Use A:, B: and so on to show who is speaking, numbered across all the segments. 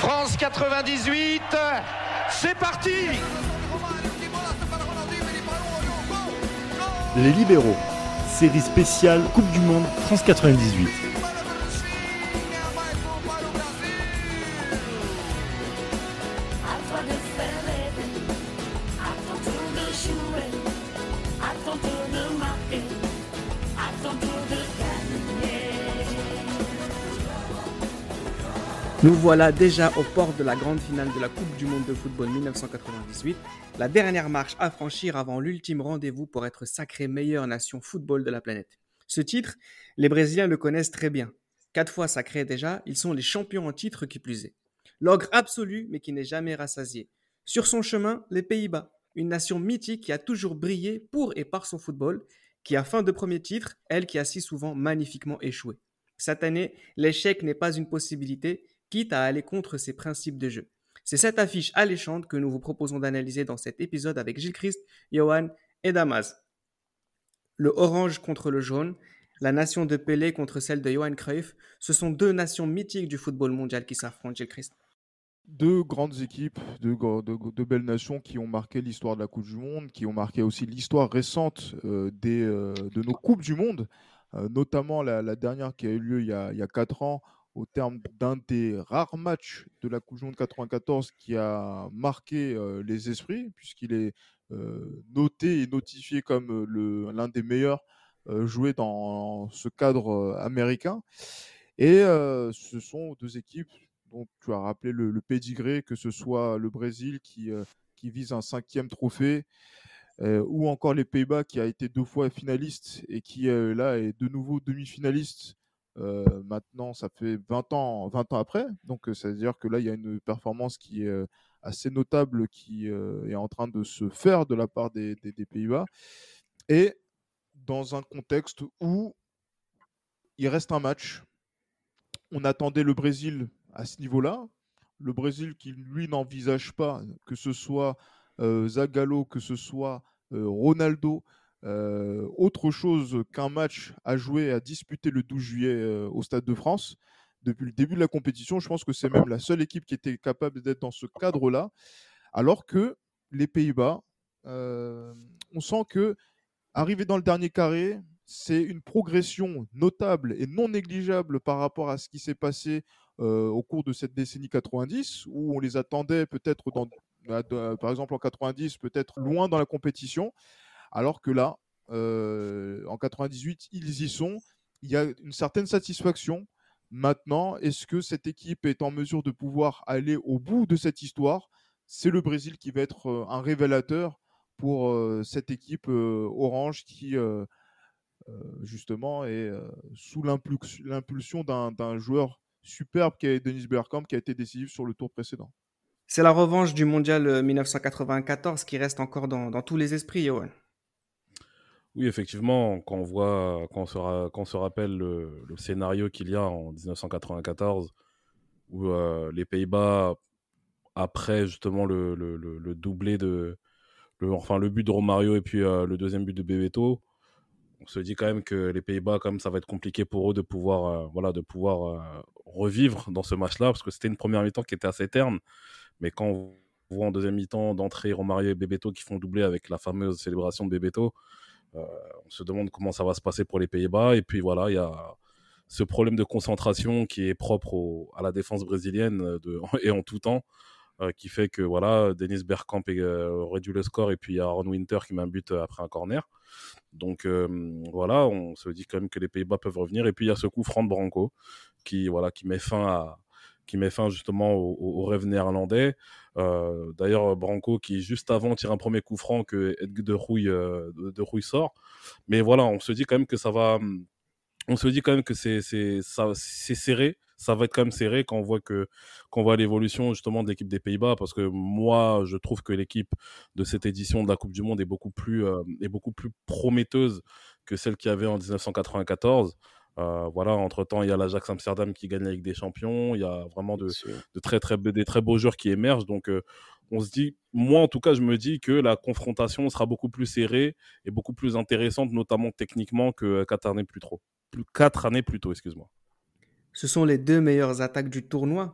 A: France 98, c'est parti!
B: Les Libéraux, série spéciale Coupe du Monde France 98.
C: Nous voilà déjà aux portes de la grande finale de la Coupe du Monde de football 1998, la dernière marche à franchir avant l'ultime rendez-vous pour être sacrée meilleure nation football de la planète. Ce titre, les Brésiliens le connaissent très bien. 4 fois sacrés déjà, ils sont les champions en titre qui plus est. L'ogre absolu, mais qui n'est jamais rassasié. Sur son chemin, les Pays-Bas, une nation mythique qui a toujours brillé pour et par son football, qui a faim de premier titre, elle qui a si souvent magnifiquement échoué. Cette année, l'échec n'est pas une possibilité, quitte à aller contre ses principes de jeu. C'est cette affiche alléchante que nous vous proposons d'analyser dans cet épisode avec Gilles Christ, Johan et Damas. Le orange contre le jaune, la nation de Pelé contre celle de Johan Cruyff, ce sont deux nations mythiques du football mondial qui s'affrontent, Gilles Christ.
D: Deux grandes équipes, de belles nations qui ont marqué l'histoire de la Coupe du Monde, qui ont marqué aussi l'histoire récente de nos Coupes du Monde, notamment la dernière qui a eu lieu il y a 4 ans, au terme d'un des rares matchs de la Coupe du Monde 94 qui a marqué les esprits, puisqu'il est noté et notifié comme l'un des meilleurs joués dans ce cadre américain. Et ce sont deux équipes dont tu as rappelé le pédigré, que ce soit le Brésil qui vise un 5e trophée, ou encore les Pays-Bas qui a été 2 fois finaliste et qui là est de nouveau demi-finaliste. Maintenant, ça fait 20 ans après. Donc, ça veut dire que là, il y a une performance qui est assez notable qui est en train de se faire de la part des Pays-Bas. Et dans un contexte où il reste un match. On attendait le Brésil à ce niveau-là. Le Brésil qui, lui, n'envisage pas que ce soit Zagallo, que ce soit Ronaldo, autre chose qu'un match à jouer, à disputer le 12 juillet au Stade de France. Depuis le début de la compétition, je pense que c'est même la seule équipe qui était capable d'être dans ce cadre-là. Alors que les Pays-Bas, on sent que arriver dans le dernier carré, c'est une progression notable et non négligeable par rapport à ce qui s'est passé au cours de cette décennie 90, où on les attendait peut-être, par exemple en 90, peut-être loin dans la compétition, alors que là, en 98, ils y sont. Il y a une certaine satisfaction. Maintenant, est-ce que cette équipe est en mesure de pouvoir aller au bout de cette histoire ? C'est le Brésil qui va être un révélateur pour cette équipe orange qui justement est sous l'impulsion d'un joueur superbe qui est Dennis Bergkamp, qui a été décisif sur le tour précédent.
C: C'est la revanche du mondial 1994 qui reste encore dans tous les esprits, Johan.
E: Oui, effectivement, quand on se rappelle le scénario qu'il y a en 1994, où les Pays-Bas, après justement le doublé le but de Romario et puis le deuxième but de Bebeto, on se dit quand même que les Pays-Bas, comme ça va être compliqué pour eux de pouvoir revivre dans ce match-là, parce que c'était une première mi-temps qui était assez terne, mais quand on voit en deuxième mi-temps d'entrée Romario et Bebeto qui font doubler avec la fameuse célébration de Bebeto, on se demande comment ça va se passer pour les Pays-Bas. Et puis voilà, il y a ce problème de concentration qui est propre à la défense brésilienne et en tout temps, qui fait que voilà, Dennis Bergkamp réduit le score et puis il y a Aaron Winter qui met un but après un corner. Donc voilà, on se dit quand même que les Pays-Bas peuvent revenir. Et puis il y a ce coup franc de Branco qui met fin justement au rêve néerlandais. D'ailleurs, Branco qui juste avant tire un premier coup franc que Edgar de Rouille sort. Mais voilà, on se dit quand même que ça va. On se dit quand même que c'est serré. Ça va être quand même serré quand on voit l'évolution justement de l'équipe des Pays-Bas, parce que moi je trouve que l'équipe de cette édition de la Coupe du Monde est beaucoup plus prometteuse que celle qu'il y avait en 1994. Voilà, entre-temps, il y a l'Ajax Amsterdam qui gagne la Ligue des Champions, il y a vraiment des très beaux joueurs qui émergent, donc on se dit, moi en tout cas, je me dis que la confrontation sera beaucoup plus serrée et beaucoup plus intéressante, notamment techniquement, que 4 années plus tôt, excuse-moi.
C: Ce sont les deux meilleures attaques du tournoi.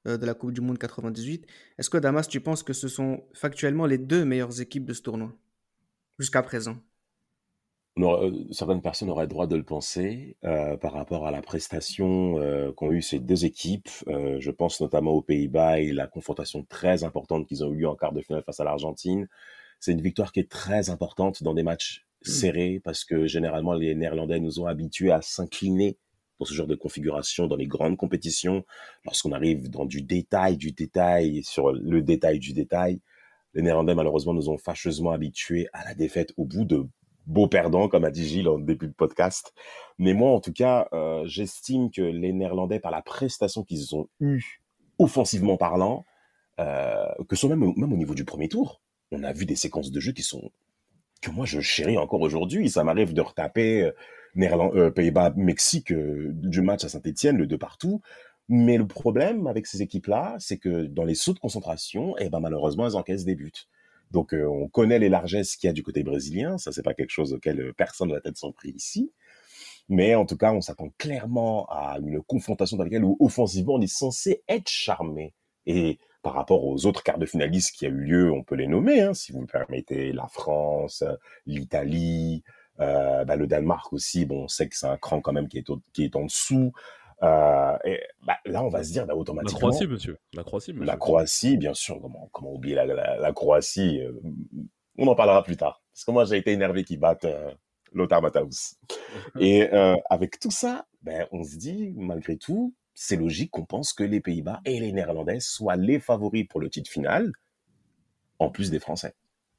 C: de la Coupe du Monde 98. Est-ce que Damas, tu penses que ce sont factuellement les deux meilleures équipes de ce tournoi jusqu'à présent?
F: Certaines personnes auraient le droit de le penser par rapport à la prestation qu'ont eu ces deux équipes. Je pense notamment aux Pays-Bas et la confrontation très importante qu'ils ont eu en quart de finale face à l'Argentine. C'est une victoire qui est très importante dans des matchs serrés parce que généralement les Néerlandais nous ont habitués à s'incliner pour ce genre de configuration dans les grandes compétitions. Lorsqu'on arrive dans du détail, sur le détail du détail, les Néerlandais malheureusement nous ont fâcheusement habitués à la défaite au bout de beaux perdants, comme a dit Gilles en début de podcast. Mais moi, en tout cas, j'estime que les Néerlandais, par la prestation qu'ils ont eue, offensivement parlant, que ce soit même au niveau du premier tour, on a vu des séquences de jeu que moi, je chéris encore aujourd'hui. Ça m'arrive de retaper Pays-Bas-Mexique du match à Saint-Étienne, le 2 partout. Mais le problème avec ces équipes-là, c'est que dans les sauts de concentration, malheureusement, elles encaissent des buts. Donc, on connaît les largesses qu'il y a du côté brésilien. Ça, c'est pas quelque chose auquel personne ne va être surpris ici. Mais en tout cas, on s'attend clairement à une confrontation dans laquelle, où offensivement, on est censé être charmé. Et par rapport aux autres quarts de finalistes qui a eu lieu, on peut les nommer, si vous le permettez, la France, l'Italie, le Danemark aussi. Bon, on sait que c'est un cran quand même qui est en dessous. Là, on va se dire automatiquement.
E: La Croatie, monsieur.
F: La Croatie, bien sûr. Comment oublier la Croatie on en parlera plus tard. Parce que moi, j'ai été énervé qu'ils battent Lothar Matthaus. Et avec tout ça, on se dit, malgré tout, c'est logique qu'on pense que les Pays-Bas et les Néerlandais soient les favoris pour le titre final, en plus des Français.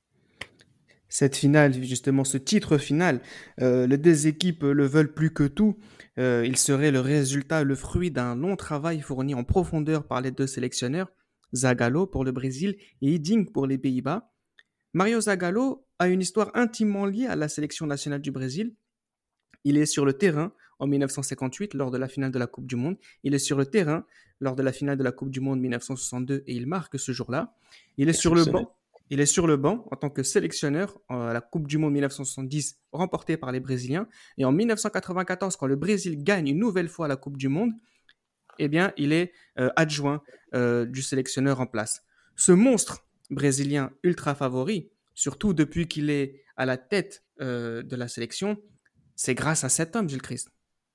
C: Cette finale, justement, ce titre final, les deux équipes le veulent plus que tout. Il serait le résultat, le fruit d'un long travail fourni en profondeur par les deux sélectionneurs, Zagallo pour le Brésil et Hiddink pour les Pays-Bas. Mario Zagallo a une histoire intimement liée à la sélection nationale du Brésil. Il est sur le terrain en 1958 lors de la finale de la Coupe du Monde. Il est sur le terrain lors de la finale de la Coupe du Monde 1962 et il marque ce jour-là. Il est sur le banc en tant que sélectionneur à la Coupe du Monde 1970 remportée par les Brésiliens. Et en 1994, quand le Brésil gagne une nouvelle fois la Coupe du Monde, il est adjoint du sélectionneur en place. Ce monstre brésilien ultra favori, surtout depuis qu'il est à la tête de la sélection, c'est grâce à cet homme, Gilles Christ.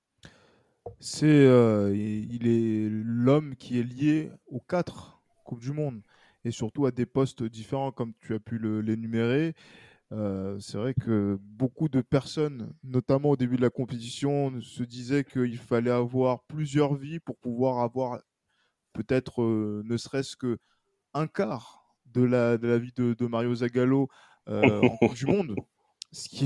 D: Il est l'homme qui est lié aux 4 Coupes du Monde et surtout à des postes différents comme tu as pu l'énumérer. C'est vrai que beaucoup de personnes, notamment au début de la compétition, se disaient qu'il fallait avoir plusieurs vies pour pouvoir avoir peut-être ne serait-ce qu'un quart de la vie de Mario Zagallo en Coupe du Monde. Ce qui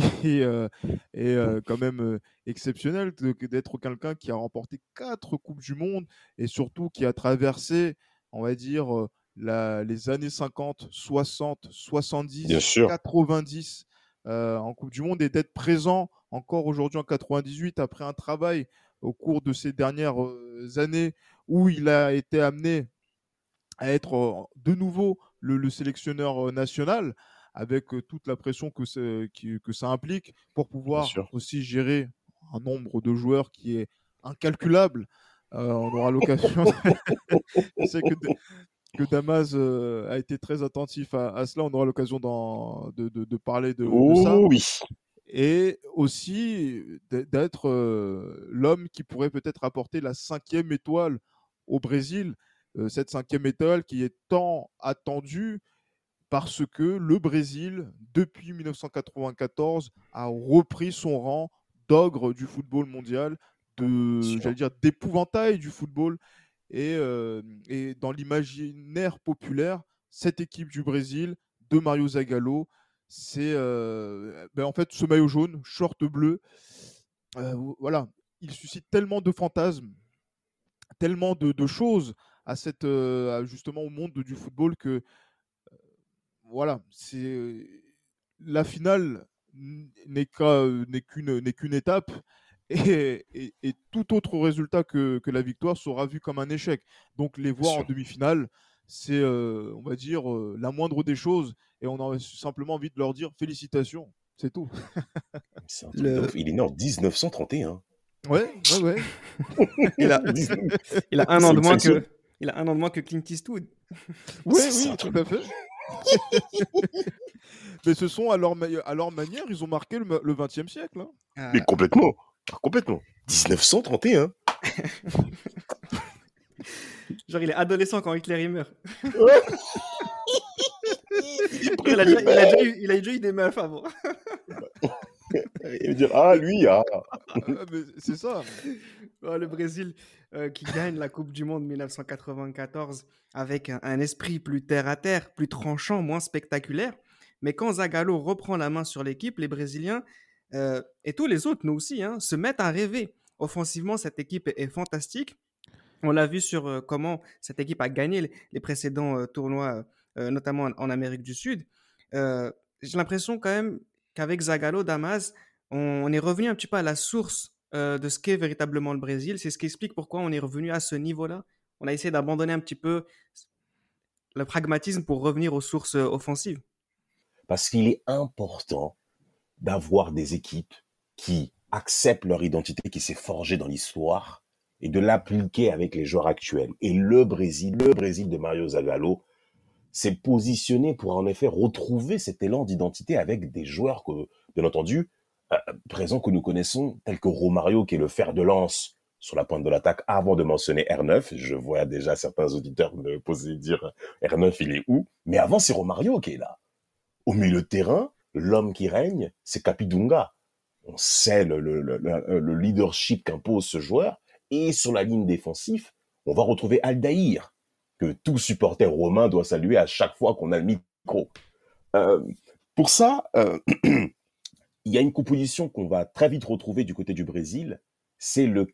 D: est quand même exceptionnel d'être quelqu'un qui a remporté 4 Coupes du Monde et surtout qui a traversé, on va dire, les années 50, 60, 70, 90 en Coupe du Monde et d'être présent encore aujourd'hui en 98 après un travail au cours de ces dernières années où il a été amené à être de nouveau le sélectionneur national, avec toute la pression que ça implique pour pouvoir aussi gérer un nombre de joueurs qui est incalculable. On aura l'occasion. Je sais que Damas a été très attentif à cela. On aura l'occasion de parler de ça.
F: Oui.
D: Et aussi d'être l'homme qui pourrait peut-être apporter la 5e étoile au Brésil. Cette 5e étoile qui est tant attendue parce que le Brésil, depuis 1994, a repris son rang d'ogre du football mondial, d'épouvantail du football. Et dans l'imaginaire populaire, cette équipe du Brésil, de Mario Zagallo, c'est en fait ce maillot jaune, short bleu. Voilà, il suscite tellement de fantasmes, tellement de choses justement au monde du football que voilà, la finale n'est qu'une étape et tout autre résultat que la victoire sera vu comme un échec. Donc les voir en demi-finale, c'est on va dire la moindre des choses et on a simplement envie de leur dire félicitations, c'est tout.
F: Il est né en 1931.
D: Ouais.
C: Il a un an de moins Il a un an de moins que Clint Eastwood.
D: Oui,
F: C'est ça,
D: oui, tout à fait. Mais ce sont à leur manière, ils ont marqué le 20e siècle. Hein.
F: Mais complètement. Complètement. 1931.
C: Genre, il est adolescent quand Hitler il meurt.
F: Il
C: Il a déjà eu des meufs avant.
F: veut dire, ah, lui, ah.
D: Mais c'est ça.
C: Oh, le Brésil qui gagne la Coupe du Monde 1994 avec un esprit plus terre à terre, plus tranchant, moins spectaculaire. Mais quand Zagallo reprend la main sur l'équipe, les Brésiliens et tous les autres, nous aussi, hein, se mettent à rêver. Offensivement, cette équipe est fantastique. On l'a vu sur comment cette équipe a gagné les précédents tournois, notamment en Amérique du Sud. J'ai l'impression quand même qu'avec Zagallo, Damas, on est revenu un petit peu à la source de ce qu'est véritablement le Brésil. C'est ce qui explique pourquoi on est revenu à ce niveau-là. On a essayé d'abandonner un petit peu le pragmatisme pour revenir aux sources offensives.
F: Parce qu'il est important d'avoir des équipes qui acceptent leur identité qui s'est forgée dans l'histoire et de l'appliquer avec les joueurs actuels. Et le Brésil de Mario Zagallo s'est positionné pour en effet retrouver cet élan d'identité avec des joueurs que, bien entendu, présents que nous connaissons, tels que Romario, qui est le fer de lance sur la pointe de l'attaque, avant de mentionner R9. Je vois déjà certains auditeurs me poser, dire R9, il est où? Mais avant, c'est Romario qui est là. Au milieu de terrain, l'homme qui règne, c'est Capidunga. On sait le leadership qu'impose ce joueur. Et sur la ligne défensive, on va retrouver Aldaïr, que tout supporter romain doit saluer à chaque fois qu'on a le micro. Pour ça, il y a une composition qu'on va très vite retrouver du côté du Brésil, c'est le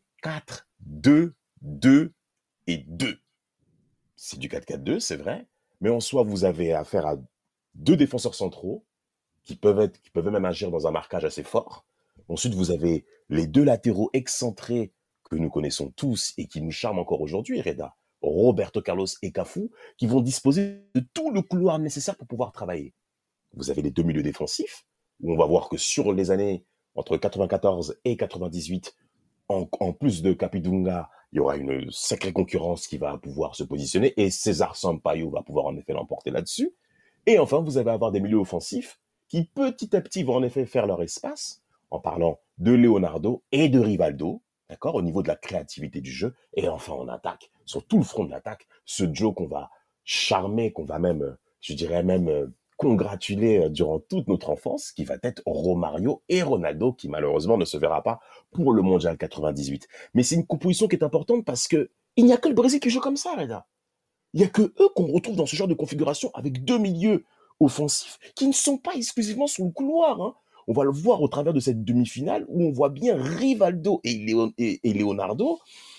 F: 4-2-2 et 2. C'est du 4-4-2, c'est vrai, mais en soi, vous avez affaire à deux défenseurs centraux qui peuvent même agir dans un marquage assez fort. Ensuite, vous avez les deux latéraux excentrés que nous connaissons tous et qui nous charment encore aujourd'hui, Reda, Roberto Carlos et Cafu, qui vont disposer de tout le couloir nécessaire pour pouvoir travailler. Vous avez les deux milieux défensifs, où on va voir que sur les années entre 94 et 98, en plus de Capidunga, il y aura une sacrée concurrence qui va pouvoir se positionner et César Sampaio va pouvoir en effet l'emporter là-dessus. Et enfin, vous allez avoir des milieux offensifs qui petit à petit vont en effet faire leur espace en parlant de Leonardo et de Rivaldo, d'accord, au niveau de la créativité du jeu. Et enfin, on attaque, sur tout le front de l'attaque, ce Joe qu'on va charmer, qu'on va même, je dirais même, congratuler durant toute notre enfance, qui va être Romario et Ronaldo, qui malheureusement ne se verra pas pour le Mondial 98. Mais c'est une composition qui est importante parce que il n'y a que le Brésil qui joue comme ça, Reda. Il n'y a que eux qu'on retrouve dans ce genre de configuration avec deux milieux offensifs qui ne sont pas exclusivement sur le couloir. Hein. On va le voir au travers de cette demi-finale où on voit bien Rivaldo et Leonardo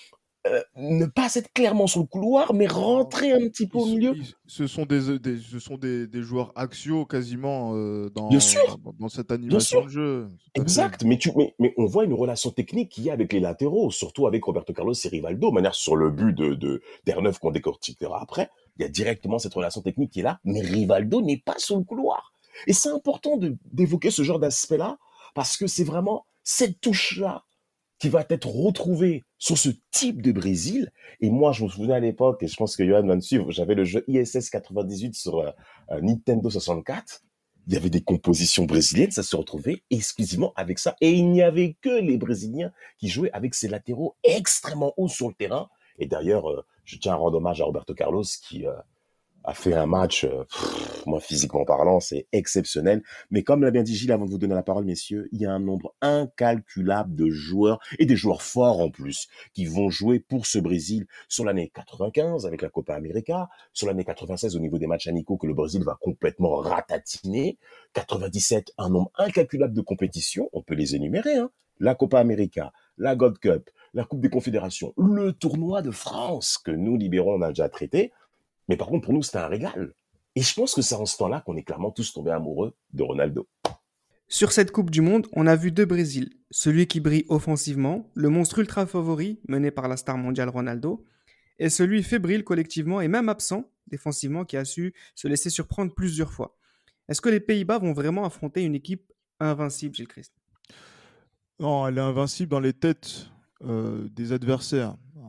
F: ne pas être clairement sur le couloir, mais rentrer un petit peu au milieu.
D: Ce sont des joueurs axiaux quasiment
F: Bien sûr,
D: dans cette animation de jeu.
F: Exact, mais on voit une relation technique qu'il y a avec les latéraux, surtout avec Roberto Carlos et Rivaldo, de manière sur le but d'R9 qu'on décortiquera après. Il y a directement cette relation technique qui est là, mais Rivaldo n'est pas sur le couloir. Et c'est important d'évoquer ce genre d'aspect-là, parce que c'est vraiment cette touche-là qui va être retrouvée sur ce type de Brésil. Et moi, je me souviens à l'époque, et je pense que Johan va me suivre, j'avais le jeu ISS 98 sur Nintendo 64. Il y avait des compositions brésiliennes, ça se retrouvait exclusivement avec ça. Et il n'y avait que les Brésiliens qui jouaient avec ces latéraux extrêmement hauts sur le terrain. Et d'ailleurs, je tiens à rendre hommage à Roberto Carlos qui a fait un match, moi physiquement parlant, c'est exceptionnel. Mais comme l'a bien dit Gilles, avant de vous donner la parole, messieurs, il y a un nombre incalculable de joueurs, et des joueurs forts en plus, qui vont jouer pour ce Brésil sur l'année 95 avec la Copa América, sur l'année 96 au niveau des matchs amicaux que le Brésil va complètement ratatiner, 97, un nombre incalculable de compétitions, on peut les énumérer, hein. La Copa América, la Gold Cup, la Coupe des Confédérations, le tournoi de France que nous libérons, on a déjà traité. Mais par contre, pour nous, c'était un régal. Et je pense que c'est en ce temps-là qu'on est clairement tous tombés amoureux de Ronaldo.
C: Sur cette Coupe du Monde, on a vu deux Brésil. Celui qui brille offensivement, le monstre ultra favori mené par la star mondiale Ronaldo, et celui fébrile collectivement et même absent défensivement qui a su se laisser surprendre plusieurs fois. Est-ce que les Pays-Bas vont vraiment affronter une équipe invincible, Gilles Christ?
D: Non, elle est invincible dans les têtes des adversaires.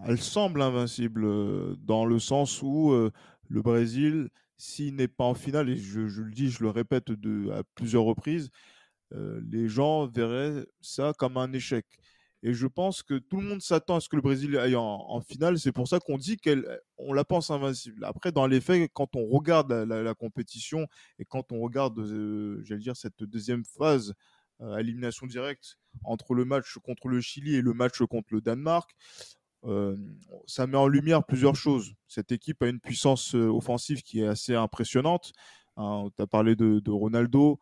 D: elle semble invincible dans le sens où le Brésil, s'il n'est pas en finale, et je le dis, je le répète à plusieurs reprises, les gens verraient ça comme un échec. Et je pense que tout le monde s'attend à ce que le Brésil aille en finale. C'est pour ça qu'on dit on la pense invincible. Après, dans les faits, quand on regarde la compétition et quand on regarde, j'allais dire, cette deuxième phase à élimination directe entre le match contre le Chili et le match contre le Danemark, euh, ça met en lumière plusieurs choses. Cette équipe a une puissance offensive qui est assez impressionnante. Hein, tu as parlé de Ronaldo,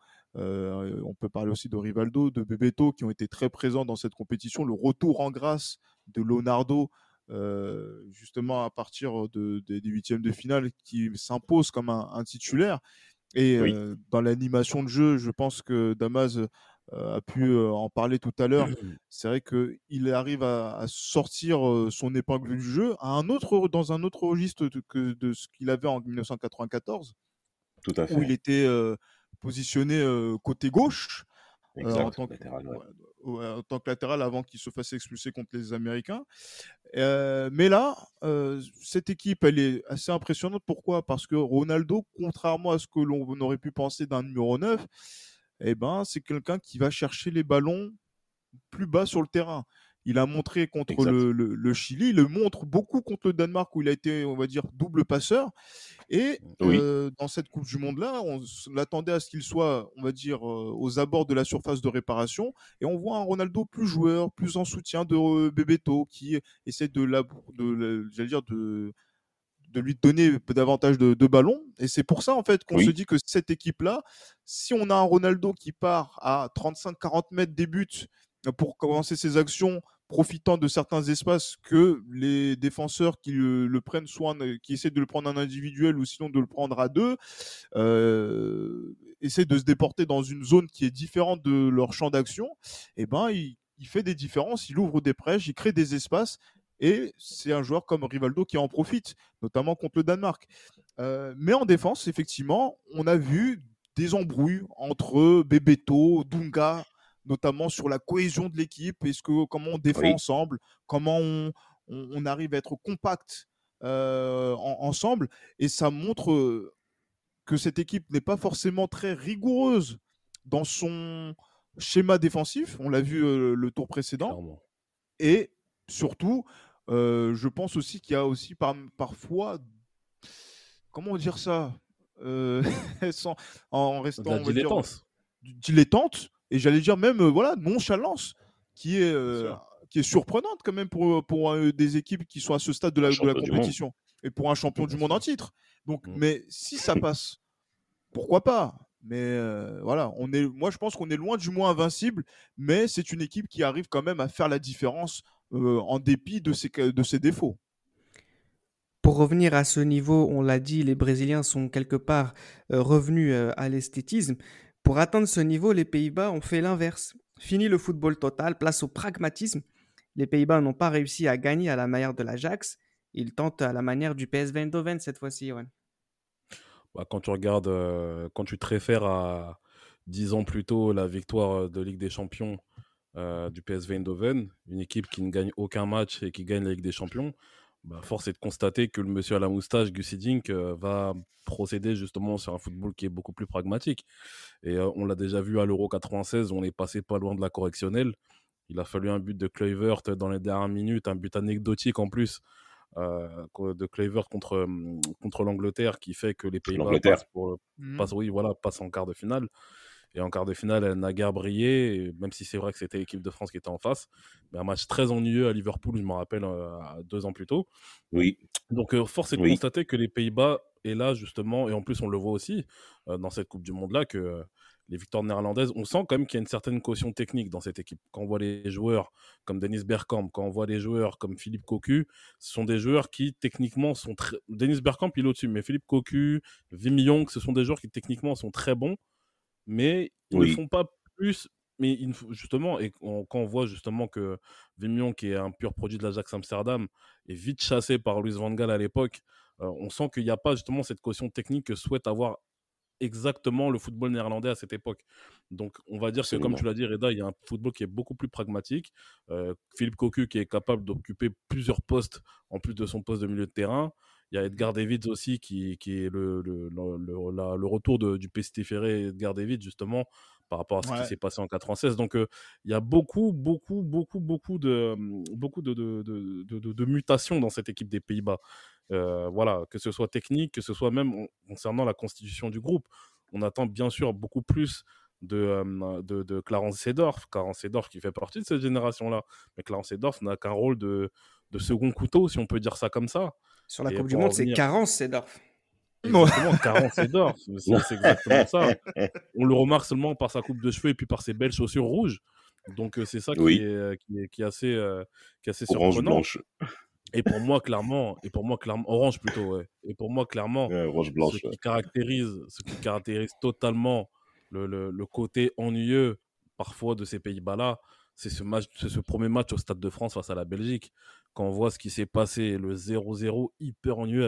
D: on peut parler aussi de Rivaldo, de Bebeto, qui ont été très présents dans cette compétition. Le retour en grâce de Leonardo, justement à partir des huitièmes de finale, qui s'impose comme un titulaire. Et
F: Oui.
D: dans l'animation de jeu, je pense que Damas a pu en parler tout à l'heure. C'est vrai qu'il arrive à sortir son épingle du jeu dans un autre registre que de ce qu'il avait en 1994,
F: Tout à
D: où il
F: fait.
D: était positionné côté gauche en
F: Exact.
D: tant que,
F: Latéral, ouais.
D: en tant que latéral avant qu'il se fasse expulser contre les Américains. Mais là, cette équipe, elle est assez impressionnante. Pourquoi ? Parce que Ronaldo, contrairement à ce que l'on aurait pu penser d'un numéro 9, eh ben, c'est quelqu'un qui va chercher les ballons plus bas sur le terrain. Il a montré contre
F: Exact.
D: le Chili, il le montre beaucoup contre le Danemark où il a été, on va dire, double passeur. Et
F: Oui.
D: dans cette Coupe du Monde-là, on l'attendait à ce qu'il soit, on va dire, aux abords de la surface de réparation. Et on voit un Ronaldo plus joueur, plus en soutien de Bebeto, qui essaie j'allais dire, de lui donner davantage de ballons. Et c'est pour ça, en fait, qu'on se
F: Oui.
D: dit que cette équipe-là, si on a un Ronaldo qui part à 35-40 mètres des buts pour commencer ses actions, profitant de certains espaces que les défenseurs qui le prennent, soit qui essaient de le prendre en individuel ou sinon de le prendre à deux, essaient de se déporter dans une zone qui est différente de leur champ d'action, et ben il fait des différences, il ouvre des brèches, il crée des espaces. Et c'est un joueur comme Rivaldo qui en profite, notamment contre le Danemark. Mais en défense, effectivement, on a vu des embrouilles entre Bebeto, Dunga, notamment sur la cohésion de l'équipe. Comment on défend
F: Oui.
D: ensemble, comment on arrive à être compact ensemble. Et ça montre que cette équipe n'est pas forcément très rigoureuse dans son schéma défensif. On l'a vu le tour précédent.
E: Clairement.
D: Et surtout, je pense aussi qu'il y a aussi parfois, comment dire ça, sans, en
E: De
D: restant,
E: la
D: on va dire,
E: dilettance.
D: dilettante, et j'allais dire même, voilà, nonchalance, qui est,
E: Bien sûr.
D: qui est surprenante quand même pour des équipes qui sont à ce stade de
F: Un
D: la
F: champion du monde.
D: compétition, et pour un champion du
E: Bien
D: monde en
E: sûr.
D: titre. Donc,
E: Mm.
D: mais si ça passe, pourquoi pas? Mais voilà, moi je pense qu'on est loin du moins invincible, mais c'est une équipe qui arrive quand même à faire la différence en dépit de ses défauts.
C: Pour revenir à ce niveau, on l'a dit, les Brésiliens sont quelque part revenus à l'esthétisme. Pour atteindre ce niveau, les Pays-Bas ont fait l'inverse. Fini le football total, place au pragmatisme. Les Pays-Bas n'ont pas réussi à gagner à la manière de l'Ajax. Ils tentent à la manière du PSV Eindhoven cette fois-ci. Ouais.
E: Bah, quand tu regardes, quand tu te réfères à 10 ans plus tôt, la victoire de Ligue des Champions du PSV Eindhoven, une équipe qui ne gagne aucun match et qui gagne la Ligue des Champions, bah, force est de constater que le monsieur à la moustache, Gus Hiddink, va procéder justement sur un football qui est beaucoup plus pragmatique. Et on l'a déjà vu à l'Euro 96, on est passé pas loin de la correctionnelle. Il a fallu un but de Kluivert dans les dernières minutes, un but anecdotique en plus de Kluivert contre l'Angleterre qui fait que les Pays-Bas
F: L'Angleterre.
E: passent en quart de finale. Et en quart de finale, elle n'a guère brillé, et même si c'est vrai que c'était l'équipe de France qui était en face. Mais un match très ennuyeux à Liverpool, je me rappelle, 2 ans plus tôt.
F: Oui.
E: Donc, force est de
F: Oui.
E: constater que les Pays-Bas est là, justement, et en plus, on le voit aussi dans cette Coupe du Monde-là, que les victoires néerlandaises, on sent quand même qu'il y a une certaine caution technique dans cette équipe. Quand on voit les joueurs comme Dennis Bergkamp, quand on voit les joueurs comme Philippe Cocu, ce sont des joueurs qui, techniquement, sont très... Dennis Bergkamp, il est au-dessus, mais Philippe Cocu, Wim Jonk, ce sont des joueurs qui, techniquement, sont très bons, mais ils ne
F: Oui.
E: font pas plus. Mais justement, quand on voit justement que Wim Jonk, qui est un pur produit de l'Ajax Amsterdam, est vite chassé par Louis van Gaal à l'époque, on sent qu'il n'y a pas justement cette caution technique que souhaite avoir exactement le football néerlandais à cette époque. Donc, on va dire que, comme tu
F: Absolument.
E: l'as dit, Reda, il y a un football qui est beaucoup plus pragmatique. Philippe Cocu qui est capable d'occuper plusieurs postes en plus de son poste de milieu de terrain. Il y a Edgar Davids aussi qui est le retour du pestiféré Edgar Davids, justement, par rapport à ce qui
D: Ouais.
E: s'est passé en 96. Donc, il y a beaucoup de mutations dans cette équipe des Pays-Bas. Voilà, que ce soit technique, que ce soit même concernant la constitution du groupe. On attend bien sûr beaucoup plus de Clarence Seedorf. Clarence Seedorf qui fait partie de cette génération-là. Mais Clarence Seedorf n'a qu'un rôle de second couteau, si on peut dire ça comme ça.
C: Sur la
E: Et
C: Coupe du
E: pour en
C: Monde, c'est
E: venir
C: Carence Seedorf.
E: exactement, Clarence Seedorf, c'est exactement ça. On le remarque seulement par sa coupe de cheveux et puis par ses belles chaussures rouges. Donc c'est ça
F: Oui,
E: qui est assez
F: orange
E: surprenant.
F: blanche.
E: Et pour moi, clairement, orange plutôt, ouais. Et pour moi, clairement,
F: Orange
E: ce
F: blanche.
E: qui caractérise totalement le côté ennuyeux, parfois, de ces Pays-Bas-là, c'est ce premier match au Stade de France face à la Belgique. Quand on voit ce qui s'est passé, le 0-0 hyper ennuyeux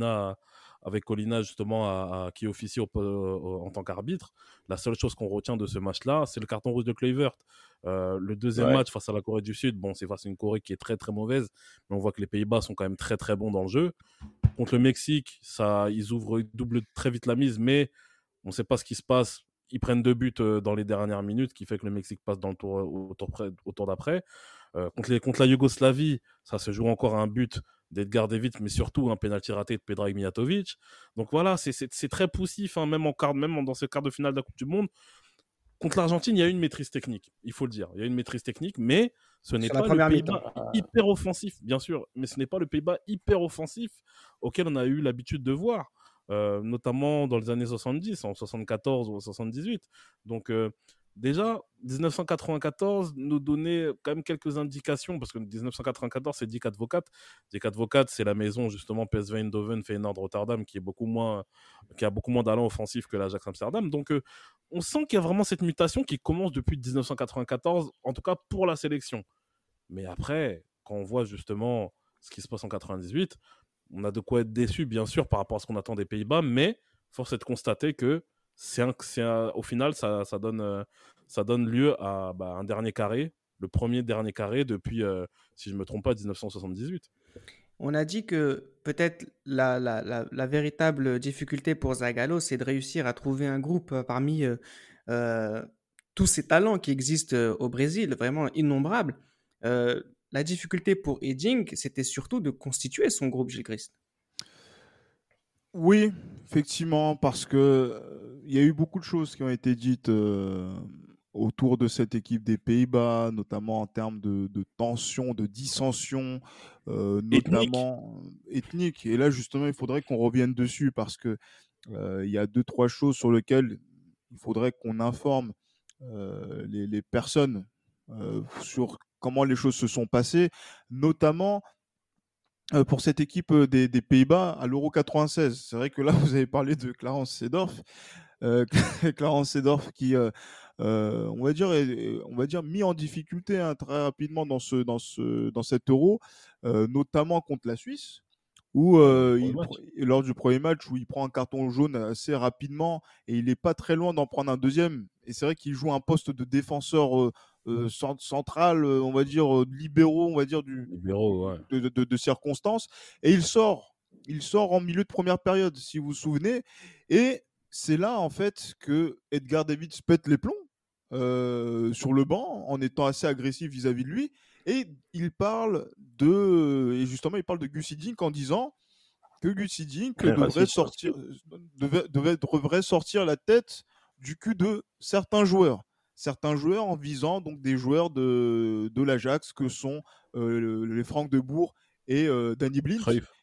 E: avec Colina justement, qui officie en tant qu'arbitre. La seule chose qu'on retient de ce match-là, c'est le carton rouge de Kluivert. Le deuxième
F: Ouais.
E: match face à la Corée du Sud, bon, c'est face à une Corée qui est très très mauvaise, mais on voit que les Pays-Bas sont quand même très très bons dans le jeu. Contre le Mexique, ils doublent très vite la mise, mais on ne sait pas ce qui se passe. Ils prennent 2 buts dans les dernières minutes, qui fait que le Mexique passe dans le au tour d'après. Contre la Yougoslavie, ça se joue encore à un but d'Edgar Davids, mais surtout un pénalty raté de Predrag Mijatovic. Donc voilà, c'est très poussif, hein, même dans ce quart de finale de la Coupe du Monde. Contre l'Argentine, il y a une maîtrise technique, il faut le dire. Il y a une maîtrise technique, mais ce n'est
C: Sur la
E: pas le
C: première
E: Pays-Bas
C: mi-temps.
E: hyper offensif, bien sûr, mais ce n'est pas le Pays-Bas hyper offensif auquel on a eu l'habitude de voir, notamment dans les années 70, en 74 ou en 78. Donc déjà, 1994 nous donnait quand même quelques indications, parce que 1994, c'est Dick Advocat. Dick Advocat, c'est la maison, justement, PSV Eindhoven, Feyenoord Rotterdam, qui a beaucoup moins d'allant offensif que l'Ajax Amsterdam. Donc, on sent qu'il y a vraiment cette mutation qui commence depuis 1994, en tout cas pour la sélection. Mais après, quand on voit justement ce qui se passe en 98, on a de quoi être déçu, bien sûr, par rapport à ce qu'on attend des Pays-Bas, mais force est de constater que au final, ça donne lieu à un dernier carré, le premier dernier carré depuis, si je ne me trompe pas, 1978.
C: On a dit que peut-être la véritable difficulté pour Zagallo, c'est de réussir à trouver un groupe parmi tous ces talents qui existent au Brésil, vraiment innombrables. La difficulté pour Eding, c'était surtout de constituer son groupe, Gilles Christ.
D: Oui, effectivement, parce que il y a eu beaucoup de choses qui ont été dites autour de cette équipe des Pays-Bas, notamment en termes de tension, de dissension, notamment ethnique. Et là, justement, il faudrait qu'on revienne dessus parce que il y a 2-3 choses sur lesquelles il faudrait qu'on informe les personnes sur comment les choses se sont passées, notamment pour cette équipe des Pays-Bas à l'Euro 96. C'est vrai que là, vous avez parlé de Clarence Seedorf. Clarence Seedorf qui, on va dire, mis en difficulté très rapidement dans cet Euro, notamment contre la Suisse, où lors du premier match, où il prend un carton jaune assez rapidement et il n'est pas très loin d'en prendre un deuxième. Et c'est vrai qu'il joue un poste de défenseur central, on va dire, libéraux, on va dire,
E: ouais.
D: de circonstances. Et il sort en milieu de première période, si vous vous souvenez. Et c'est là, en fait, que Edgar Davids pète les plombs sur le banc, en étant assez agressif vis-à-vis de lui. Et il parle de Gus Hiddink en disant que Gus Hiddink devrait sortir la tête du cul de certains joueurs en visant donc des joueurs de l'Ajax que sont les Frank de Boer et Danny Blind,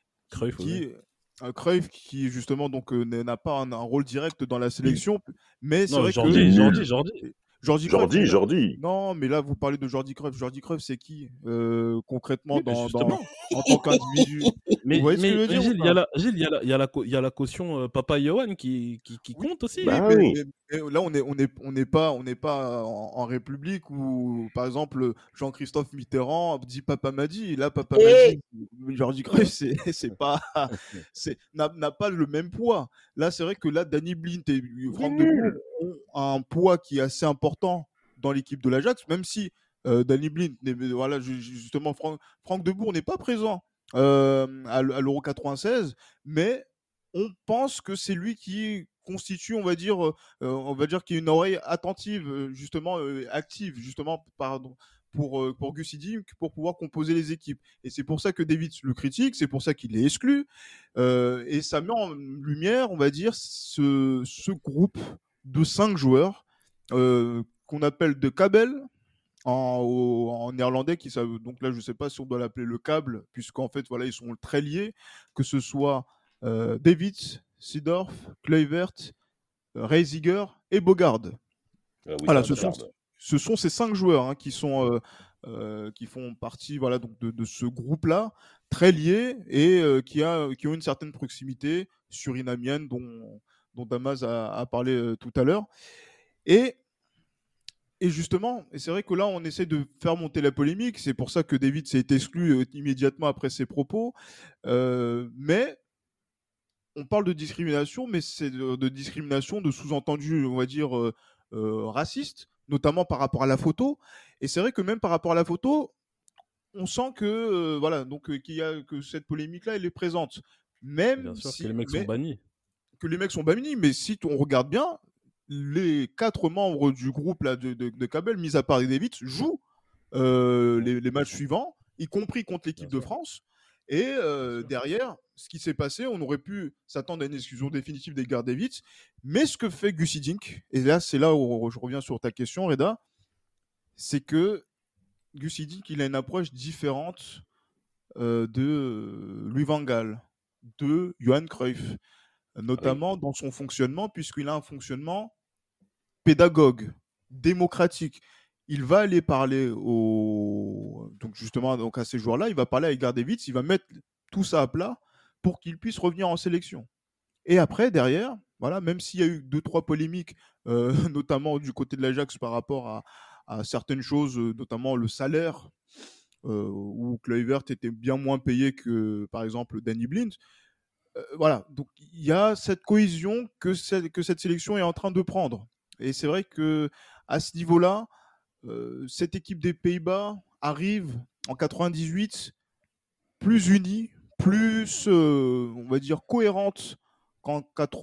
D: Cruyff qui justement donc n'a pas un rôle direct dans la sélection, mais c'est vrai que Jordi Cruyff,
F: Jordi.
D: non, mais là, vous parlez de Jordi Cruyff. Jordi Cruyff, c'est qui concrètement
E: Oui, mais justement.
D: en tant qu'individu?
E: Mais,
D: Vous voyez ce que je veux
E: mais
D: dire ou
E: Gilles,
D: pas?
E: il y a la caution Papa Yohan qui
D: Oui,
E: compte aussi.
D: oui,
F: Bah
D: mais,
F: oui.
D: mais là, on n'est pas en République où, par exemple, Jean-Christophe Mitterrand dit Papa m'a dit. Là, Papa m'a dit, Jordi Cruyff, c'est pas, n'a pas le même poids. Là, c'est vrai que là, Danny Blind et Franck de Boer ont un poidd qui est assez important dans l'équipe de l'Ajax, même si Danny Blind, voilà, justement, Franck de Boer n'est pas présent à l'Euro 96, mais on pense que c'est lui qui constitue, on va dire qu'il y a une oreille attentive, justement active, justement, pardon, pour Gus Hiddink, pour pouvoir composer les équipes. Et c'est pour ça que David le critique, c'est pour ça qu'il est exclu, et ça met en lumière, on va dire, ce groupe de 5 joueurs qu'on appelle de Kabel en néerlandais, donc là je ne sais pas si on doit l'appeler le câble, puisqu'en fait voilà, ils sont très liés, que ce soit Davids, Seedorf, Kluivert, Reisiger et Bogaard.
F: Oui,
D: Voilà,
F: c'est
D: ce sont ces 5 joueurs qui font partie, voilà, donc de ce groupe-là, très liés, et qui ont une certaine proximité surinamienne dont Damas a parlé tout à l'heure. Et justement, et c'est vrai que là, on essaie de faire monter la polémique. C'est pour ça que David s'est exclu immédiatement après ses propos. Mais on parle de discrimination, mais c'est de discrimination de sous-entendu, on va dire, raciste, notamment par rapport à la photo. Et c'est vrai que même par rapport à la photo, on sent que, voilà, donc que cette polémique-là, elle est présente.
E: Bien
D: Même
E: sûr que
D: si,
E: les mecs sont bannis.
D: que les mecs sont bannis, mais si on regarde bien, les 4 membres du groupe là, de Kabel, mis à part David, jouent les matchs suivants, y compris contre l'équipe de France. Et derrière, ce qui s'est passé, on aurait pu s'attendre à une exclusion définitive d'Edgar Davids. Mais ce que fait Gus Hiddink, et là, c'est là où je reviens sur ta question, Reda, c'est que Gus Hiddink, il a une approche différente de Louis van Gaal, de Johan Cruyff, notamment dans son fonctionnement, puisqu'il a un fonctionnement pédagogue, démocratique. Il va aller parler donc justement donc à ces joueurs-là, il va parler avec Davids, il va mettre tout ça à plat pour qu'il puisse revenir en sélection. Et après, derrière, voilà, même s'il y a eu 2-3 polémiques, notamment du côté de l'Ajax par rapport à certaines choses, notamment le salaire, où Kluivert était bien moins payé que, par exemple, Danny Blind. Voilà, donc il y a cette cohésion que cette sélection est en train de prendre. Et c'est vrai que à ce niveau-là, cette équipe des Pays-Bas arrive en 98 plus unie, plus, on va dire, cohérente qu'en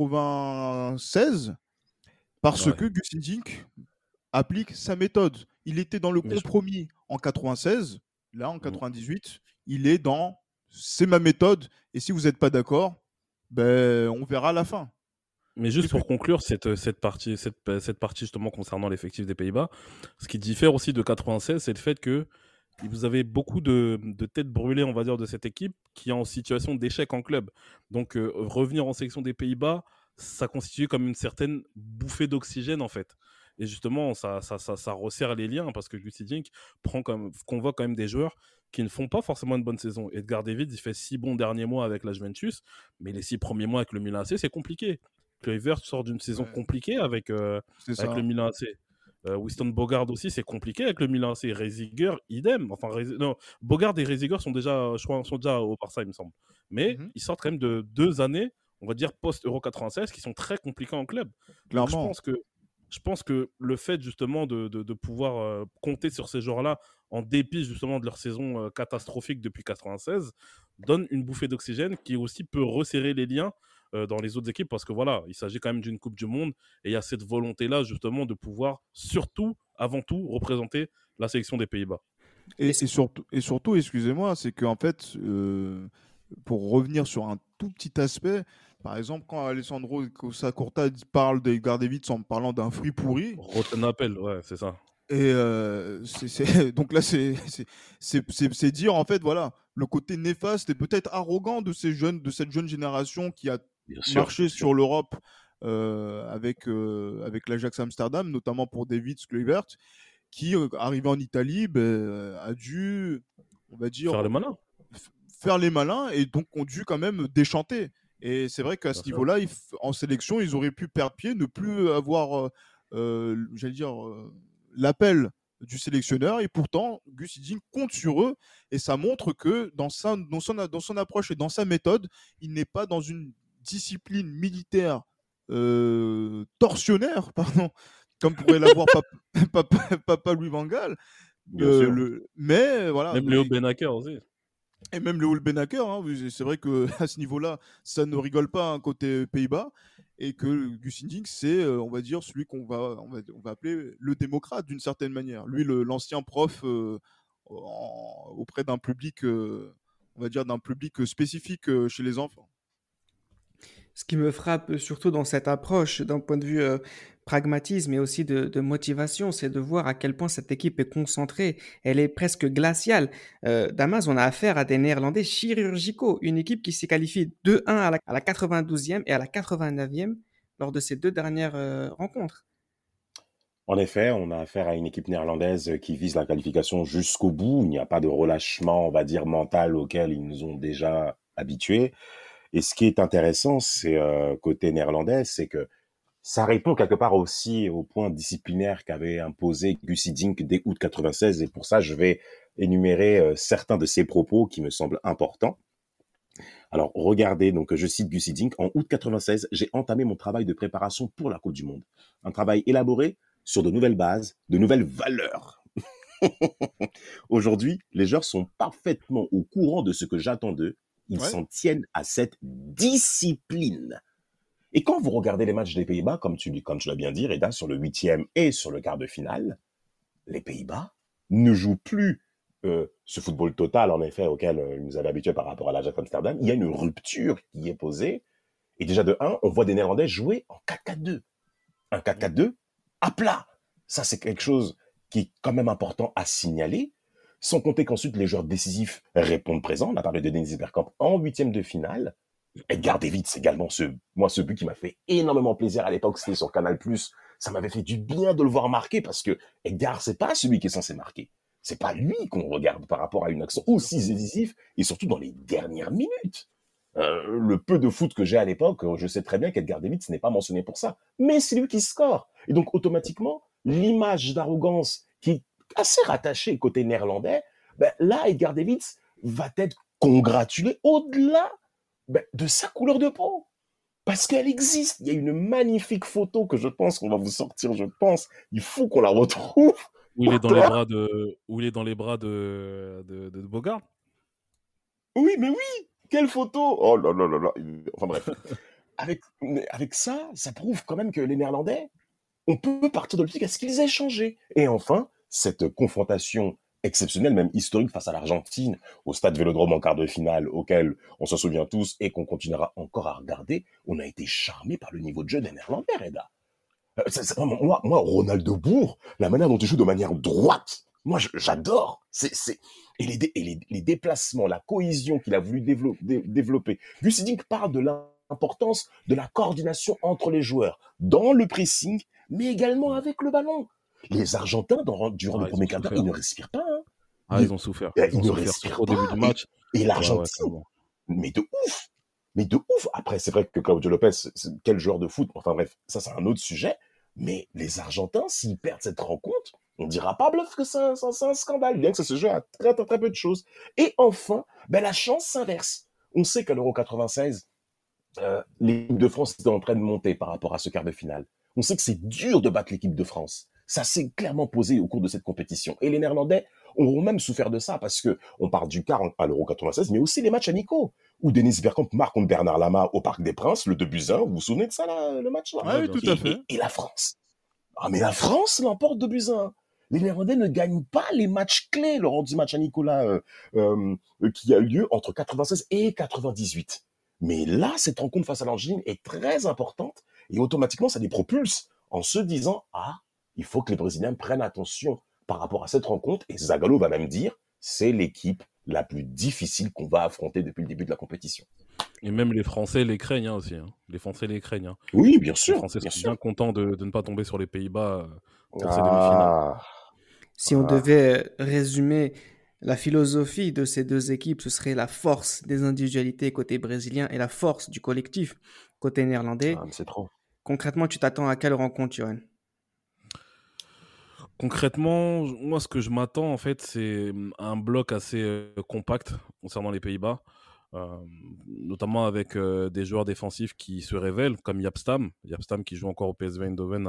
D: 96, parce que Gus Hiddink applique sa méthode. Il était dans le compromis en 96, là en 98, il est dans c'est ma méthode, et si vous n'êtes pas d'accord, ben, on verra à la fin.
E: Mais juste pour conclure cette partie justement concernant l'effectif des Pays-Bas, ce qui diffère aussi de 96, c'est le fait que vous avez beaucoup de têtes brûlées, on va dire, de cette équipe qui est en situation d'échec en club. Donc revenir en sélection des Pays-Bas, ça constitue comme une certaine bouffée d'oxygène en fait. Et justement, ça resserre les liens parce que Gus Hiddink convoque quand même des joueurs qui ne font pas forcément une bonne saison. Edgar Davids, il fait 6 bons derniers mois avec la Juventus, mais les 6 premiers mois avec le Milan AC, c'est compliqué. Kluivert sort d'une saison compliquée avec le Milan AC. Winston Bogarde aussi, c'est compliqué avec le Milan AC. Reisiger, idem. Enfin, Bogarde et Reisiger sont déjà au Barça, il me semble. Mais ils sortent quand même de 2 années, on va dire post-Euro 96, qui sont très compliquées en club. Donc, je pense que le fait justement de pouvoir compter sur ces joueurs-là, en dépit justement de leur saison catastrophique depuis 96, donne une bouffée d'oxygène qui aussi peut resserrer les liens dans les autres équipes, parce que voilà, il s'agit quand même d'une Coupe du Monde et il y a cette volonté-là justement de pouvoir surtout, avant tout, représenter la sélection des Pays-Bas.
D: Et surtout, excusez-moi, c'est qu'en fait, pour revenir sur un tout petit aspect, par exemple, quand Alessandro Costa parle d'Edgar Davids en parlant d'un fruit pourri.
E: Rottenapel, ouais, c'est ça.
D: Et donc là, c'est dire en fait, voilà, le côté néfaste et peut-être arrogant de cette jeune génération qui a marché sur l'Europe avec l'Ajax Amsterdam, notamment pour David Kluivert, qui, arrivé en Italie, a dû, on va dire,
E: Faire le malin.
D: faire les malins et donc ont dû quand même déchanter. Et c'est vrai qu'à ce niveau-là, en sélection, ils auraient pu perdre pied, ne plus avoir, j'allais dire, l'appel du sélectionneur. Et pourtant, Gus Hiddink compte sur eux. Et ça montre que dans son approche et dans sa méthode, il n'est pas dans une discipline militaire tortionnaire, pardon, comme pourrait l'avoir Papa Louis van Gaal. Mais voilà.
E: Même Léo Benaker aussi.
D: Et même le Hulbenacker, hein, c'est vrai qu'à ce niveau-là, ça ne rigole pas côté Pays-Bas. Et que Gus Hiddink, c'est, on va dire, celui on va appeler le démocrate d'une certaine manière. Lui, l'ancien prof auprès d'un public, on va dire, d'un public spécifique chez les enfants.
C: Ce qui me frappe surtout dans cette approche, d'un point de vue pragmatisme et aussi de motivation, c'est de voir à quel point cette équipe est concentrée. Elle est presque glaciale. Damas, on a affaire à des Néerlandais chirurgicaux. Une équipe qui s'est qualifiée 2-1 à la 92e et à la 89e lors de ces deux dernières rencontres.
F: En effet, on a affaire à une équipe néerlandaise qui vise la qualification jusqu'au bout. Il n'y a pas de relâchement, on va dire, mental auquel ils nous ont déjà habitués. Et ce qui est intéressant, c'est côté néerlandais, c'est que ça répond quelque part aussi au point disciplinaire qu'avait imposé Gus Hiddink dès août 96. Et pour ça, je vais énumérer certains de ses propos qui me semblent importants. Alors, regardez, donc je cite Gus Hiddink. En août 96, j'ai entamé mon travail de préparation pour la Coupe du Monde. Un travail élaboré sur de nouvelles bases, de nouvelles valeurs. Aujourd'hui, les joueurs sont parfaitement au courant de ce que j'attends d'eux. Ils s'en tiennent à cette discipline. Et quand vous regardez les matchs des Pays-Bas, comme tu l'as bien dit, Reda, sur le 8e et sur le quart de finale, les Pays-Bas ne jouent plus ce football total, en effet, auquel ils nous avaient habitués par rapport à l'Ajax Amsterdam. Il y a une rupture qui est posée. Et déjà de 1, on voit des Néerlandais jouer en 4-4-2. Un 4-4-2 à plat. Ça, c'est quelque chose qui est quand même important à signaler. Sans compter qu'ensuite, les joueurs décisifs répondent présents. On a parlé de Dennis Bergkamp en 8e de finale. Edgar Davids, également, ce but qui m'a fait énormément plaisir à l'époque, c'était sur Canal+. Ça m'avait fait du bien de le voir marquer parce que Edgar, c'est pas celui qui est censé marquer. C'est pas lui qu'on regarde par rapport à une action aussi décisive et surtout dans les dernières minutes. Le peu de foot que j'ai à l'époque, je sais très bien qu'Edgar Davids n'est pas mentionné pour ça. Mais c'est lui qui score. Et donc, automatiquement, l'image d'arrogance qui est assez rattachée côté néerlandais, là, Edgar Davids va être congratulé au-delà de sa couleur de peau. Parce qu'elle existe. Il y a une magnifique photo que je pense qu'on va vous sortir, Il faut qu'on la retrouve.
E: Où il est dans les bras de Bogart.
F: Oui, mais oui. Quelle photo. Oh là là là là. Enfin bref. Avec ça prouve quand même que les Néerlandais, on peut partir de l'optique à ce qu'ils aient changé. Et enfin, cette confrontation exceptionnelle, même historique, face à l'Argentine, au stade Vélodrome en quart de finale, auquel on s'en souvient tous et qu'on continuera encore à regarder, on a été charmé par le niveau de jeu des Néerlandais, Reda. C'est vraiment, moi, Ronaldo Bourg, la manière dont il joue de manière droite, moi, j'adore. Et les déplacements, la cohésion qu'il a voulu développer. Gus Hiddink parle de l'importance de la coordination entre les joueurs, dans le pressing, mais également avec le ballon. Les Argentins, durant le premier quart d'heure, ils ne respirent pas. Hein.
E: Ils ont souffert.
F: Ils ne respirent pas. Au début du match. Et l'Argentine, mais de ouf. Après, c'est vrai que Claudio Lopez, quel joueur de foot. Enfin bref, ça, c'est un autre sujet. Mais les Argentins, s'ils perdent cette rencontre, on ne dira pas bluff que c'est un scandale, bien que ça se joue à très, très, très peu de choses. Et enfin, la chance s'inverse. On sait qu'à l'Euro 96, l'équipe de France était en train de monter par rapport à ce quart de finale. On sait que c'est dur de battre l'équipe de France. Ça s'est clairement posé au cours de cette compétition. Et les Néerlandais auront même souffert de ça parce que on parle du quart à l'Euro 96, mais aussi les matchs amicaux où Dennis Bergkamp marque contre Bernard Lama au Parc des Princes, le 2-1. Vous vous souvenez de ça, le match là?
D: Oui, tout à fait.
F: Et la France. Ah, mais la France l'emporte 2-1. Les Néerlandais ne gagnent pas les matchs clés lors du match amicaux là, qui a eu lieu entre 96 et 98. Mais là, cette rencontre face à l'Argentine est très importante et automatiquement, ça les propulse en se disant « Ah, il faut que les Brésiliens prennent attention par rapport à cette rencontre. » Et Zagallo va même dire « C'est l'équipe la plus difficile qu'on va affronter depuis le début de la compétition. »
E: Et même les Français les craignent aussi. Hein. Les Français les craignent. Hein.
F: Oui, bien
E: Les
F: sûr,
E: Français
F: bien
E: sont
F: sûr.
E: bien contents de ne pas tomber sur les Pays-Bas pour ces demi-finales.
F: Ah,
C: Si on
F: ah.
C: devait résumer la philosophie de ces deux équipes, ce serait la force des individualités côté brésilien et la force du collectif côté néerlandais.
F: Ah, mais c'est trop.
C: Concrètement, tu t'attends à quelle rencontre, Johan?
E: Concrètement, moi, ce que je m'attends, en fait, c'est un bloc assez compact concernant les Pays-Bas, euh, notamment avec des joueurs défensifs qui se révèlent, comme Yapstam qui joue encore au PSV Eindhoven,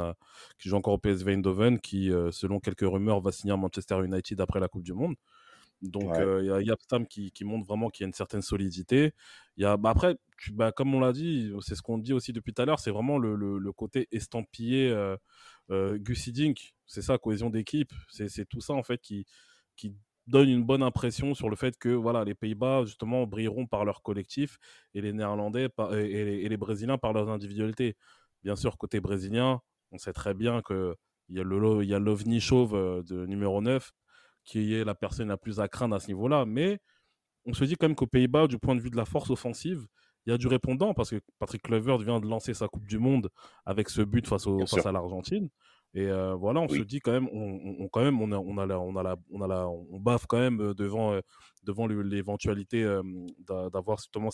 E: qui, selon quelques rumeurs, va signer à Manchester United après la Coupe du Monde. Donc,
F: Ouais.
E: il y a Yapstam qui montre vraiment qu'il y a une certaine solidité. Après, comme on l'a dit, c'est ce qu'on dit aussi depuis tout à l'heure, c'est vraiment le côté estampillé Gus Hiddink. C'est ça, cohésion d'équipe. C'est tout ça, en fait, qui donne une bonne impression sur le fait que voilà, les Pays-Bas, justement, brilleront par leur collectif et les Néerlandais et les Brésiliens par leurs individualités. Bien sûr, côté brésilien, on sait très bien qu'il y a l'OVNI chauve de numéro 9 qui est la personne la plus à craindre à ce niveau-là. Mais on se dit quand même qu'aux Pays-Bas, du point de vue de la force offensive, il y a du répondant parce que Patrick Kluivert vient de lancer sa Coupe du Monde avec ce but face
F: Bien sûr.
E: à l'Argentine. Et voilà, on se
F: Oui.
E: dit quand même, on baffe quand même devant l'éventualité d'avoir justement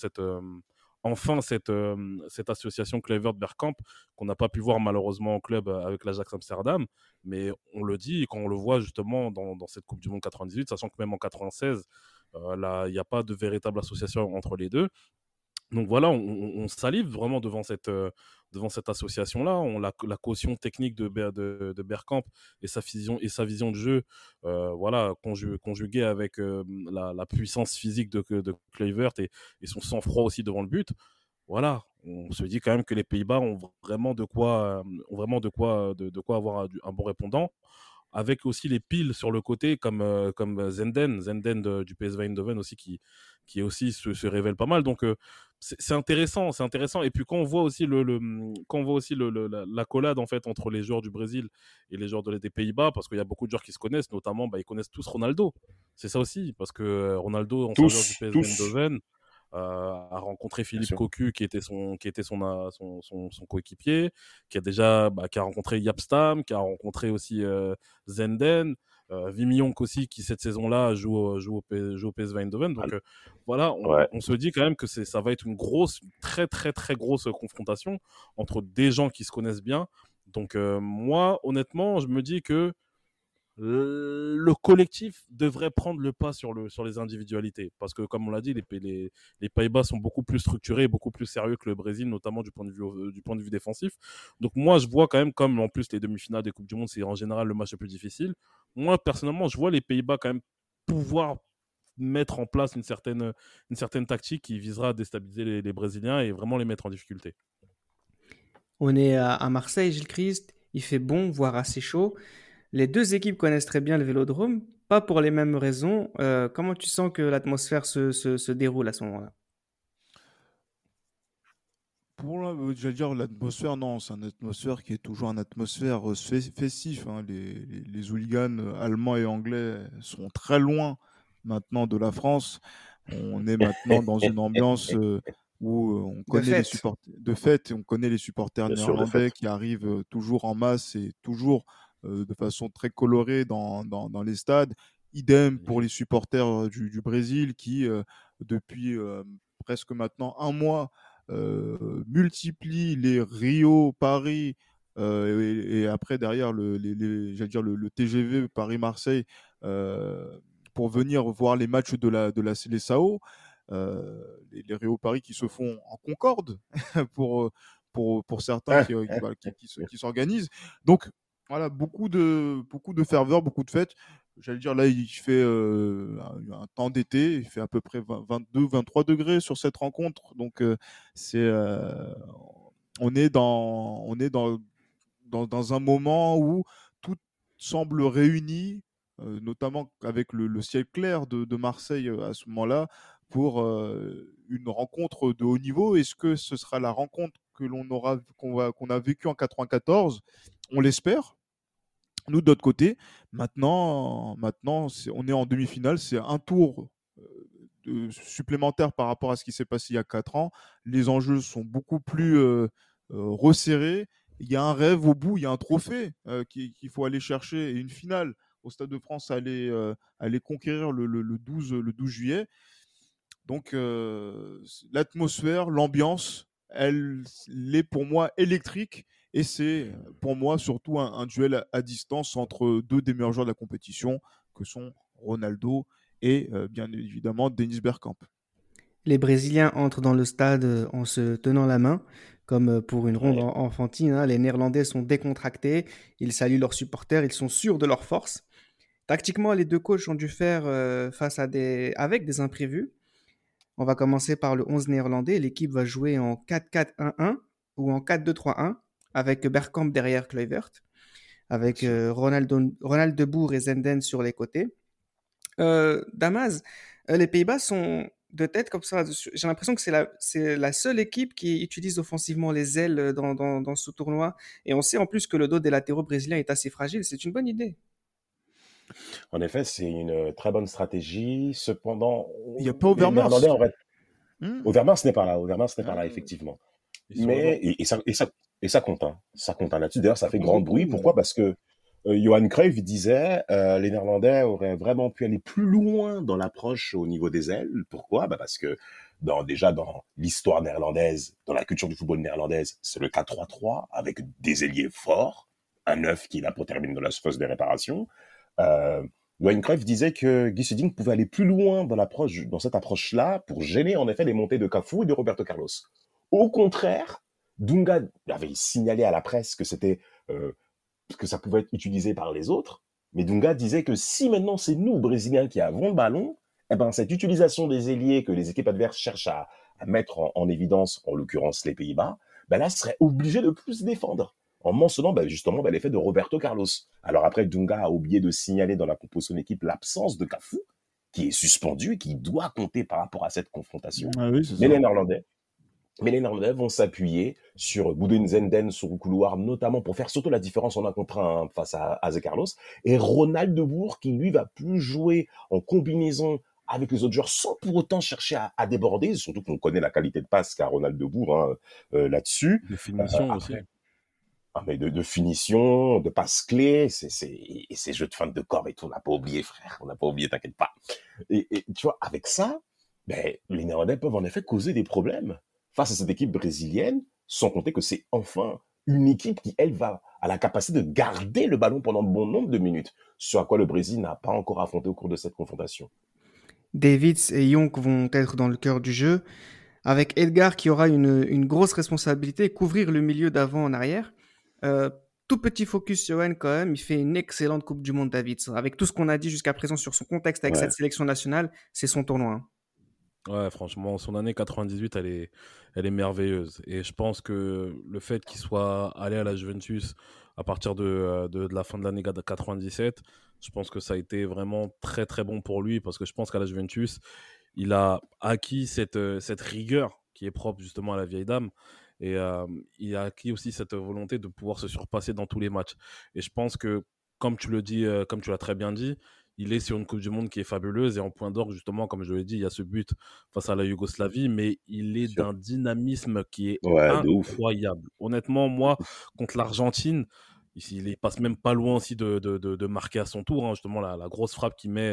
E: cette association Kluivert-Bergkamp qu'on n'a pas pu voir malheureusement au club avec l'Ajax Amsterdam. Mais on le dit quand on le voit justement dans cette Coupe du Monde 98, sachant que même en 96, là, il n'y a pas de véritable association entre les deux. Donc voilà, on salive vraiment devant cette association-là. La caution technique de Bergkamp et sa vision de jeu, voilà, conjuguée avec la puissance physique de Kluivert et son sang-froid aussi devant le but. Voilà, on se dit quand même que les Pays-Bas ont vraiment de quoi avoir un bon répondant avec aussi les piles sur le côté comme Zenden du PSV Eindhoven aussi qui aussi se révèle pas mal. Donc c'est intéressant. Et puis quand on voit aussi l'accolade en fait entre les joueurs du Brésil et les joueurs des Pays-Bas, parce qu'il y a beaucoup de joueurs qui se connaissent, notamment ils connaissent tous Ronaldo. C'est ça aussi, parce que Ronaldo, ancien joueur du PSV
F: Tous,
E: Eindhoven, a rencontré
F: bien
E: Philippe
F: sûr.
E: Cocu qui était son coéquipier, qui a rencontré Yapstam, qui a rencontré aussi Zenden, Wim Jonk aussi qui cette saison-là joue au PSV Eindhoven. Donc voilà,
F: Ouais.
E: on se dit quand même que ça va être une très très très grosse confrontation entre des gens qui se connaissent bien. Donc moi, honnêtement, je me dis que le collectif devrait prendre le pas sur les individualités. Parce que, comme on l'a dit, les Pays-Bas sont beaucoup plus structurés et beaucoup plus sérieux que le Brésil, notamment du point de vue défensif. Donc, moi, je vois quand même, comme en plus les demi-finales des Coupes du Monde, c'est en général le match le plus difficile. Moi, personnellement, je vois les Pays-Bas quand même pouvoir mettre en place une certaine tactique qui visera à déstabiliser les Brésiliens et vraiment les mettre en difficulté.
C: On est à Marseille, Gilles Christ. Il fait bon, voire assez chaud. Les deux équipes connaissent très bien le Vélodrome, pas pour les mêmes raisons. Comment tu sens que l'atmosphère se déroule à ce moment-là?
D: J'allais dire l'atmosphère, non, c'est une atmosphère qui est toujours une atmosphère festive. Hein. Les hooligans allemands et anglais sont très loin maintenant de la France. On est maintenant dans une ambiance où on
C: De
D: connaît les
C: fait.
D: supporters de fête et on connaît les supporters
F: Bien sûr, de
D: néerlandais
F: fait.
D: qui arrivent toujours en masse et toujours de façon très colorée dans les stades. Idem pour les
E: Magnifique.
D: supporters du Brésil qui, depuis presque maintenant un mois, multiplie les Rio, Paris et après derrière j'allais dire le TGV Paris-Marseille pour venir voir les matchs de la Seleção, les Rio Paris qui se font en Concorde pour, pour certains
F: Ah,
D: voilà, qui s'organisent. Donc voilà, beaucoup de ferveur, beaucoup de fêtes. J'allais dire, là, il fait un temps d'été, il fait à peu près 22, 23 degrés sur cette rencontre. Donc, c'est, on est dans un moment où tout semble réuni, notamment avec le ciel clair de Marseille à ce moment-là, pour une rencontre de haut niveau. Est-ce que ce sera la rencontre qu'on a vécue en 94? On l'espère. Nous, de l'autre côté, maintenant on est en demi-finale, c'est un tour supplémentaire par rapport à ce qui s'est passé il y a 4 ans. Les enjeux sont beaucoup plus resserrés. Il y a un rêve au bout, il y a un trophée qu'il faut aller chercher et une finale au Stade de France à aller conquérir le 12 juillet. Donc l'atmosphère, l'ambiance, elle est pour moi électrique et c'est pour moi surtout un duel à distance entre deux des meilleurs joueurs de la compétition que sont Ronaldo et bien évidemment Dennis Bergkamp.
C: Les Brésiliens entrent dans le stade en se tenant la main, comme pour une ronde enfantine, hein. Les Néerlandais sont décontractés, ils saluent leurs supporters, ils sont sûrs de leur force. Tactiquement, les deux coachs ont dû faire face avec des imprévus. On va commencer par le 11 néerlandais. L'équipe va jouer en 4-4-1-1 ou en 4-2-3-1 avec Bergkamp derrière Kluivert, avec Ronald de Boer et Zenden sur les côtés. Damas, les Pays-Bas sont de tête comme ça. J'ai l'impression que c'est la seule équipe qui utilise offensivement les ailes dans ce tournoi. Et on sait en plus que le dos des latéraux brésiliens est assez fragile. C'est une bonne idée.
F: En effet, c'est une très bonne stratégie. Cependant,
D: il n'y a pas Overmars.
F: Overmars n'est pas là. Overmars n'est pas là, effectivement. Mais ça compte. Hein. Ça compte là-dessus. D'ailleurs, ça fait grand bruit. Pourquoi ? Parce que Johan Cruyff disait les Néerlandais auraient vraiment pu aller plus loin dans l'approche au niveau des ailes. Pourquoi ? Parce que dans l'histoire néerlandaise, dans la culture du football néerlandaise, c'est le 4-3-3 avec des ailiers forts, un 9 qui est là pour terminer dans la phase des réparations. Johan Cruyff disait que Guy Hiddink pouvait aller plus loin dans cette approche-là pour gêner en effet les montées de Cafu et de Roberto Carlos. Au contraire, Dunga avait signalé à la presse que que ça pouvait être utilisé par les autres, mais Dunga disait que si maintenant c'est nous, Brésiliens, qui avons le ballon, cette utilisation des ailiers que les équipes adverses cherchent à mettre en évidence, en l'occurrence les Pays-Bas, là, serait obligé de plus défendre, en mentionnant justement l'effet de Roberto Carlos. Alors après, Dunga a oublié de signaler dans la composition de l'équipe l'absence de Cafu, qui est suspendu et qui doit compter par rapport à cette confrontation.
D: Ah oui,
F: mais les Néerlandais vont s'appuyer sur Boudin Zenden sur le couloir, notamment pour faire surtout la différence en un contre un face à Zé Carlos, et Ronald de Boer qui lui va plus jouer en combinaison avec les autres joueurs sans pour autant chercher à déborder, surtout qu'on connaît la qualité de passe qu'a Ronald de Boer là-dessus.
E: De finition aussi.
F: Mais de finition, de passe clé, et ces jeux de fin de corps et tout, on n'a pas oublié, frère, on n'a pas oublié, t'inquiète pas. Et tu vois, avec ça, les Néerlandais peuvent en effet causer des problèmes face à cette équipe brésilienne, sans compter que c'est enfin une équipe qui, elle, va à la capacité de garder le ballon pendant bon nombre de minutes, ce à quoi le Brésil n'a pas encore affronté au cours de cette confrontation.
C: Davids et Jonk vont être dans le cœur du jeu, avec Edgar qui aura une grosse responsabilité, couvrir le milieu d'avant en arrière. Tout petit focus sur Johan quand même, il fait une excellente Coupe du Monde, Davids. Avec tout ce qu'on a dit jusqu'à présent sur son contexte avec cette sélection nationale, c'est son tournoi. Hein.
E: Ouais, franchement, son année 98, elle est merveilleuse. Et je pense que le fait qu'il soit allé à la Juventus à partir de la fin de l'année 97, je pense que ça a été vraiment très très bon pour lui, parce que je pense qu'à la Juventus, il a acquis cette rigueur qui est propre justement à la vieille dame. Et il a acquis aussi cette volonté de pouvoir se surpasser dans tous les matchs. Et je pense que, comme tu l'as très bien dit, il est sur une Coupe du Monde qui est fabuleuse, et en point d'orgue, justement, comme je l'ai dit, il y a ce but face à la Yougoslavie, mais il est d'un dynamisme qui est incroyable. Honnêtement, moi, contre l'Argentine, il passe même pas loin aussi de marquer à son tour, hein, justement, la grosse frappe qu'il met,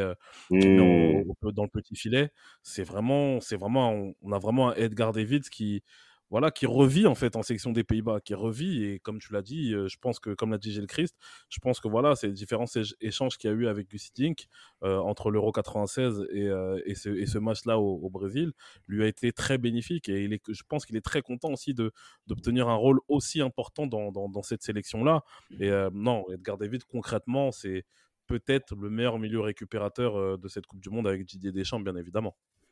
E: dans le petit filet. C'est vraiment, on a vraiment un Edgar Davids qui revit en fait en sélection des Pays-Bas, qui revit, et comme tu l'as dit, je pense que, comme l'a dit Gilles Christ, je pense que ces différents échanges qu'il y a eu avec Guy Hiddink entre l'Euro 96 et ce match-là au Brésil lui a été très bénéfique, et je pense qu'il est très content aussi d'obtenir un rôle aussi important dans cette sélection-là. Et non, Edgar Davids, concrètement, c'est peut-être le meilleur milieu récupérateur de cette Coupe du Monde, avec Didier Deschamps, bien évidemment.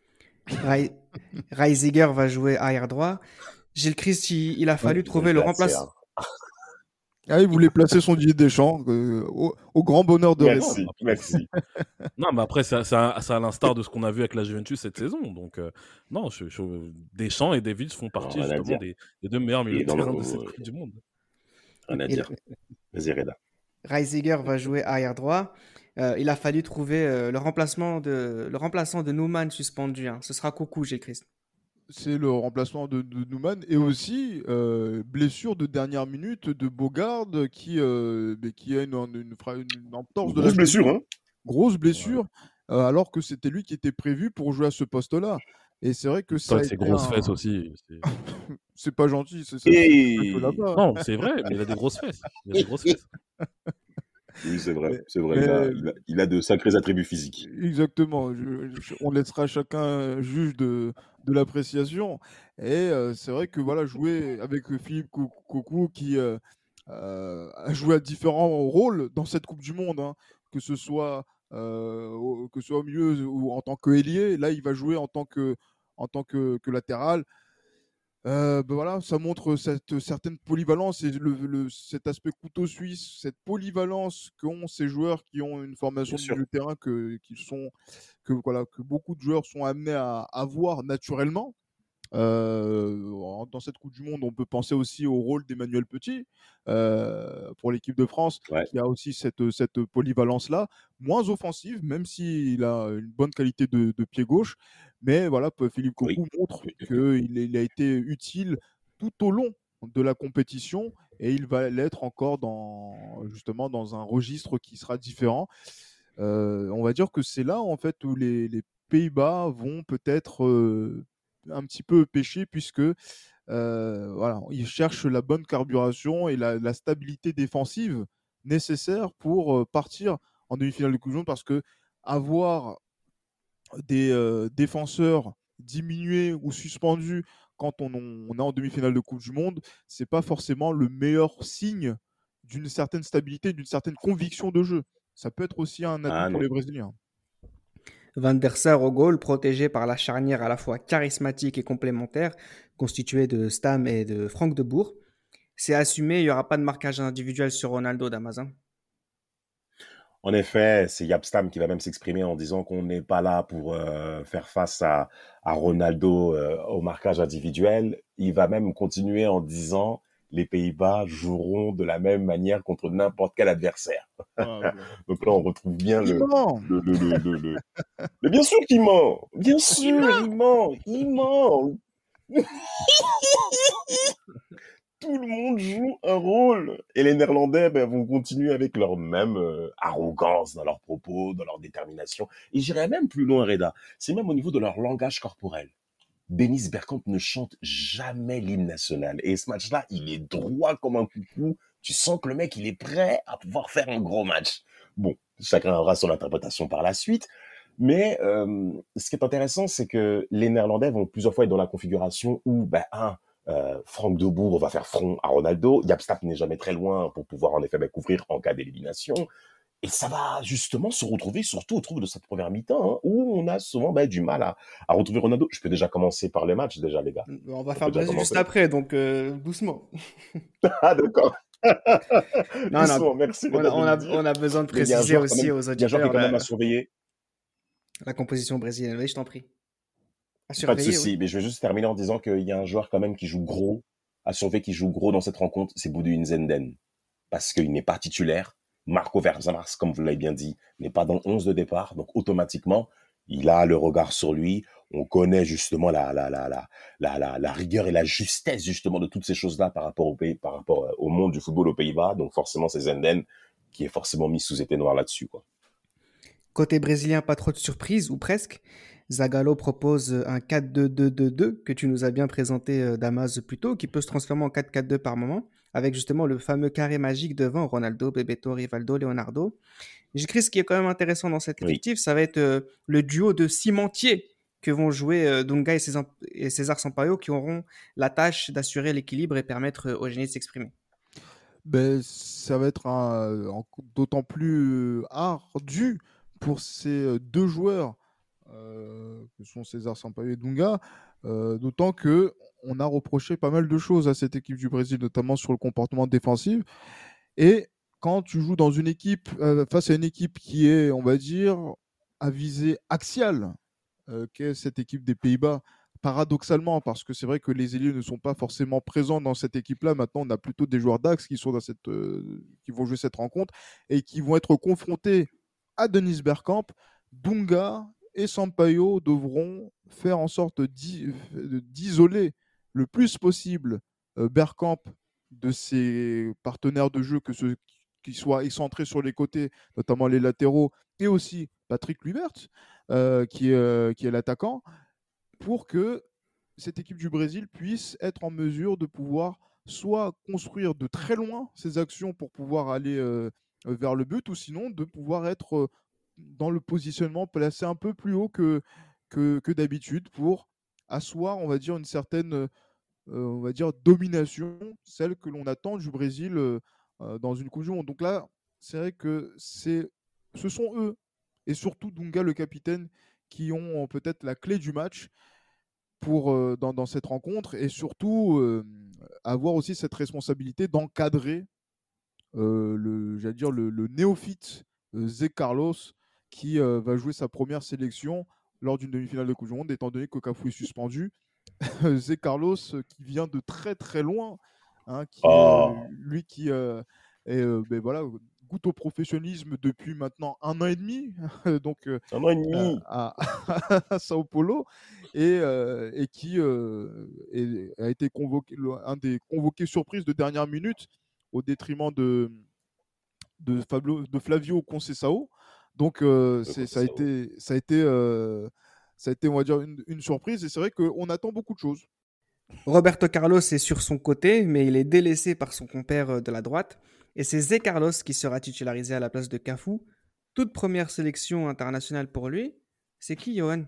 C: Reisiger va jouer arrière droit. Gilles Christ, il a fallu trouver le remplaçant.
D: Il voulait placer son Didier Deschamps au grand bonheur de
F: Merci.
E: Non, mais après, c'est à l'instar de ce qu'on a vu avec la Juventus cette saison. Donc, non, Deschamps et Davids font partie justement des deux meilleurs milieux de terrain de cette Coupe du Monde.
F: Rien à dire. Vas-y, Reda.
C: Reisiger va jouer arrière droit. Il a fallu trouver le remplaçant de Numan suspendu, hein. Ce sera Cocu, Gilles Christ.
D: C'est le remplacement de Numan et aussi blessure de dernière minute de Bogard qui a une entorse de la
F: Grosse blessure,
D: cheville.
F: hein.
D: Grosse
E: Ouais.
D: blessure, alors que c'était lui qui était prévu pour jouer à ce poste-là. Et c'est vrai que ça
E: Toi,
D: a
E: avec ses
D: été
E: grosses fesses aussi.
D: c'est pas gentil, c'est ça que
F: Et
D: là-bas.
E: Non, c'est vrai, mais il a des grosses fesses. Il a des grosses fesses.
F: oui, c'est vrai,
D: Mais,
F: c'est vrai.
D: mais
F: Il a de sacrés attributs physiques.
D: exactement, on laissera chacun juge de l'appréciation. Et c'est vrai que voilà, jouer avec Philippe Cocu qui a joué à différents rôles dans cette Coupe du Monde, hein, que ce soit au milieu ou en tant qu'ailier. Là, il va jouer en tant que latéral. Voilà, ça montre cette certaine polyvalence et cet aspect couteau suisse, cette polyvalence qu'ont ces joueurs qui ont une formation
F: Bien
D: de
F: sûr.
D: milieu de terrain que beaucoup de joueurs sont amenés à avoir naturellement. Dans cette Coupe du Monde, on peut penser aussi au rôle d'Emmanuel Petit pour l'équipe de France,
F: Ouais.
D: qui a aussi cette polyvalence-là, moins offensive, même s'il a une bonne qualité de pied gauche. Mais voilà, Philippe
F: Oui.
D: Cocu montre qu'il a été utile tout au long de la compétition et il va l'être encore justement dans un registre qui sera différent. On va dire que c'est là en fait où les Pays-Bas vont peut-être un petit peu pêcher puisque voilà, ils cherchent la bonne carburation et la stabilité défensive nécessaire pour partir en demi-finale de Coupe du Monde parce que avoir des défenseurs diminués ou suspendus quand on est en demi-finale de Coupe du Monde, c'est pas forcément le meilleur signe d'une certaine stabilité, d'une certaine conviction de jeu. Ça peut être aussi un atout
F: Ah
D: pour
F: non.
D: les Brésiliens.
C: Van der Sar au goal, protégé par la charnière à la fois charismatique et complémentaire, constituée de Stam et de Franck de Boer. C'est assumé, il n'y aura pas de marquage individuel sur Ronaldo d'Amazon.
F: En effet, c'est Yapstam qui va même s'exprimer en disant qu'on n'est pas là pour faire face à Ronaldo au marquage individuel. Il va même continuer en disant les Pays-Bas joueront de la même manière contre n'importe quel adversaire.
D: Ah,
F: Donc là, on retrouve bien
D: il ment.
F: Mais bien sûr qu'il ment. Bien sûr, il ment. Il ment. Tout le monde joue un rôle. Et les Néerlandais vont continuer avec leur même arrogance dans leurs propos, dans leur détermination. Et j'irais même plus loin, Reda. C'est même au niveau de leur langage corporel. Dennis Bergkamp ne chante jamais l'hymne national. Et ce match-là, il est droit comme un coucou. Tu sens que le mec, il est prêt à pouvoir faire un gros match. Bon, chacun aura son interprétation par la suite. Mais ce qui est intéressant, c'est que les Néerlandais vont plusieurs fois être dans la configuration où, Franck de Boer va faire front à Ronaldo. Yapstam n'est jamais très loin pour pouvoir en effet couvrir en cas d'élimination. Et ça va justement se retrouver, surtout au trouble de cette première mi-temps, hein, où on a souvent du mal à retrouver Ronaldo. Je peux déjà commencer par les matchs, déjà, les gars.
C: On va faire le
F: peut déjà
C: Brésil juste
F: commencer.
C: après, donc doucement.
F: Ah, d'accord.
C: Non,
F: Doucement, merci de le dire.
C: on a besoin de
F: Mais il y a un
C: préciser
F: joueur
C: aussi aux
F: il y a un joueur qui est
C: auditeurs
F: quand même à surveiller.
C: la composition brésilienne. Oui, je t'en prie. À
F: Pas de
C: surveiller,
F: souci,
C: oui.
F: mais je vais juste terminer en disant qu'il y a un joueur quand même qui joue gros, à surveiller, qui joue gros dans cette rencontre, c'est Boudou Nzenden. Parce qu'il n'est pas titulaire. Marco Vermars, comme vous l'avez bien dit, n'est pas dans le 11 de départ. Donc, automatiquement, il a le regard sur lui. On connaît justement la rigueur et la justesse, justement, de toutes ces choses-là par rapport au monde du football aux Pays-Bas. Donc, forcément, c'est Zenden qui est forcément mis sous été noir là-dessus, quoi.
C: Côté brésilien, pas trop de surprise, ou presque. Zagallo propose un 4-2-2-2-2 que tu nous as bien présenté, Damas, plus tôt, qui peut se transformer en 4-4-2 par moment, avec justement le fameux carré magique devant Ronaldo, Bebeto, Rivaldo, Leonardo. J'écris ce qui est quand même intéressant dans cet
F: Oui.
C: effectif, ça va être le duo de cimentiers que vont jouer Dunga et César Sampaio, qui auront la tâche d'assurer l'équilibre et permettre au génie de s'exprimer.
D: Ça va être d'autant plus ardu pour ces deux joueurs que sont César Sampaio et Dunga, d'autant que on a reproché pas mal de choses à cette équipe du Brésil, notamment sur le comportement défensif. Et quand tu joues dans une équipe face à une équipe qui est, on va dire, à visée axiale, qu'est cette équipe des Pays-Bas, paradoxalement, parce que c'est vrai que les ailiers ne sont pas forcément présents dans cette équipe-là. Maintenant, on a plutôt des joueurs d'axe qui sont qui vont jouer cette rencontre et qui vont être confrontés à Denis Bergkamp, Dunga et Sampaio devront faire en sorte d'isoler le plus possible Bergkamp de ses partenaires de jeu, que ceux qui soient excentrés sur les côtés, notamment les latéraux, et aussi Patrick Kluivert, qui est l'attaquant, pour que cette équipe du Brésil puisse être en mesure de pouvoir soit construire de très loin ses actions pour pouvoir aller vers le but, ou sinon de pouvoir être dans le positionnement placé un peu plus haut que d'habitude pour asseoir, on va dire, une certaine on va dire, domination, celle que l'on attend du Brésil dans une Coupe du Monde. Donc là, c'est vrai que ce sont eux, et surtout Dunga, le capitaine, qui ont peut-être la clé du match dans cette rencontre, et surtout avoir aussi cette responsabilité d'encadrer j'allais dire le néophyte Zé Carlos, qui va jouer sa première sélection lors d'une demi-finale de Coupe du Monde, étant donné que Cafu est suspendu. Zé Carlos, qui vient de très très loin, hein, qui lui qui ben voilà, goûte au professionnalisme depuis maintenant 1 an et demi, donc
F: 1 an et demi.
D: à Sao Paulo, et qui a été convoqué, un des convoqués surprises de dernière minute, au détriment de Flavio Conceição. Donc ça a été, on va dire, une surprise, et c'est vrai qu'on attend beaucoup de choses.
C: Roberto Carlos est sur son côté, mais il est délaissé par son compère de la droite. Et c'est Zé Carlos qui sera titularisé à la place de Cafu. Toute première sélection internationale pour lui. C'est qui, Johan?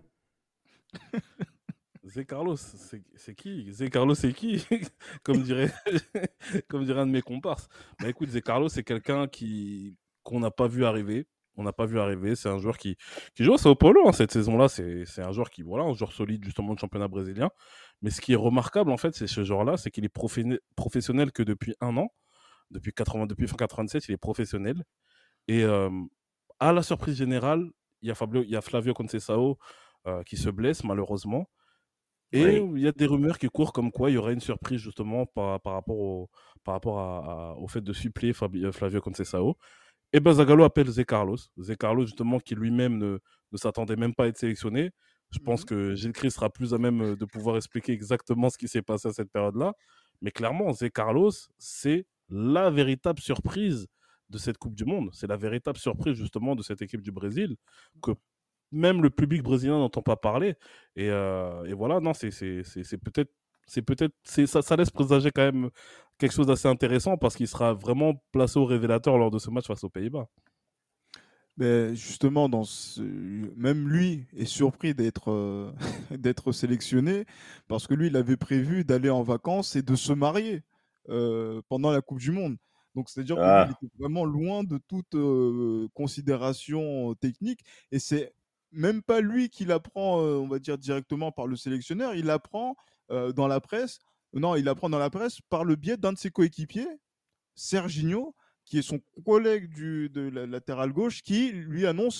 E: Zé Carlos, c'est qui? Zé Carlos, c'est qui? comme dirait un de mes comparses. Bah écoute, Zé Carlos, c'est quelqu'un qu'on n'a pas vu arriver. On n'a pas vu arriver. C'est un joueur qui joue à Sao Paulo, hein, cette saison-là. C'est un joueur un joueur solide justement de championnat brésilien. Mais ce qui est remarquable en fait, c'est ce joueur-là, c'est qu'il est professionnel que depuis 1 an. Depuis fin 97, il est professionnel. Et à la surprise générale, il y a Flavio Conceição qui se blesse malheureusement. Et il y a des rumeurs qui courent comme quoi il y aurait une surprise justement par rapport au fait de suppléer Flavio Conceição. Et ben Zagallo appelle Zé Carlos. Zé Carlos, justement, qui lui-même ne s'attendait même pas à être sélectionné. Je pense que Gilles Christ sera plus à même de pouvoir expliquer exactement ce qui s'est passé à cette période-là. Mais clairement, Zé Carlos, c'est la véritable surprise de cette Coupe du Monde. C'est la véritable surprise, justement, de cette équipe du Brésil, que même le public brésilien n'entend pas parler. Et voilà, non, c'est peut-être ça laisse présager quand même quelque chose d'assez intéressant, parce qu'il sera vraiment placé au révélateur lors de ce match face aux Pays-Bas.
D: Mais justement, même lui est surpris d'être d'être sélectionné, parce que lui, il avait prévu d'aller en vacances et de se marier pendant la Coupe du Monde. Donc, c'est-à-dire que lui, il était vraiment loin de toute considération technique, et c'est même pas lui qui l'apprend, on va dire, directement par le sélectionneur. Il l'apprend dans la presse. Non, il l'apprend dans la presse par le biais d'un de ses coéquipiers, Serginho, qui est son collègue de la latéral gauche, qui lui annonce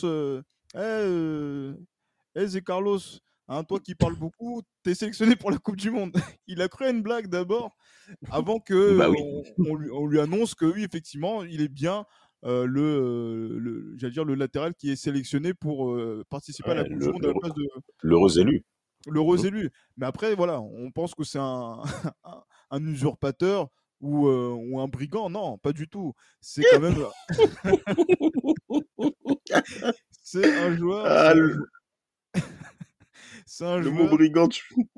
D: Zé Carlos, hein, toi qui parles beaucoup, t'es sélectionné pour la Coupe du Monde. Il a cru à une blague d'abord, avant que on lui annonce que oui, effectivement, il est bien j'allais dire, le latéral qui est sélectionné pour participer à la Coupe du Monde à la place de
F: l'heureux élu.
D: L'heureux élu. Mais après, voilà, on pense que c'est un usurpateur ou un brigand. Non, pas du tout. C'est quand même. C'est un joueur. C'est un joueur.
F: Mot brigand.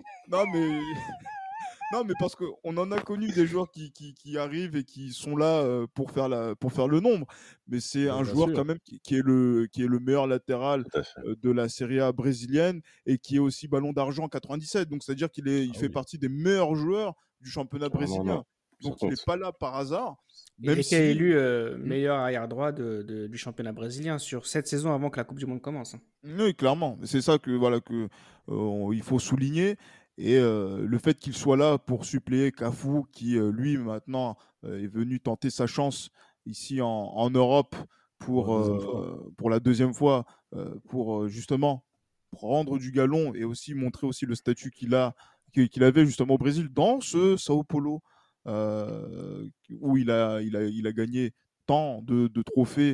D: Non, mais parce qu'on en a connu des joueurs qui arrivent et qui sont là pour faire le nombre. Mais c'est un joueur quand même qui est le meilleur latéral de la Serie A brésilienne, et qui est aussi Ballon d'Argent 97. Donc, c'est-à-dire qu'il fait partie des meilleurs joueurs du championnat brésilien. Donc, il n'est pas là par hasard.
C: Et qui a élu meilleur arrière-droit du championnat brésilien sur cette saison avant que la Coupe du Monde commence.
D: Oui, clairement. C'est ça il faut souligner. Et le fait qu'il soit là pour suppléer Cafu, qui lui maintenant est venu tenter sa chance ici en Europe pour la deuxième fois, pour justement prendre du galon, et aussi montrer aussi le statut qu'il avait justement au Brésil, dans ce Sao Paulo, où il a gagné tant de trophées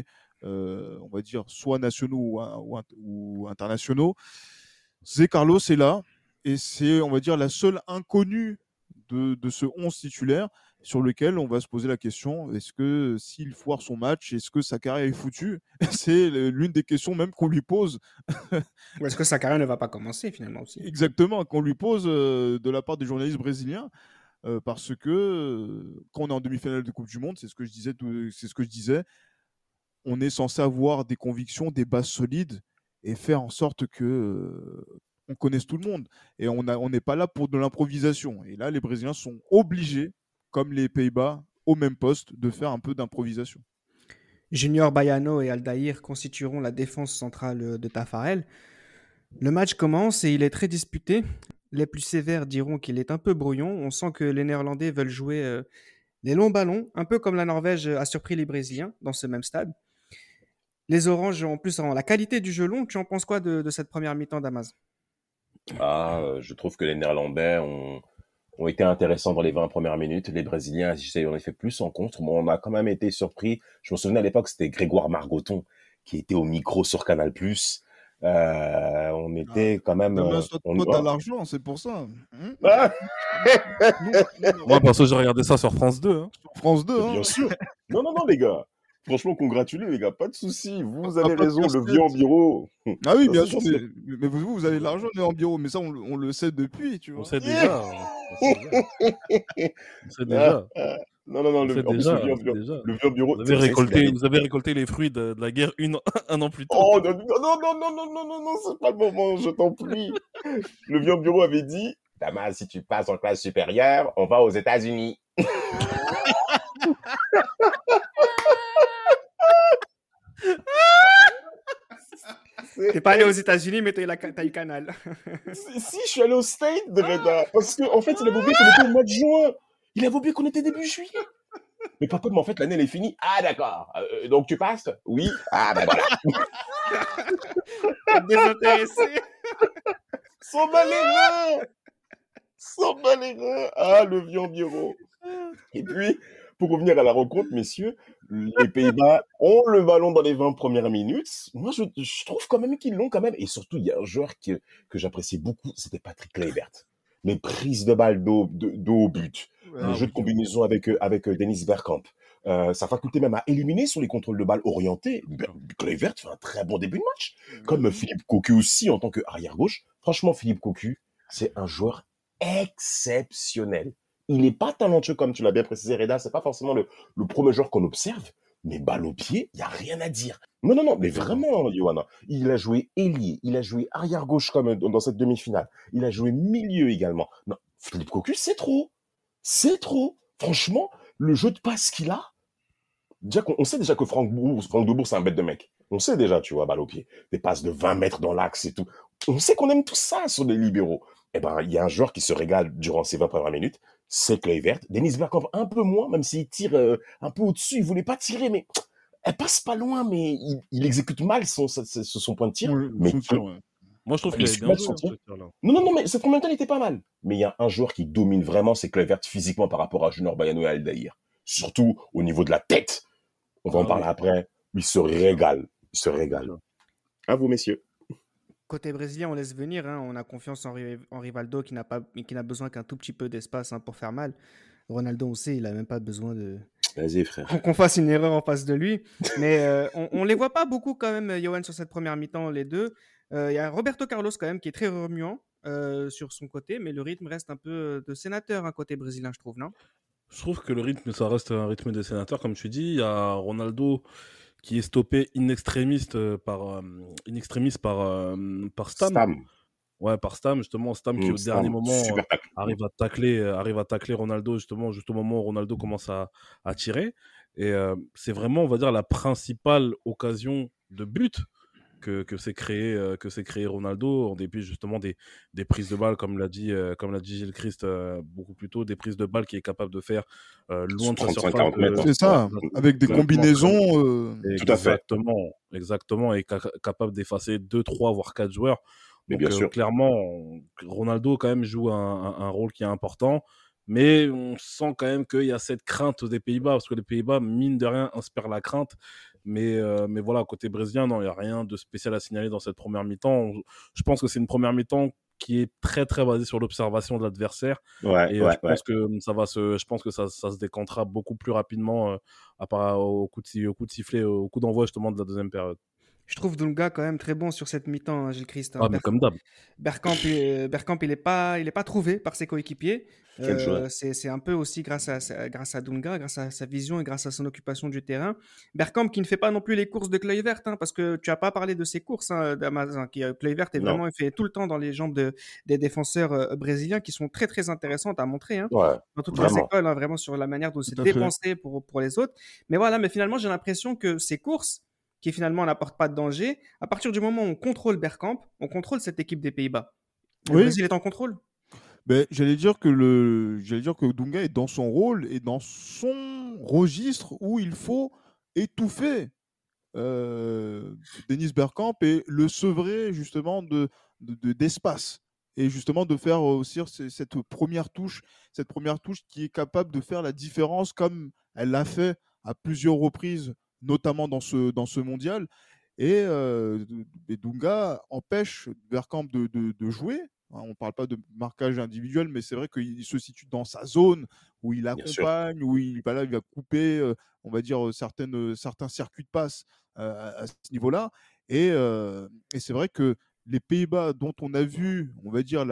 D: on va dire, soit nationaux ou internationaux. Zé Carlos est là et c'est, on va dire, la seule inconnue de ce 11 titulaire sur lequel on va se poser la question, est-ce que s'il foire son match, est-ce que sa carrière est foutue? C'est l'une des questions même qu'on lui pose.
C: Ou est-ce que sa carrière ne va pas commencer finalement aussi?
D: Exactement, qu'on lui pose de la part des journalistes brésiliens. Parce que quand on est en demi-finale de Coupe du Monde, c'est ce que je disais, on est censé avoir des convictions, des bases solides et faire en sorte que on connaisse tout le monde. Et on n'est pas là pour de l'improvisation. Et là, les Brésiliens sont obligés, comme les Pays-Bas, au même poste, de faire un peu d'improvisation.
C: Junior Baiano et Aldaïr constitueront la défense centrale de Tafarel. Le match commence et il est très disputé. Les plus sévères diront qu'il est un peu brouillon. On sent que les Néerlandais veulent jouer les longs ballons, un peu comme la Norvège a surpris les Brésiliens dans ce même stade. Les Oranges, en plus, ont la qualité du jeu long. Tu en penses quoi de cette première mi-temps, Damas?
F: Je trouve que les Néerlandais ont été intéressants dans les 20 premières minutes. Les Brésiliens agissaient en effet plus en contre. Bon, on a quand même été surpris. Je me souviens à l'époque, c'était Grégoire Margoton qui était au micro sur Canal+. On était quand même...
D: Toi, t'as l'argent, c'est pour ça.
E: Moi, parce que j'ai regardé ça sur France 2. Hein.
D: Sur France 2,
F: Bien sûr. Non, les gars. Franchement, congratulez, les gars. Pas de souci. Vous avez raison, le vieux en bureau.
D: Ah oui, bien sûr. Mais vous avez l'argent, le en bureau. Mais ça, on le sait depuis, tu vois.
E: On sait déjà. On sait déjà.
F: Non, le vieux bureau.
E: Vous avez récolté les fruits de la guerre un an plus tôt.
F: Oh, non, c'est pas le moment, je t'en prie. Le vieux bureau avait dit, Damas, si tu passes en classe supérieure, on va aux États-Unis.
C: T'es pas allé aux États-Unis, mais t'as eu Canal.
F: Si, je suis allé au State de Reda. Parce qu'en fait, il avait oublié qu'on était au mois de juin. Il avait oublié qu'on était début juillet. Mais papa, mais en fait, l'année, elle est finie. Ah, d'accord. Donc, tu passes? Oui. Ah, ben voilà.
C: Désintéressé.
F: Sans malheureux. Ah, le vieux bureau. Et puis, pour revenir à la rencontre, messieurs, les Pays-Bas ont le ballon dans les 20 premières minutes. Moi, je trouve quand même qu'ils l'ont quand même. Et surtout, il y a un joueur que j'appréciais beaucoup, c'était Patrick Kluivert. Les prises de balles d'eau au but, le jeu de combinaison avec Dennis Bergkamp, sa faculté même à éliminer sur les contrôles de balles orientés. Kluivert fait un très bon début de match. Comme Philippe Cocu aussi en tant qu'arrière-gauche. Franchement, Philippe Cocu, c'est un joueur exceptionnel. Il n'est pas talentueux, comme tu l'as bien précisé, Reda. C'est pas forcément le premier joueur qu'on observe, mais balle au pied, il n'y a rien à dire. Non, mais vraiment, Johanna. Il a joué ailier, il a joué arrière-gauche comme dans cette demi-finale. Il a joué milieu également. Non, Philippe Cocu, c'est trop. Franchement, le jeu de passe qu'il a, on sait déjà que Franck Debourg, c'est un bête de mec. On sait déjà, tu vois, balle au pied. Des passes de 20 mètres dans l'axe et tout. On sait qu'on aime tout ça sur les libéraux. Eh ben, il y a un joueur qui se régale durant ces 20 premières minutes, c'est Kluivert. Dennis Bergkamp, un peu moins, même s'il tire un peu au-dessus. Il voulait pas tirer, mais elle passe pas loin, mais il exécute mal son point de tir.
D: Oui,
F: mais
E: moi, je trouve qu'il est bien joué, ce tir-là.
F: Non, mais cette première temps, il était pas mal. Mais il y a un joueur qui domine vraiment, c'est Kluivert physiquement par rapport à Junior Baiano et Aldaïr. Surtout au niveau de la tête. On va en parler après. Il se régale. À vous, messieurs.
C: Côté brésilien, on laisse venir. On a confiance en Rivaldo qui n'a besoin qu'un tout petit peu d'espace pour faire mal. Ronaldo, on sait, il n'a même pas besoin de...
F: Vas-y, frère.
C: Qu'on fasse une erreur en face de lui. Mais on ne les voit pas beaucoup quand même, Johan, sur cette première mi-temps, les deux. Il y a Roberto Carlos quand même qui est très remuant sur son côté, mais le rythme reste un peu de sénateur, côté brésilien, je trouve, non?
E: Je trouve que le rythme, ça reste un rythme de sénateur, comme tu dis. Il y a Ronaldo qui est stoppé in extremis par Stam. Ouais, par Stam, justement. Stam qui, au dernier moment, arrive à tacler Ronaldo, justement, juste au moment où Ronaldo commence à tirer. Et c'est vraiment, on va dire, la principale occasion de but que s'est créé Ronaldo, en dépit justement des prises de balles, comme l'a dit Gilles Christ beaucoup plus tôt, des prises de balles qu'il est capable de faire loin de sa surface.
D: C'est ça, avec des combinaisons.
F: Tout à fait.
E: Exactement, et capable d'effacer 2, 3, voire 4 joueurs.
F: Mais
E: donc
F: bien sûr.
E: Clairement, Ronaldo quand même joue un rôle qui est important. Mais on sent quand même qu'il y a cette crainte des Pays-Bas, parce que les Pays-Bas, mine de rien, inspirent la crainte. Mais voilà, côté brésilien, non, il n'y a rien de spécial à signaler dans cette première mi-temps. Je pense que c'est une première mi-temps qui est très très basée sur l'observation de l'adversaire.
F: Ouais,
E: Et
F: ouais,
E: je pense que je pense que ça se décantera beaucoup plus rapidement au coup de sifflet, au coup d'envoi justement de la deuxième période.
C: Je trouve Dunga quand même très bon sur cette mi-temps, hein, Gilles Christ, hein.
E: Ah, mais comme d'hab.
C: Bergkamp, il est pas trouvé par ses coéquipiers.
F: quel joueur.
C: C'est un peu aussi grâce à Dunga, grâce à sa vision et grâce à son occupation du terrain. Bergkamp qui ne fait pas non plus les courses de Kluivert, hein, parce que tu n'as pas parlé de ses courses, hein, Damas, hein, Kluivert est
F: Non,
C: vraiment fait tout le temps dans les jambes des défenseurs brésiliens qui sont très très intéressantes à montrer, hein,
F: ouais,
C: dans toutes les
F: vraiment.
C: écoles, hein, vraiment sur la manière dont c'est
D: Tout à fait.
C: dépensé pour les autres. Mais voilà, mais finalement j'ai l'impression que ces courses qui finalement n'apportent pas de danger, à partir du moment où on contrôle Bergkamp, on contrôle cette équipe des Pays-Bas. Le
D: Oui,
C: Brésil est en contrôle.
D: ben, j'allais dire que Dunga est dans son rôle et dans son registre où il faut étouffer Dennis Bergkamp et le sevrer justement d'espace et justement de faire aussi cette première touche qui est capable de faire la différence comme elle l'a fait à plusieurs reprises, notamment dans ce mondial. Et Dunga empêche Bergkamp de jouer. Hein, on ne parle pas de marquage individuel, mais c'est vrai qu'il se situe dans sa zone où il
F: Bien sûr.
D: accompagne, où il va couper, on va dire, certains circuits de passe à ce niveau-là. Et c'est vrai que les Pays-Bas, dont on a vu, on va dire,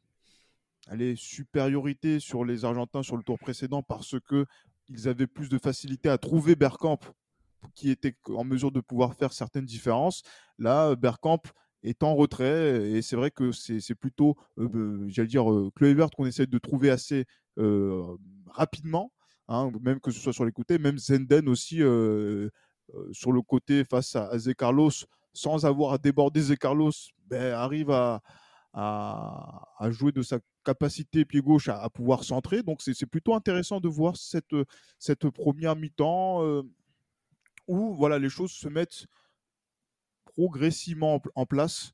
D: supériorité sur les Argentins sur le tour précédent parce qu'ils avaient plus de facilité à trouver Bergkamp qui était en mesure de pouvoir faire certaines différences. Là, Bergkamp est en retrait et c'est vrai que c'est plutôt, j'allais dire, Kluivert qu'on essaie de trouver assez rapidement, hein, même que ce soit sur les côtés, même Zenden aussi sur le côté face à Zé Carlos, sans avoir à déborder Zé Carlos, ben, arrive à jouer de sa capacité pied gauche à pouvoir centrer. Donc c'est plutôt intéressant de voir cette première mi-temps où voilà, les choses se mettent progressivement en place.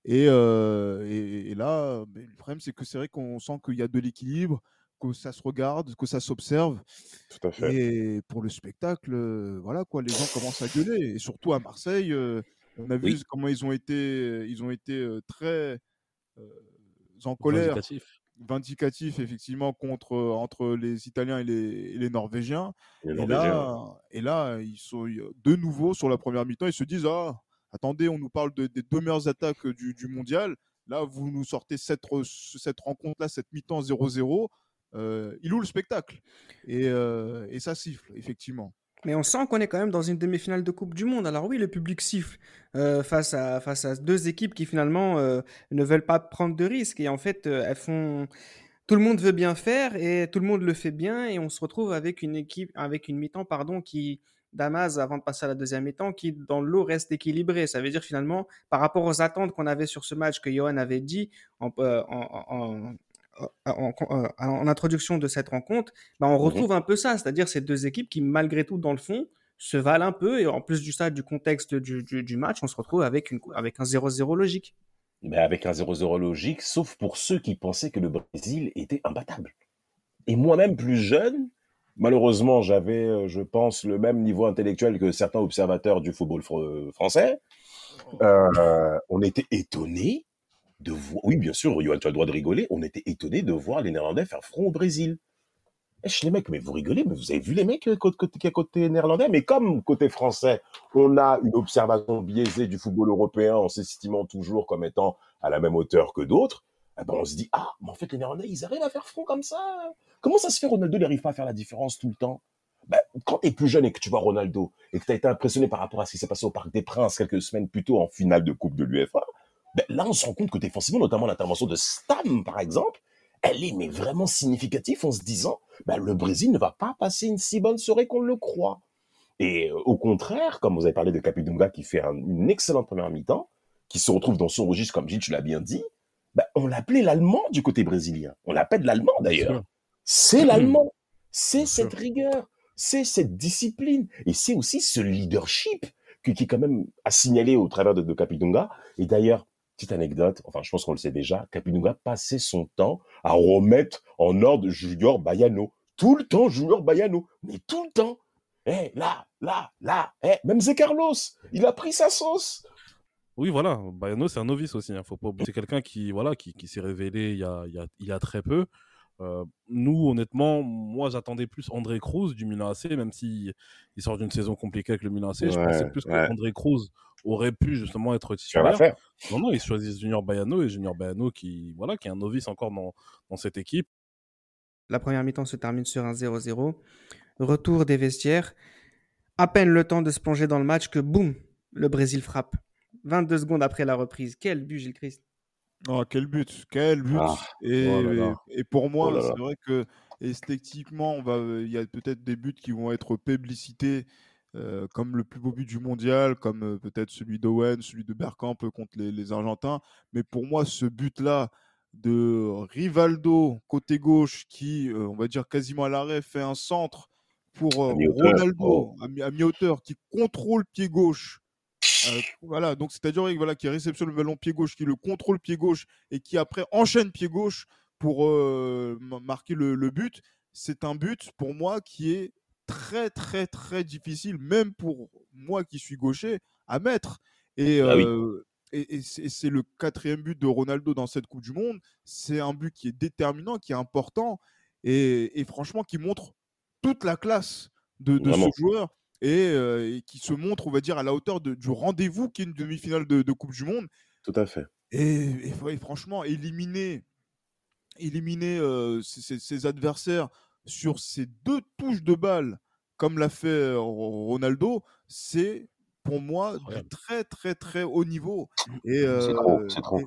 D: Et là, le problème, c'est que c'est vrai qu'on sent qu'il y a de l'équilibre, que ça se regarde, que ça s'observe.
F: Tout à fait.
D: Et pour le spectacle, voilà quoi, les gens commencent à gueuler. Et surtout à Marseille, on a vu
F: Oui,
D: comment ils ont été très en colère,
E: Vindicatif.
D: vindicatif effectivement entre les Italiens et les Norvégiens.
F: les
D: Et
F: Norvégiens.
D: là, ils sont de nouveau sur la première mi-temps. Ils se disent ah, attendez, on nous parle des deux meilleures attaques du mondial. Là, vous nous sortez cette rencontre-là, cette mi-temps 0-0. Il est où le spectacle et ça siffle, effectivement.
C: Mais on sent qu'on est quand même dans une demi-finale de Coupe du Monde. Alors oui, le public siffle face à deux équipes qui finalement ne veulent pas prendre de risques. Et en fait, elles font... Tout le monde veut bien faire et tout le monde le fait bien. Et on se retrouve avec une équipe, avec une mi-temps, pardon, qui, Damas, avant de passer à la deuxième mi-temps, qui dans l'eau reste équilibrée. Ça veut dire finalement, par rapport aux attentes qu'on avait sur ce match que Johan avait dit en introduction de cette rencontre, bah, on
F: Mhm.
C: retrouve un peu ça, c'est-à-dire ces deux équipes qui, malgré tout, dans le fond, se valent un peu. Et en plus du contexte du match, on se retrouve avec un 0-0 logique.
F: Mais avec un 0-0 logique, sauf pour ceux qui pensaient que le Brésil était imbattable. Et moi-même, plus jeune, malheureusement, j'avais, je pense, le même niveau intellectuel que certains observateurs du football français. On était étonnés de voir... Oui, bien sûr, Johan, tu as le droit de rigoler. On était étonnés de voir les Néerlandais faire front au Brésil. Les mecs, mais vous rigolez, mais vous avez vu les mecs côté néerlandais? Mais comme côté français, on a une observation biaisée du football européen en s'estimant toujours comme étant à la même hauteur que d'autres, eh ben on se dit, ah, mais en fait, les Néerlandais, ils arrivent à faire front comme ça. Comment ça se fait, Ronaldo n'arrive pas à faire la différence tout le temps? Ben, quand tu es plus jeune et que tu vois Ronaldo et que tu as été impressionné par rapport à ce qui s'est passé au Parc des Princes quelques semaines plus tôt en finale de Coupe de l'UEFA, ben, là, on se rend compte que défensivement, notamment l'intervention de Stam, par exemple, elle est mais vraiment significative en se disant bah, le Brésil ne va pas passer une si bonne soirée qu'on le croit. Et au contraire, comme vous avez parlé de Capidunga qui fait une excellente première mi-temps, qui se retrouve dans son registre, comme Gilles, tu l'as bien dit, bah, on l'appelait l'allemand du côté brésilien. On l'appelle l'allemand d'ailleurs. C'est l'allemand. C'est cette rigueur. C'est cette discipline. Et c'est aussi ce leadership qui est quand même à signaler au travers de Capidunga. Et d'ailleurs, petite anecdote, enfin, je pense qu'on le sait déjà, Capinunga passait son temps à remettre en ordre Junior Baiano. Tout le temps, Junior Baiano. Mais tout le temps. Là. Même Zé Carlos, il a pris sa sauce.
E: Oui, voilà, Baiano, c'est un novice aussi. Faut pas oublier. C'est quelqu'un qui s'est révélé il y a très peu. Nous, honnêtement, moi, j'attendais plus André Cruz du Milan AC, même s'il sort d'une saison compliquée avec le Milan AC. Je pensais plus que André Cruz aurait pu justement être titulaire. Non, ils choisissent Junior Baiano, et Junior Baiano qui est un novice encore dans cette équipe.
C: La première mi-temps se termine sur un 0-0. Retour des vestiaires. À peine le temps de se plonger dans le match que boum, le Brésil frappe. 22 secondes après la reprise. Quel but, Gilles Christ.
D: Oh, quel but. Et pour moi, c'est vrai que esthétiquement, il y a peut-être des buts qui vont être publicités comme le plus beau but du mondial, comme peut-être celui d'Owen, celui de Bergkamp contre les Argentins. Mais pour moi, ce but-là de Rivaldo, côté gauche, qui, on va dire quasiment à l'arrêt, fait un centre pour Ronaldo à mi-hauteur, qui contrôle pied gauche. Voilà, donc c'est-à-dire qui réceptionne le ballon pied gauche, qui le contrôle pied gauche et qui après enchaîne pied gauche pour marquer le but. C'est un but pour moi qui est très très très difficile, même pour moi qui suis gaucher, à mettre. Et c'est le 4e but de Ronaldo dans cette Coupe du Monde. C'est un but qui est déterminant, qui est important et franchement qui montre toute la classe de ce joueur. Et qui se montre, on va dire, à la hauteur du rendez-vous qui est une demi-finale de Coupe du Monde.
F: Tout à fait.
D: Et franchement, éliminer ses adversaires sur ces 2 touches de balle, comme l'a fait Ronaldo, c'est pour moi du très très très haut niveau. Et
F: c'est trop.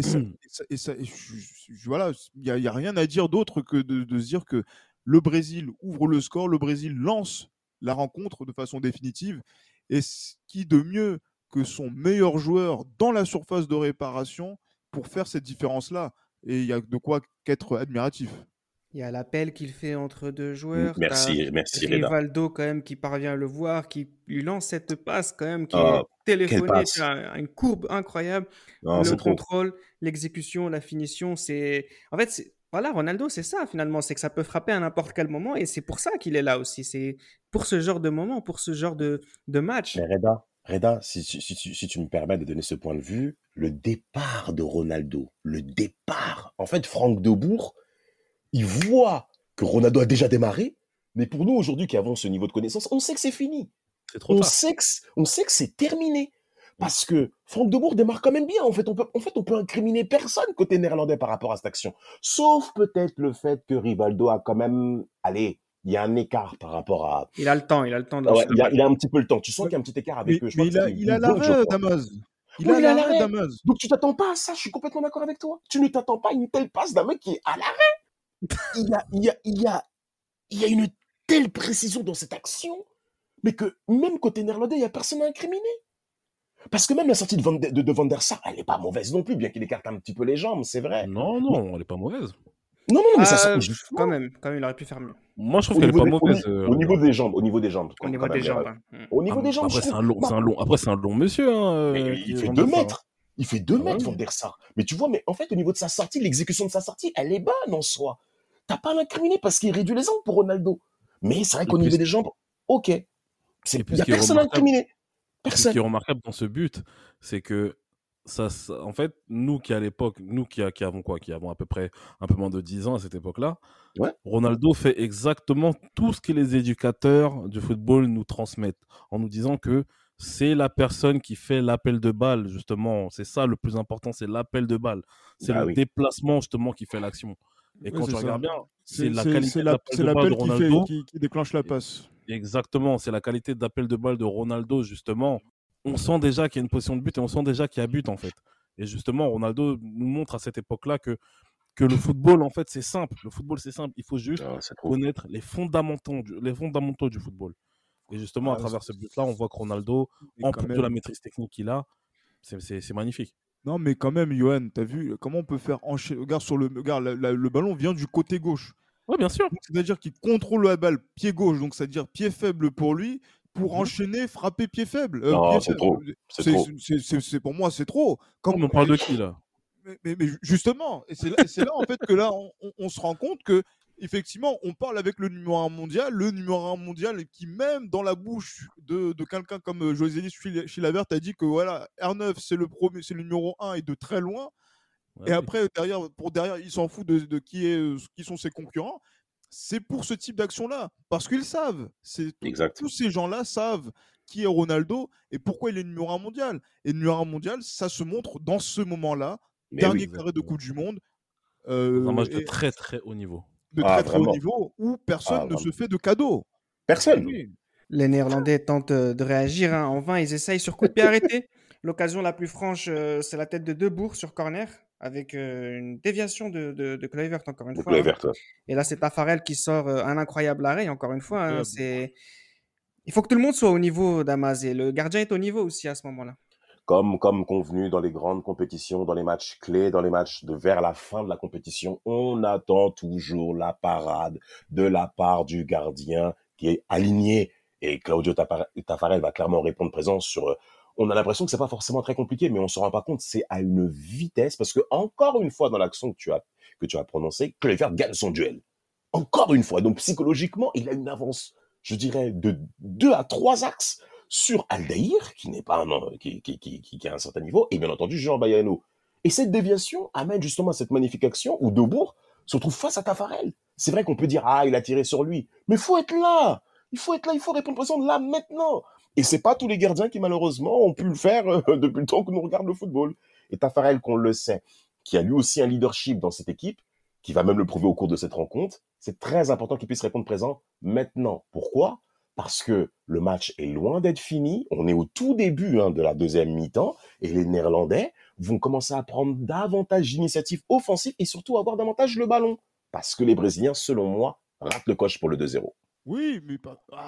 D: Voilà, il y a rien à dire d'autre que de se dire que le Brésil ouvre le score, le Brésil lance la rencontre de façon définitive, et ce qui de mieux que son meilleur joueur dans la surface de réparation pour faire cette différence-là. Et il y a de quoi qu'être admiratif.
C: Il y a l'appel qu'il fait entre 2 joueurs.
F: Merci
C: Rivaldo quand même qui parvient à le voir, qui lui lance cette passe quand même qui est téléphonée, une courbe incroyable. Le contrôle, l'exécution, la finition, voilà, Ronaldo, c'est ça finalement, c'est que ça peut frapper à n'importe quel moment et c'est pour ça qu'il est là aussi. C'est pour ce genre de moment, pour ce genre de match.
F: Mais Reda, si tu me permets de donner ce point de vue, le départ de Ronaldo, en fait, Franck Debourg, il voit que Ronaldo a déjà démarré, mais pour nous aujourd'hui qui avons ce niveau de connaissance, on sait que c'est fini.
E: C'est trop tard.
F: On sait que c'est terminé. Parce que Franck Debourg démarre quand même bien. En fait, on peut incriminer personne côté néerlandais par rapport à cette action. Sauf peut-être le fait que Rivaldo a quand même... Allez, il y a un écart par rapport à...
C: Il a le temps de
F: il a un petit peu le temps. Tu sens qu'il y a un petit écart avec eux.
D: Mais il a l'arrêt, Damas. Il a l'arrêt, Damas.
F: Donc tu t'attends pas à ça, je suis complètement d'accord avec toi. Tu ne t'attends pas à une telle passe d'un mec qui est à l'arrêt. Il y a une telle précision dans cette action, mais que même côté néerlandais, il n'y a personne à incriminer. Parce que même la sortie de Van der Sar, elle n'est pas mauvaise non plus, bien qu'il écarte un petit peu les jambes, c'est vrai.
E: Non, elle n'est pas mauvaise.
F: Non, mais ça sort
C: quand même, il aurait pu faire mieux.
E: Moi, je trouve qu'elle n'est pas mauvaise.
F: Au niveau des jambes.
C: Au niveau des jambes.
F: Après,
E: c'est un long monsieur.
F: Il fait 2 mètres. Il fait 2 mètres, Van der Sar. Mais tu vois, en fait, au niveau de sa sortie, l'exécution de sa sortie, elle est bonne en soi. T'as pas à l'incriminer parce qu'il réduit les angles pour Ronaldo. Mais c'est vrai qu'au niveau des jambes, ok. Il n'y a personne à incriminer.
E: Ce qui est remarquable dans ce but, c'est que en fait, nous qui à l'époque, qui avons à peu près un peu moins de 10 ans à cette époque-là, Ronaldo fait exactement tout ce que les éducateurs du football nous transmettent, en nous disant que c'est la personne qui fait l'appel de balle, justement. C'est ça le plus important, c'est l'appel de balle. C'est le déplacement, justement, qui fait l'action. Et quand tu regardes bien, c'est la qualité d'appel de balle de Ronaldo
D: qui déclenche la passe.
E: Exactement, c'est la qualité d'appel de balle de Ronaldo, justement. On sent déjà qu'il y a une position de but et on sent déjà qu'il y a but, en fait. Et justement, Ronaldo nous montre à cette époque-là que le football, en fait, c'est simple. Le football, c'est simple. Il faut juste connaître les fondamentaux du football. Et justement, à travers ce but-là, on voit que Ronaldo, en plus de la maîtrise technique qu'il a, c'est magnifique.
D: Non, mais quand même, Johan, t'as vu comment on peut faire enchaîner. Regarde, le ballon vient du côté gauche.
E: Oui, bien sûr.
D: C'est-à-dire qu'il contrôle la balle pied gauche, donc c'est-à-dire pied faible pour lui, pour enchaîner, frapper pied faible.
F: Non,
D: Pied
F: c'est
D: faible.
F: trop. C'est trop.
D: Pour moi, c'est trop.
E: Mais on parle de qui là?
D: Mais justement, et c'est là en fait que là on se rend compte que effectivement on parle avec le numéro 1 mondial qui même dans la bouche de quelqu'un comme José Chilavert a dit que voilà, R9 c'est le c'est le numéro 1 et de très loin.
E: Ouais,
D: Et
E: oui.
D: après derrière il s'en fout de qui sont ses concurrents. C'est pour ce type d'action-là, parce qu'ils savent.
F: Exact.
D: Tous ces gens-là savent qui est Ronaldo et pourquoi il est numéro 1 mondial. Et le numéro 1 mondial, ça se montre dans ce moment-là,
F: Mais
D: dernier
F: oui.
D: carré de Coupe du Monde,
E: Dans un match de
D: et
E: très très haut niveau.
D: de
F: Ah,
D: très très haut
F: vraiment.
D: niveau, où personne
F: Ah,
D: ne
F: vraiment.
D: se fait de cadeaux.
F: Personne.
C: Oui. Les Néerlandais tentent de réagir, hein. En vain, ils essayent sur coup de pied arrêté. L'occasion la plus franche, c'est la tête de De Boer sur corner, avec une déviation de Kluivert, encore une
F: De
C: fois, hein.
F: Kluivert, ouais.
C: Et là, c'est Taffarel qui sort un incroyable arrêt, encore une fois, hein.
D: Incroyable.
C: Il faut que tout le monde soit au niveau, Damas. Et le gardien est au niveau aussi à ce moment-là.
F: Comme convenu dans les grandes compétitions, dans les matchs clés, dans les matchs de vers la fin de la compétition, on attend toujours la parade de la part du gardien qui est aligné. Et Claudio Taffarel va clairement répondre présent sur. On a l'impression que c'est pas forcément très compliqué, mais on se rend pas compte. C'est à une vitesse parce que encore une fois dans l'action que tu as prononcé, Kluivert gagne son duel. Encore une fois. Donc psychologiquement, il a une avance, je dirais, de 2 à 3 axes sur Aldaïr, qui n'est pas qui a un certain niveau, et bien entendu Jean Bayano. Et cette déviation amène justement à cette magnifique action où De Boer se trouve face à Taffarel. C'est vrai qu'on peut dire il a tiré sur lui, mais il faut être là. Il faut être là, il faut répondre présent là maintenant. Et c'est pas tous les gardiens qui malheureusement ont pu le faire depuis le temps que nous regarde le football. Et Taffarel, qu'on le sait, qui a lui aussi un leadership dans cette équipe, qui va même le prouver au cours de cette rencontre, c'est très important qu'il puisse répondre présent maintenant. Pourquoi ? Parce que le match est loin d'être fini. On est au tout début de la deuxième mi-temps et les Néerlandais vont commencer à prendre davantage d'initiatives offensives et surtout avoir davantage le ballon. Parce que les Brésiliens, selon moi, ratent le coche pour le 2-0.
D: Oui, mais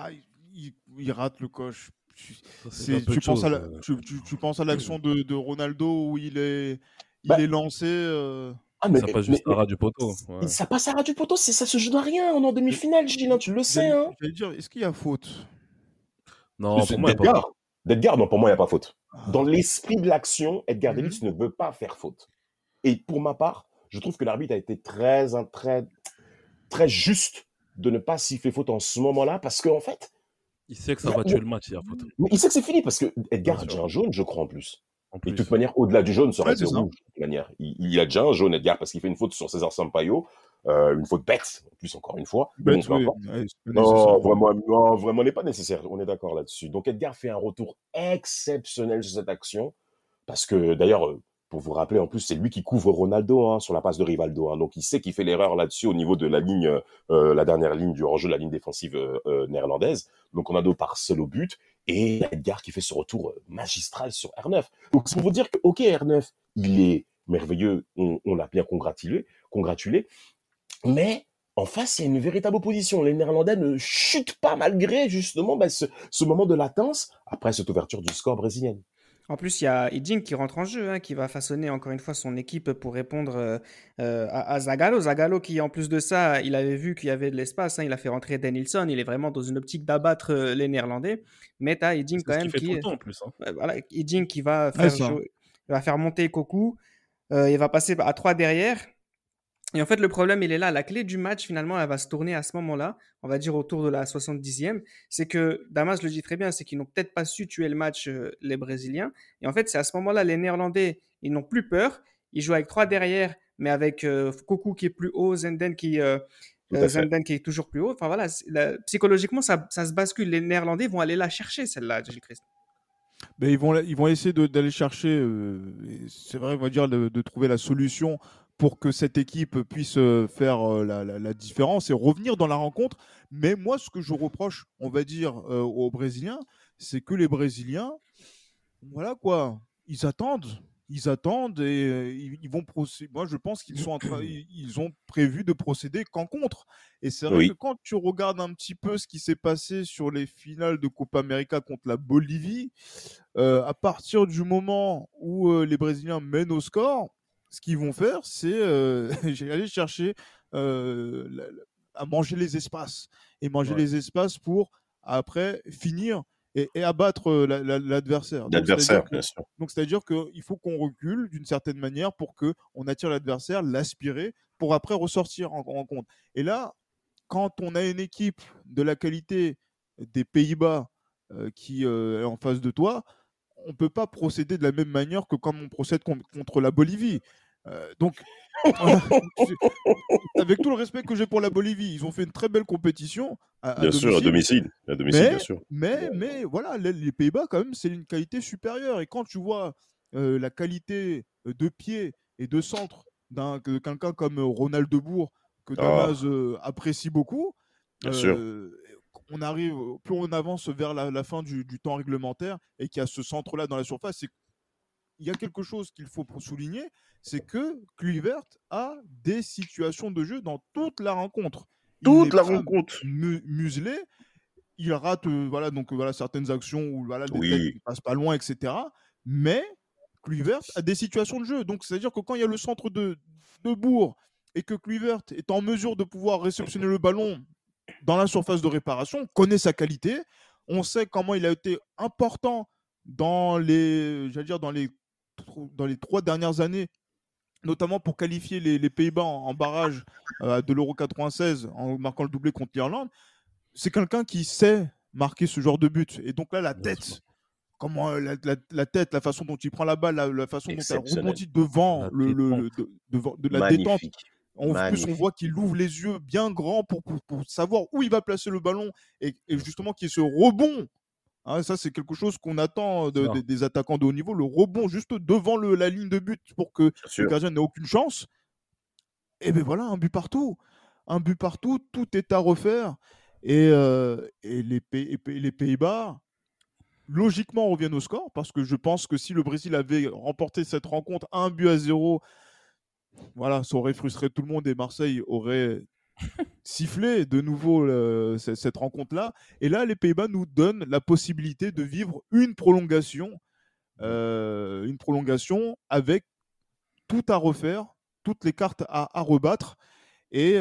D: il rate le coche.
E: Ça,
D: Tu penses à l'action de Ronaldo où il est lancé.
E: Ça passe juste à ras du poteau. Ouais.
F: Ça passe à ras du poteau, ça se joue à rien. On est en demi-finale, Gilles, tu le sais.
D: J'allais dire, est-ce qu'il y a faute?
E: Non, pour moi, il n'y a pas faute.
F: D'Edgar, non, pour moi, il n'y a pas faute. Dans l'esprit de l'action, Edgar Davids ne veut pas faire faute. Et pour ma part, je trouve que l'arbitre a été très, très juste de ne pas siffler faute en ce moment-là parce qu'en fait.
E: Il sait que ça va tuer le match, il y a faute.
F: Mais il sait que c'est fini parce que Edgar a déjà un jaune, je crois, en plus. Et de toute manière, au-delà du jaune, ça aurait été rouge. De toute manière. Il a déjà un jaune, Edgar, parce qu'il fait une faute sur César Sampaio. Une faute bête, en plus, encore une fois.
D: Bête,
F: oui. Non, vraiment, n'est pas nécessaire. On est d'accord là-dessus. Donc, Edgar fait un retour exceptionnel sur cette action. Parce que, d'ailleurs, pour vous rappeler, en plus, c'est lui qui couvre Ronaldo sur la passe de Rivaldo. Donc, il sait qu'il fait l'erreur là-dessus au niveau de la ligne, la dernière ligne du hors-jeu, la ligne défensive néerlandaise. Donc, Ronaldo part seul au but. Et Edgar qui fait ce retour magistral sur R9. Donc, c'est pour vous dire que, OK, R9, il est merveilleux. On l'a bien congratulé. Mais en face, il y a une véritable opposition. Les Néerlandais ne chutent pas malgré, justement, ce moment de latence après cette ouverture du score brésilienne.
C: En plus, il y a Hiding qui rentre en jeu, qui va façonner encore une fois son équipe pour répondre à Zagallo. Zagallo qui, en plus de ça, il avait vu qu'il y avait de l'espace. Il a fait rentrer Denilson. Il est vraiment dans une optique d'abattre les Néerlandais. Mais tu as Hiding quand même
E: qui fait tout le temps en plus.
C: Voilà, Hiding qui va faire monter Cocu. Il va passer à 3 derrière. Et en fait, le problème, il est là. La clé du match, finalement, elle va se tourner à ce moment-là, on va dire autour de la 70e. C'est que, Damas le dit très bien, c'est qu'ils n'ont peut-être pas su tuer le match, les Brésiliens. Et en fait, c'est à ce moment-là, les Néerlandais, ils n'ont plus peur. Ils jouent avec 3 derrière, mais avec Cocu qui est plus haut, Zenden qui est toujours plus haut. Enfin voilà, psychologiquement, ça se bascule. Les Néerlandais vont aller la chercher, celle-là, Gilles Christ.
D: Ben, ils vont essayer d'aller chercher, c'est vrai, on va dire, de trouver la solution pour que cette équipe puisse faire la différence et revenir dans la rencontre. Mais moi, ce que je reproche, on va dire, aux Brésiliens, c'est que les Brésiliens, voilà quoi, ils attendent et ils vont procéder. Moi, je pense qu'ils ont prévu de procéder qu'en contre. Et c'est vrai que quand tu regardes un petit peu ce qui s'est passé sur les finales de Copa América contre la Bolivie, à partir du moment où les Brésiliens mènent au score, ce qu'ils vont faire, c'est aller chercher à manger les espaces. Et manger les espaces pour, après, finir et abattre l'adversaire.
F: L'adversaire, bien sûr.
D: Donc, c'est-à-dire qu'il faut qu'on recule d'une certaine manière pour qu'on attire l'adversaire, l'aspirer, pour après ressortir en rencontre. Et là, quand on a une équipe de la qualité des Pays-Bas qui est en face de toi, on ne peut pas procéder de la même manière que comme on procède contre la Bolivie. Donc, avec tout le respect que j'ai pour la Bolivie, ils ont fait une très belle compétition à
F: Bien sûr, à
D: domicile.
F: domicile. À domicile, bien sûr.
D: Mais voilà, les Pays-Bas, quand même, c'est une qualité supérieure. Et quand tu vois la qualité de pied et de centre de quelqu'un comme Ronald de Bourg, que
F: Ah,
D: Damas apprécie beaucoup,
F: bien sûr.
D: on arrive, plus on avance vers la fin du temps réglementaire et qu'il y a ce centre-là dans la surface, il y a quelque chose qu'il faut souligner, c'est que Kluivert a des situations de jeu dans toute la rencontre. Il
F: Toute
D: n'est
F: la
D: pas
F: rencontre.
D: muselé, il rate certaines actions où des têtes
F: Oui,
D: qui passent pas loin, etc. Mais Kluivert a des situations de jeu. Donc c'est-à-dire que quand il y a le centre de Bourg et que Kluivert est en mesure de pouvoir réceptionner le ballon dans la surface de réparation, on connaît sa qualité, on sait comment il a été important dans les 3 dernières années, notamment pour qualifier les Pays-Bas en barrage de l'Euro 96 en marquant le doublé contre l'Irlande. C'est quelqu'un qui sait marquer ce genre de but. Et donc là, la
E: Bien sûr.
D: tête, comment la tête, la façon dont il prend la balle, la façon dont elle
F: exceptionnel.
D: rebondit devant,
E: La détente.
D: devant de la détente.
F: Magnifique.
D: En plus, on voit
F: Magnifique.
D: qu'il ouvre les yeux bien grands pour savoir où il va placer le ballon et justement qu'il y ait ce rebond. Hein, ça, c'est quelque chose qu'on attend
E: C'est ça.
D: des attaquants de haut niveau, le rebond juste devant la ligne de but pour que
F: Bien
D: le
F: sûr.
D: gardien n'ait aucune chance. Et bien voilà, un but partout. Un but partout, tout est à refaire. Et les Pays-Bas, logiquement, reviennent au score parce que je pense que si le Brésil avait remporté cette rencontre 1-0, voilà, ça aurait frustré tout le monde et Marseille aurait sifflé de nouveau cette rencontre-là. Et là, les Pays-Bas nous donnent la possibilité de vivre une prolongation avec tout à refaire, toutes les cartes à rebattre. Et,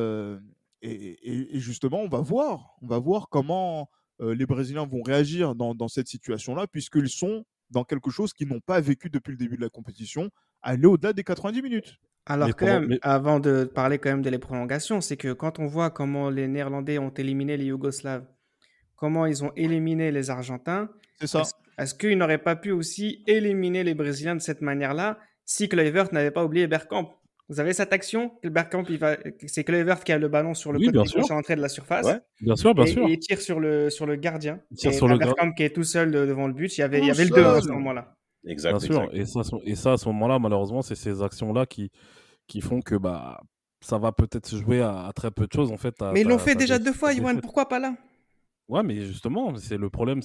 D: et justement, on va voir comment les Brésiliens vont réagir dans cette situation-là, puisqu'ils sont dans quelque chose qu'ils n'ont pas vécu depuis le début de la compétition, aller au-delà des 90 minutes.
E: Mais
C: Alors quand
E: pendant,
C: même,
E: mais
C: avant de parler quand même de les prolongations, c'est que quand on voit comment les Néerlandais ont éliminé les Yougoslaves, comment ils ont éliminé les Argentins,
D: C'est
C: est-ce,
D: ça.
C: est-ce qu'ils n'auraient pas pu aussi éliminer les Brésiliens de cette manière-là si Kluivert n'avait pas oublié Bergkamp? Vous avez cette action, c'est Kluivert qui a le ballon sur le
E: oui, bien
C: côté
E: sûr,
C: gauche à l'entrée de la surface
F: Ouais.
E: bien sûr, bien
C: et
E: sûr.
C: il tire sur le gardien.
E: Il tire
C: Et
E: sur
C: t'as
E: le gars,
C: Bergkamp qui est tout seul devant le but. Il y
D: Tout
C: avait le 2 à ce
D: seul.
C: moment-là.
F: Exact,
E: bien sûr.
F: exact.
E: Et ça, à ce moment-là, malheureusement, c'est ces actions-là qui font que bah, ça va peut-être se jouer à très peu de choses. En fait,
C: Mais ils l'ont fait déjà 2 fois,
E: t'as
C: Yoann.
E: défaite.
C: Pourquoi pas là?
E: Ouais, mais justement, c'est le problème,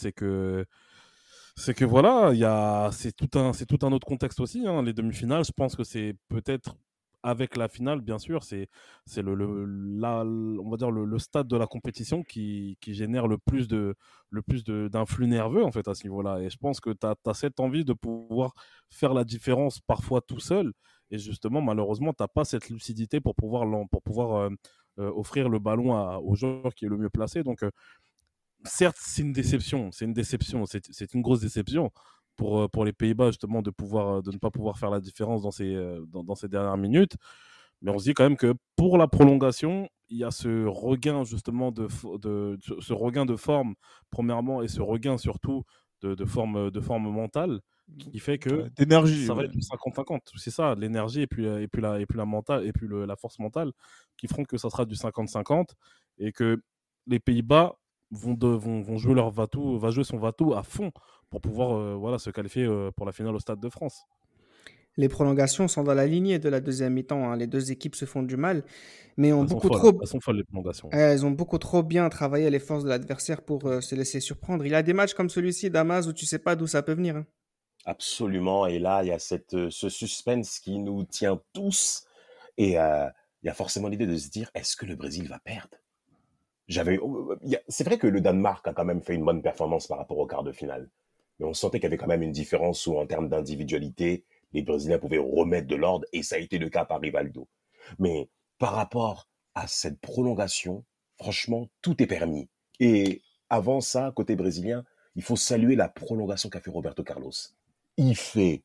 E: c'est que voilà, c'est tout un autre contexte aussi. Hein. Les demi-finales, je pense que c'est peut-être avec la finale, bien sûr, c'est on va dire le stade de la compétition qui génère le plus d'influx nerveux en fait à ce niveau-là. Et je pense que tu as cette envie de pouvoir faire la différence parfois tout seul. Et justement, malheureusement, tu n'as pas cette lucidité pour pouvoir offrir le ballon au joueur qui est le mieux placé. Donc, certes, c'est une déception, c'est une grosse déception pour les Pays-Bas justement de ne pas pouvoir faire la différence dans ces dernières minutes. Mais on se dit quand même que pour la prolongation, il y a ce regain justement ce regain de forme premièrement et ce regain surtout de forme mentale qui fait que
D: D'énergie,
E: ça va
D: ouais.
E: être du 50-50. C'est ça, l'énergie et puis la force mentale qui feront que ça sera du 50-50 et que les Pays-Bas vont jouer va jouer son Vatou à fond pour pouvoir voilà, se qualifier pour la finale au Stade de France.
C: Les prolongations sont dans la lignée de la deuxième mi-temps. Hein. Les deux équipes se font du mal, mais
E: Elles sont folles les prolongations.
C: elles ont beaucoup trop bien travaillé les forces de l'adversaire pour se laisser surprendre. Il y a des matchs comme celui-ci, Damas, où tu sais pas d'où ça peut venir. Hein.
F: Absolument. Et là, il y a ce suspense qui nous tient tous. Et il y a forcément l'idée de se dire, est-ce que le Brésil va perdre? C'est vrai que le Danemark a quand même fait une bonne performance par rapport au quart de finale. Mais on sentait qu'il y avait quand même une différence où, en termes d'individualité, les Brésiliens pouvaient remettre de l'ordre, et ça a été le cas par Rivaldo. Mais par rapport à cette prolongation, franchement, tout est permis. Et avant ça, côté brésilien, il faut saluer la prolongation qu'a fait Roberto Carlos. Il fait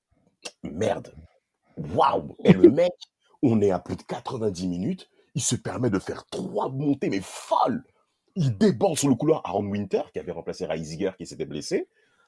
F: merde. Waouh! Et le mec, on est à plus de 90 minutes, il se permet de faire 3 montées, mais folles. Il déborde sur le couloir Aaron Winter, qui avait remplacé Reisiger, qui s'était blessé.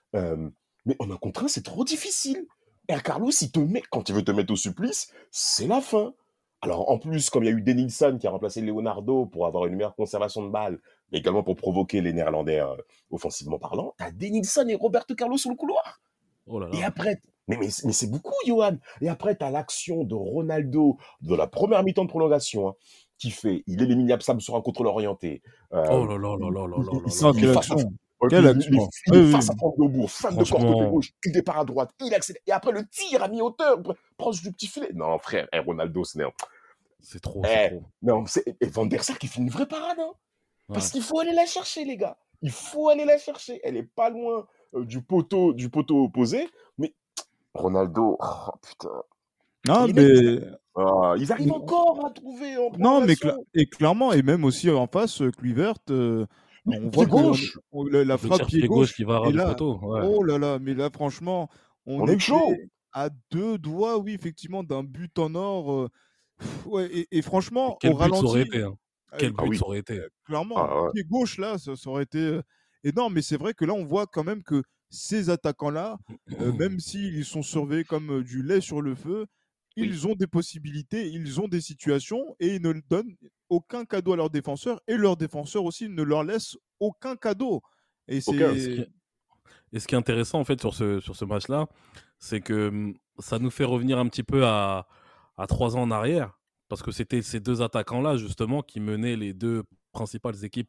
F: Mais en un contre un, c'est trop difficile. Et Carlos, quand il veut te mettre au supplice, c'est la fin. Alors, en plus, comme il y a eu Denilson qui a remplacé Leonardo pour avoir une meilleure conservation de balle, mais également pour provoquer les Néerlandais offensivement parlant, t'as Denilson et Roberto Carlos sur le couloir.
E: Oh là là.
F: Et après, mais c'est beaucoup, Johan. Et après, t'as l'action de Ronaldo de la première mi-temps de prolongation, hein, il élimine Absam sur un contrôle orienté.
E: Oh là là là là là là là
D: Non,
E: là.
D: quelle action! Quelle action!
F: Il
D: Oui,
F: est
D: oui.
F: face à Franck Beaubourg, fan de corps côté
E: Franchement,
F: gauche, il départ à droite, il accélère. Et après, le tir à mi-hauteur, proche du petit filet. Non, frère, Ronaldo, c'est
E: c'est trop, c'est trop.
F: non, et Van der Sar qui fait une vraie parade, hein.
E: Ouais.
F: Parce qu'il faut aller la chercher, les gars. Il faut aller la chercher. Elle est pas loin du poteau opposé. Mais Ronaldo, oh putain.
D: Non,
F: Les
D: mais
F: mecs, ils arrivent encore à trouver en
D: non, mais
F: prolongation.
D: clairement, et même aussi en face, Kluivert, on voit
F: Pied gauche.
D: que la
E: Le
D: frappe
E: tir
D: pied
E: pied gauche qui va ras
D: et
E: du
D: là,
E: poteau. Ouais.
D: oh là là, mais là, franchement, on
F: est chaud.
D: était à 2 doigts, oui, effectivement, d'un but en or. Ouais, et franchement,
E: Quel
D: au
E: but ça aurait
D: ralenti,
E: été, hein. Quel but
F: oui.
E: ça aurait été.
D: clairement,
F: Ah ouais.
D: pied gauche, là, ça aurait été énorme. Mais c'est vrai que là, on voit quand même que ces attaquants-là, même s'ils sont surveillés comme du lait sur le feu, ils ont des possibilités, ils ont des situations et ils ne donnent aucun cadeau à leurs défenseurs et leurs défenseurs aussi ne leur laissent aucun cadeau. Et
F: Aucun.
D: c'est
E: Et ce qui est intéressant en fait sur ce match-là, c'est que ça nous fait revenir un petit peu à 3 ans en arrière, parce que c'était ces deux attaquants-là justement qui menaient les deux principales équipes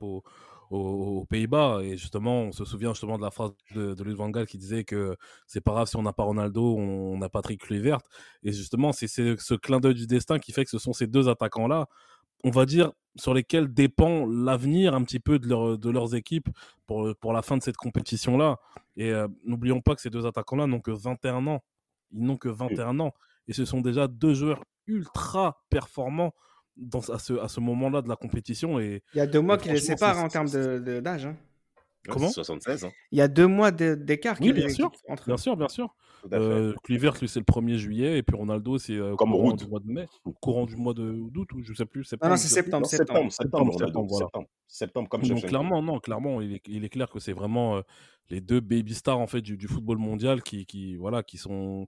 E: aux Pays-Bas. Et justement, on se souvient justement de la phrase de Louis van Gaal qui disait que c'est pas grave si on n'a pas Ronaldo, on a Patrick Kluivert. Et justement, c'est ce clin d'œil du destin qui fait que ce sont ces deux attaquants-là, on va dire, sur lesquels dépend l'avenir un petit peu de leurs équipes pour la fin de cette compétition-là. Et n'oublions pas que ces deux attaquants-là n'ont que 21 ans. Ils n'ont que 21 ans. Et ce sont déjà deux joueurs ultra performants à ce moment-là de la compétition. Et
C: Il y a 2 mois qui les
F: franchement,
C: séparent en termes d'âge. Hein.
E: Comment ?
F: 76, hein.
C: Il y y a 2 mois d'écart
E: Oui,
C: qui
E: bien sûr.
C: entre
E: Bien sûr, bien sûr.
F: Tout à fait.
E: Kluivert, lui, c'est le 1er juillet. Et puis Ronaldo, c'est
F: Comme
E: courant
F: Ruud.
E: du mois de mai. Courant du mois d'août, ou je sais plus.
C: Non,
E: Septembre,
C: non,
E: je
C: c'est
E: sais plus.
C: septembre.
F: Non, septembre, Ronaldo.
E: Septembre, voilà.
F: Septembre, comme
E: Donc
F: Shevchenko.
E: clairement, il est clair que c'est vraiment les deux baby stars en fait du football mondial qui sont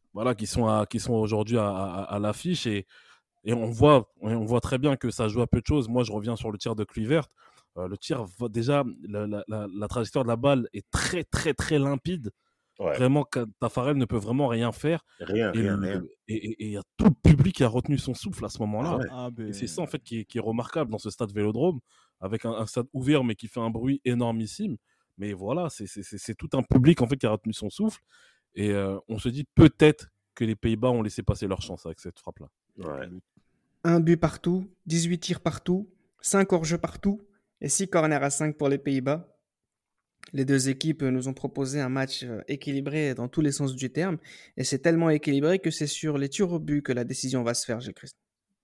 E: aujourd'hui à l'affiche, et on voit très bien que ça joue à peu de choses. Moi, je reviens sur le tir de Kluivert. Le tir, déjà, la trajectoire de la balle est très très très limpide.
F: Ouais.
E: Vraiment, Tafarel ne peut vraiment rien faire.
F: Rien.
E: Et il y a tout le public qui a retenu son souffle à ce moment-là.
F: Ah ouais.
E: Et c'est ça en fait qui est remarquable dans ce stade Vélodrome, avec un stade ouvert mais qui fait un bruit énormissime. Mais voilà, c'est tout un public en fait qui a retenu son souffle. Et on se dit peut-être que les Pays-Bas ont laissé passer leur chance avec cette frappe-là.
F: Ouais.
C: 1 but partout, 18 tirs partout, 5 hors-jeu partout et 6 corners à 5 pour les Pays-Bas. Les deux équipes nous ont proposé un match équilibré dans tous les sens du terme. Et c'est tellement équilibré que c'est sur les tirs au but que la décision va se faire, Gilles Christ.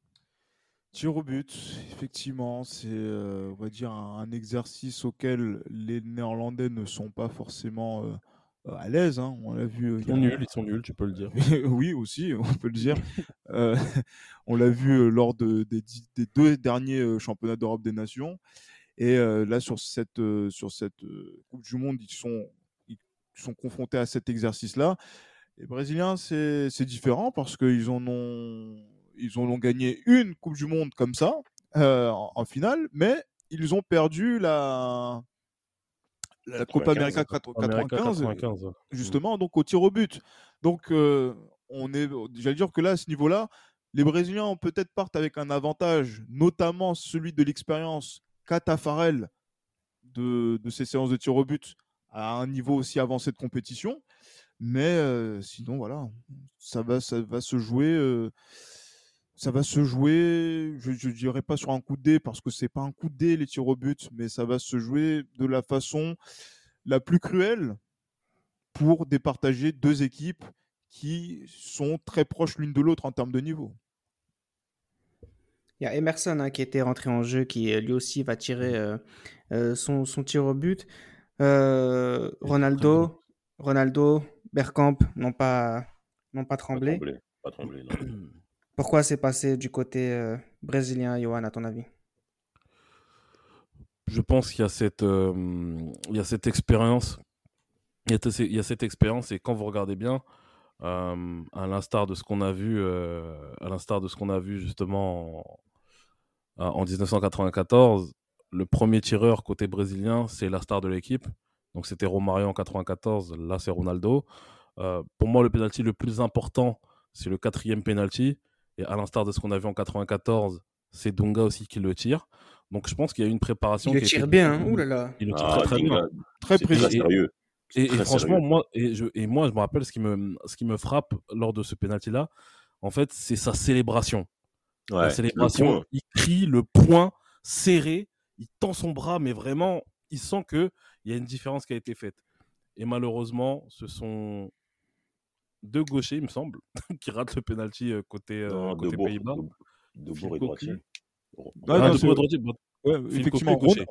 D: tir au but, effectivement, c'est on va dire un exercice auquel les Néerlandais ne sont pas forcément à l'aise. Hein. On l'a vu.
E: Ils sont nuls, tu peux le dire.
D: Oui, aussi, on peut le dire. On l'a vu lors des 2 derniers championnats d'Europe des Nations. Et là, sur cette Coupe du Monde, ils sont confrontés à cet exercice-là. Les Brésiliens, c'est différent parce qu'ils en ont gagné une Coupe du Monde comme ça, en finale, mais ils ont perdu la Copa América 95, justement, donc au tir au but. Donc, j'allais dire que là, à ce niveau-là, les Brésiliens peut-être partent avec un avantage, notamment celui de l'expérience qu'a Tafarel de ces séances de tir au but à un niveau aussi avancé de compétition. Mais sinon, voilà, ça va se jouer. Ça va se jouer, je ne dirais pas sur un coup de dé, parce que ce n'est pas un coup de dé, les tirs au but, mais ça va se jouer de la façon la plus cruelle pour départager 2 équipes qui sont très proches l'une de l'autre en termes de niveau.
C: Il y a Emerson qui était rentré en jeu, qui lui aussi va tirer son tir au but. Ronaldo, Bergkamp n'ont pas
F: Pas
C: tremblé.
F: tremblé, pas tremblé, non.
C: Pourquoi c'est passé du côté brésilien, Johan, à ton avis?
E: Je pense qu'il y a il y a cette expérience. Il y a cette expérience et quand vous regardez bien, à l'instar de ce qu'on a vu, justement en 1994, le premier tireur côté brésilien, c'est la star de l'équipe. Donc c'était Romario en 94, là c'est Ronaldo. Pour moi, le penalty le plus important, c'est le 4e penalty. Et à l'instar de ce qu'on a vu en 94, c'est Dunga aussi qui le tire. Donc je pense qu'il y a eu une
C: Il
E: préparation
C: le
E: qui a été
C: tire
E: beaucoup
C: bien, hein?
E: plus.
C: Ouh là là.
E: Il le tire très très bien.
F: Dinga,
D: Très
F: c'est
E: Et,
F: très
D: précis.
E: et,
F: sérieux. C'est
E: et
F: très
E: franchement,
F: sérieux.
E: moi, je me rappelle ce qui me frappe lors de ce penalty-là, en fait, c'est sa célébration. La
F: Ouais, le
E: célébration,
F: point.
E: il crie le poing serré, il tend son bras, mais vraiment, il sent qu'il y a une différence qui a été faite. Et malheureusement, ce sont deux gauchers, il me semble, qui ratent le penalty
F: Non,
E: côté Pays-Bas.
F: Debourg
E: Phil
F: est droitier.
E: Cocu.
D: Ah,
E: Ah,
D: non,
E: De
D: c'est...
E: Boer est droitier.
D: Ouais,
E: Phil Cocu est
D: effectivement,
E: gaucher.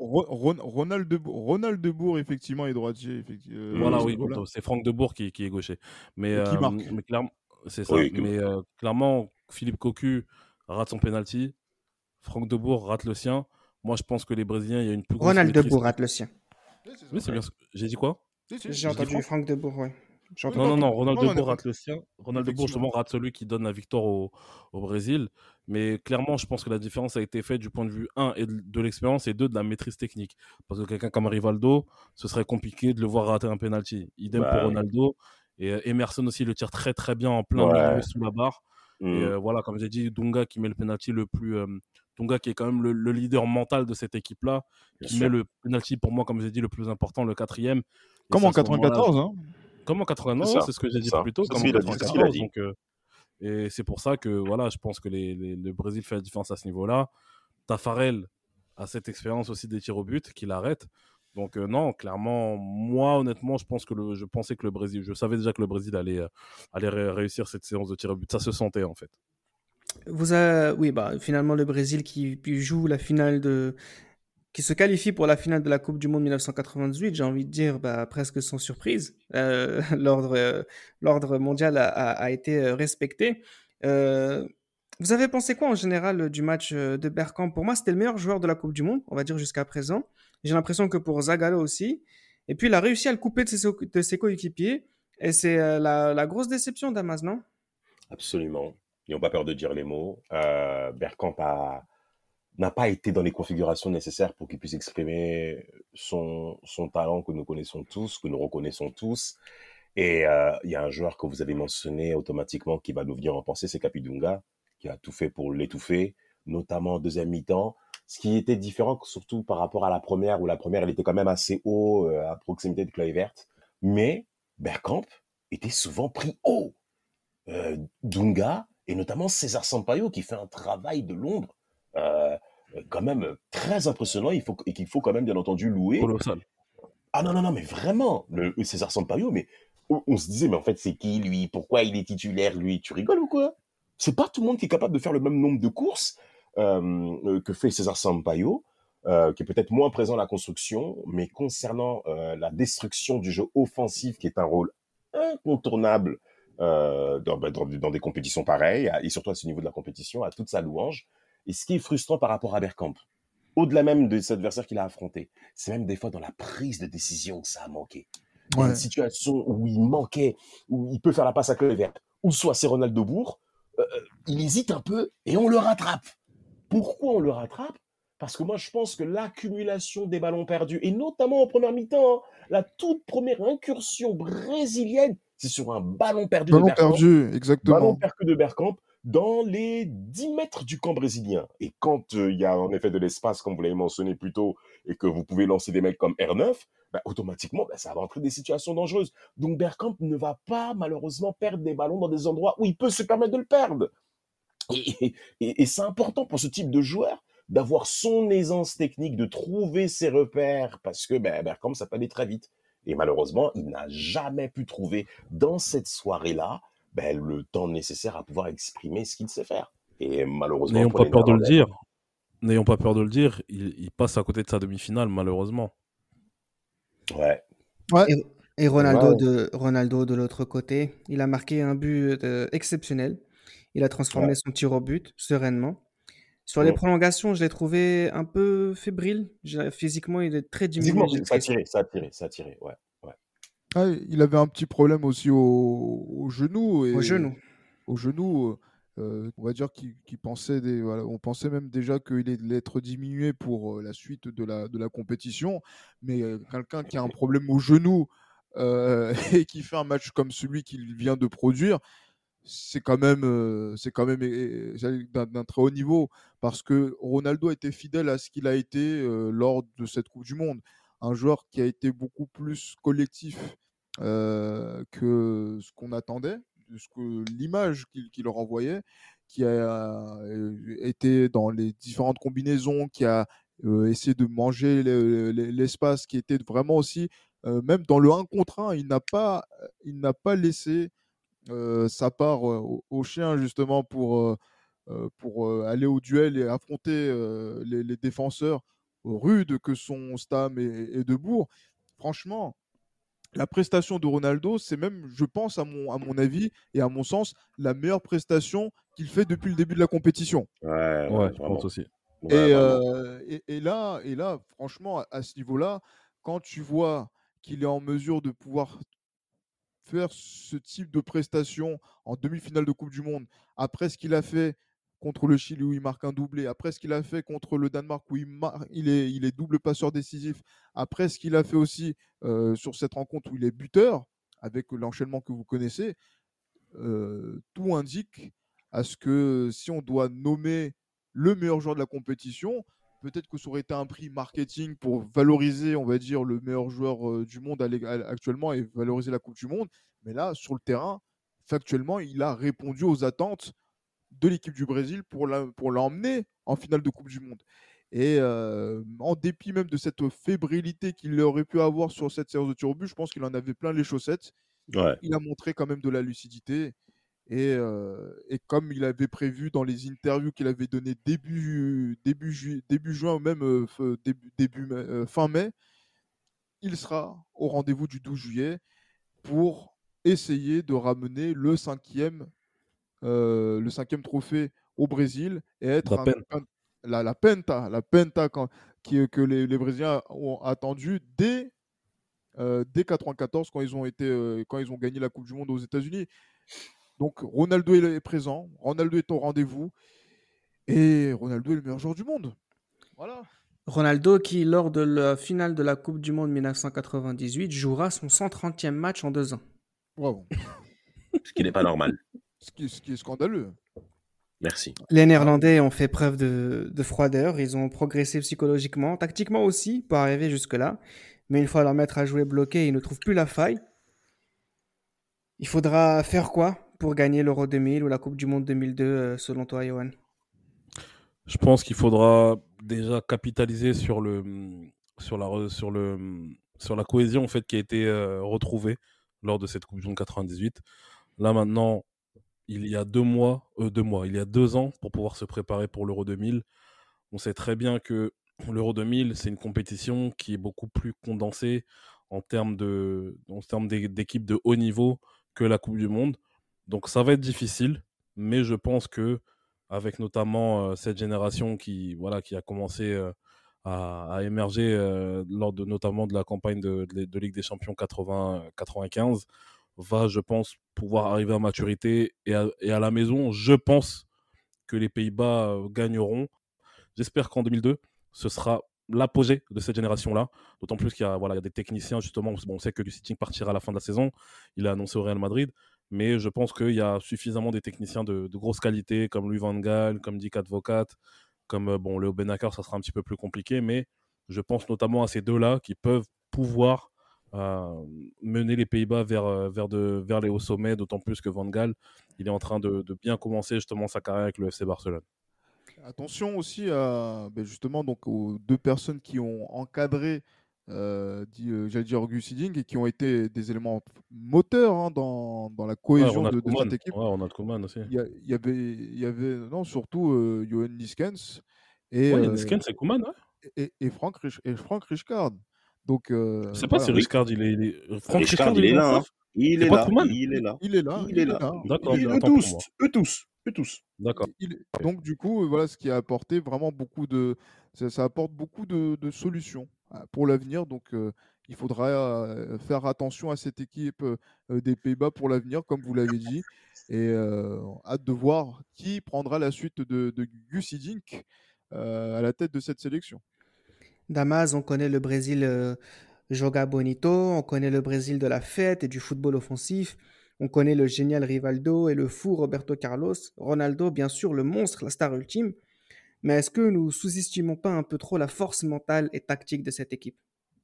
D: Ronald Debourg, effectivement, est droitier.
E: Voilà,
D: À ce
E: oui,
D: niveau-là.
E: c'est Franck Debourg qui est gaucher. Mais,
D: Et qui marque.
E: clairement, c'est ça.
F: Oui,
E: Mais clairement, Philippe Cocu rate son penalty. Franck Debourg rate le sien. Moi, je pense que les Brésiliens, il y a une plus grosse
C: Ronald
E: maîtrise.
C: Debourg rate le sien.
E: Oui, c'est bien. J'ai dit quoi?
C: J'ai
E: J'ai dit
C: entendu
E: Franck.
C: Franck Debourg, ouais. J'ai
D: Oui,
C: entendu.
E: Non, Ronald
D: on est
E: Debourg
D: pas...
E: rate le sien. Ronald Debourg,
D: Effectivement.
E: justement, rate celui qui donne la victoire au Brésil. Mais clairement, je pense que la différence a été faite du point de vue, de l'expérience, et 2, de la maîtrise technique. Parce que quelqu'un comme Rivaldo, ce serait compliqué de le voir rater un penalty. Idem pour
F: Bah,
E: Ronaldo. Et Emerson aussi le tire très très bien en plein milieu
F: ouais.
E: sous la barre. Et voilà, comme j'ai dit, Dunga qui met le penalty le plus. Dunga qui est quand même le leader mental de cette équipe-là,
F: Bien
E: qui met
F: sûr.
E: le penalty pour moi, comme j'ai dit, le plus important, le 4e. Et
D: Comme
E: c'est
D: en
E: à ce moment-là.
D: 94, hein.
E: Comme en
F: C'est
E: 89,
F: ça.
E: c'est ce que j'ai
F: C'est
E: dit
F: ça.
E: plus tôt,
F: C'est
E: comme
F: ce
E: en
F: qu'il a dit. C'est ce qu'il a
E: 94.
F: dit.
E: Donc, et c'est pour ça que voilà, je pense que le Brésil fait la différence à ce niveau-là. Tafarel a cette expérience aussi des tirs au but qu'il arrête. Donc non, clairement, moi honnêtement, je pensais que le Brésil, je savais déjà que le Brésil allait réussir cette séance de tirs au but. Ça se sentait en fait.
C: Oui, finalement, le Brésil qui joue la finale qui se qualifie pour la finale de la Coupe du Monde 1998, j'ai envie de dire presque sans surprise. L'ordre mondial a été respecté. Euh, Vous avez pensé quoi en général du match de Bergkamp? Pour moi, c'était le meilleur joueur de la Coupe du Monde, on va dire jusqu'à présent. J'ai l'impression que pour Zagallo aussi. Et puis, il a réussi à le couper de ses coéquipiers. Et c'est la grosse déception d'Hamas, non?
F: Absolument. N'ayons pas peur de dire les mots. Bergkamp n'a pas été dans les configurations nécessaires pour qu'il puisse exprimer son talent que nous connaissons tous, que nous reconnaissons tous. Et il y a un joueur que vous avez mentionné automatiquement qui va nous venir en pensée, c'est Capi Dunga, qui a tout fait pour l'étouffer, notamment en deuxième mi-temps. Ce qui était différent, surtout par rapport à la première, où la première, elle était quand même assez haut, à proximité de Kluivert. Mais Bergkamp était souvent pris haut. Dunga, et notamment César Sampaio, qui fait un travail de l'ombre quand même très impressionnant, et qu'il faut quand même bien entendu louer.
E: Colossal.
F: Ah non, mais vraiment, le César Sampaio, mais on se disait, mais en fait, c'est qui lui? Pourquoi il est titulaire, lui? Tu rigoles ou quoi? C'est pas tout le monde qui est capable de faire le même nombre de courses que fait César Sampaio, qui est peut-être moins présent à la construction, mais concernant la destruction du jeu offensif, qui est un rôle incontournable dans des compétitions pareilles, et surtout à ce niveau de la compétition, à toute sa louange. Et ce qui est frustrant par rapport à Bergkamp, au-delà même de cet adversaire qu'il a affronté, c'est même des fois dans la prise de décision que ça a manqué. Il y a une situation où il manquait, où il peut faire la passe à Kluivert, ou soit c'est Ronald Debourg, il hésite un peu et on le rattrape. Pourquoi on le rattrape? Parce que moi, je pense que l'accumulation des ballons perdus, et notamment en première mi-temps, la toute première incursion brésilienne, c'est sur un ballon perdu de Bergkamp.
D: Ballon perdu, exactement.
F: Ballon perdu de Bergkamp dans les 10 mètres du camp brésilien. Et quand il y a en effet de l'espace, comme vous l'avez mentionné plus tôt, et que vous pouvez lancer des mecs comme R9, automatiquement, ça va entrer des situations dangereuses. Donc Bergkamp ne va pas malheureusement perdre des ballons dans des endroits où il peut se permettre de le perdre. Et c'est important pour ce type de joueur d'avoir son aisance technique, de trouver ses repères, parce que Bergkamp, ça peut aller très vite. Et malheureusement, il n'a jamais pu trouver dans cette soirée-là le temps nécessaire à pouvoir exprimer ce qu'il sait faire. Et malheureusement,
E: N'ayons pas peur de le dire, il passe à côté de sa demi-finale, malheureusement.
F: Ouais.
D: Ouais,
C: Et Ronaldo
F: Ouais.
C: Ronaldo de l'autre côté, il a marqué un but exceptionnel. Il a transformé
F: Ouais.
C: son tir au but sereinement. Sur les
F: Mm.
C: prolongations, je l'ai trouvé un peu fébrile. Physiquement, il est très diminué,
F: Physiquement,
C: j'ai
F: ça a
C: l'impression.
F: tiré, ça a tiré, ça a tiré. Ouais. Ouais.
D: ouais, il avait un petit problème aussi au genou
C: Au
D: et
C: genou.
D: au genou. On va dire qu'il pensait voilà, on pensait même déjà qu'il allait être diminué pour la suite de la compétition. Mais quelqu'un qui a un problème au genou et qui fait un match comme celui qu'il vient de produire, c'est quand même d'un très haut niveau parce que Ronaldo était fidèle à ce qu'il a été lors de cette Coupe du Monde. Un joueur qui a été beaucoup plus collectif que ce qu'on attendait, de ce que l'image qu'il renvoyait, qui a été dans les différentes combinaisons, qui a essayé de manger l'espace, qui était vraiment aussi, même dans le 1 contre 1, il n'a pas laissé sa part au chien justement pour aller au duel et affronter les défenseurs rudes que sont Stam et Debourg. Franchement, la prestation de Ronaldo, c'est même, je pense, à mon avis et à mon sens, la meilleure prestation qu'il fait depuis le début de la compétition.
F: Ouais,
E: Ouais,
F: ouais,
E: je pense
F: vraiment.
E: aussi.
F: Ouais, vraiment.
D: Et là, franchement, à ce niveau-là, quand tu vois qu'il est en mesure de pouvoir faire ce type de prestation en demi-finale de Coupe du Monde, après ce qu'il a fait contre le Chili où il marque un doublé, après ce qu'il a fait contre le Danemark où il est double passeur décisif, après ce qu'il a fait aussi sur cette rencontre où il est buteur, avec l'enchaînement que vous connaissez, tout indique à ce que si on doit nommer le meilleur joueur de la compétition, peut-être que ça aurait été un prix marketing pour valoriser, on va dire, le meilleur joueur du monde actuellement et valoriser la Coupe du Monde. Mais là, sur le terrain, factuellement, il a répondu aux attentes de l'équipe du Brésil pour l'emmener en finale de Coupe du Monde. Et en dépit même de cette fébrilité qu'il aurait pu avoir sur cette séance de tir au but, je pense qu'il en avait plein les chaussettes.
F: Ouais.
D: Il a montré quand même de la lucidité. Et comme il avait prévu dans les interviews qu'il avait données début juin ou même fin mai, il sera au rendez-vous du 12 juillet pour essayer de ramener le cinquième trophée au Brésil et être
E: La peine.
D: la penta que les Brésiliens ont attendu dès 94 quand ils ont gagné la Coupe du Monde aux États-Unis. Donc Ronaldo est présent, Ronaldo est au rendez-vous et Ronaldo est le meilleur joueur du monde. Voilà.
C: Ronaldo qui, lors de la finale de la Coupe du Monde 1998, jouera son 130e match en 2 ans.
D: Bravo.
F: Ce qui n'est pas normal.
D: Ce qui est scandaleux.
F: Merci.
C: Les Néerlandais ont fait preuve de froideur, ils ont progressé psychologiquement, tactiquement aussi, pour arriver jusque-là. Mais une fois leur mettre à jouer bloqué, ils ne trouvent plus la faille. Il faudra faire quoi pour gagner l'Euro 2000 ou la Coupe du Monde 2002, selon toi, Johan?
E: Je pense qu'il faudra déjà capitaliser sur la cohésion en fait, qui a été retrouvée lors de cette Coupe du Monde 98. Là maintenant, il y a 2 mois, il y a 2 ans pour pouvoir se préparer pour l'Euro 2000. On sait très bien que l'Euro 2000, c'est une compétition qui est beaucoup plus condensée d'équipes de haut niveau que la Coupe du Monde. Donc ça va être difficile, mais je pense que avec notamment cette génération qui a commencé à émerger lors notamment de la campagne de Ligue des Champions 80-95, va, je pense, pouvoir arriver à maturité et à la maison, je pense que les Pays-Bas gagneront. J'espère qu'en 2002, ce sera l'apogée de cette génération-là. D'autant plus qu'il y a des techniciens, justement. Bon, on sait que Lucic partira à la fin de la saison. Il a annoncé au Real Madrid. Mais je pense qu'il y a suffisamment des techniciens de grosse qualité, comme Louis Van Gaal, comme Dick Advocat, comme Léo Benacer, ça sera un petit peu plus compliqué. Mais je pense notamment à ces deux-là qui peuvent pouvoir mener les Pays-Bas vers les hauts sommets, d'autant plus que Van Gaal, il est en train de bien commencer justement sa carrière avec le FC Barcelone.
D: Attention aussi justement donc, aux deux personnes qui ont encadré, j'allais dire Gus Hiddink, et qui ont été des éléments moteurs dans la cohésion
E: Ronald
D: de
E: Koeman.
D: cette équipe.
E: Ouais, Ronald Koeman aussi.
D: Il y avait non, surtout Johan Niskens et,
E: Ouais, il y a Niskens et Koeman, ouais.
D: et Frank Rijkaard. Donc
E: Je sais pas si
D: voilà.
E: Riscard, Franck
F: Riscard,
E: Riscard,
F: il
E: il est
F: est
E: dans le
F: là, hein.
E: staff?
F: Il
E: C'est
F: est
E: pas
F: là,
E: Koeman?
F: il est là,
D: Il est là,
F: il
D: il
F: est
D: est
F: là.
D: là.
E: D'accord,
F: Eux
E: autant pour
F: tous,
E: moi.
F: eux tous, eux tous.
E: D'accord.
D: Donc du coup, voilà ce qui a apporté vraiment ça apporte beaucoup de solutions pour l'avenir. Donc il faudra faire attention à cette équipe des Pays-Bas pour l'avenir, comme vous l'avez dit. Et hâte de voir qui prendra la suite de Gus Hiddink à la tête de cette sélection.
C: Damas, on connaît le Brésil Joga Bonito, on connaît le Brésil de la fête et du football offensif, on connaît le génial Rivaldo et le fou Roberto Carlos, Ronaldo, bien sûr, le monstre, la star ultime. Mais est-ce que nous sous-estimons pas un peu trop la force mentale et tactique de cette équipe?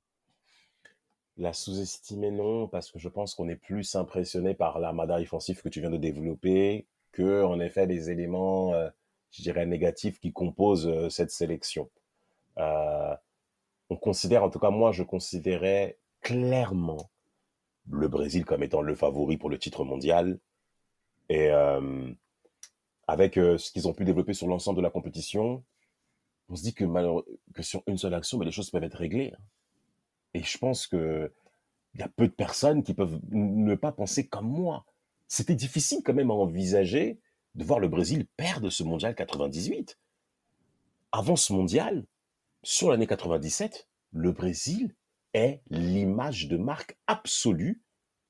F: La sous-estimer, non, parce que je pense qu'on est plus impressionné par l'armada offensif que tu viens de développer que, en effet, les éléments, je dirais, négatifs qui composent cette sélection. Euh, on considère, en tout cas moi, je considérais clairement le Brésil comme étant le favori pour le titre mondial. Et avec ce qu'ils ont pu développer sur l'ensemble de la compétition, on se dit que sur une seule action, mais les choses peuvent être réglées. Et je pense que il y a peu de personnes qui peuvent ne pas penser comme moi. C'était difficile quand même à envisager de voir le Brésil perdre ce mondial 98. Avant ce mondial, sur l'année 97, le Brésil est l'image de marque absolue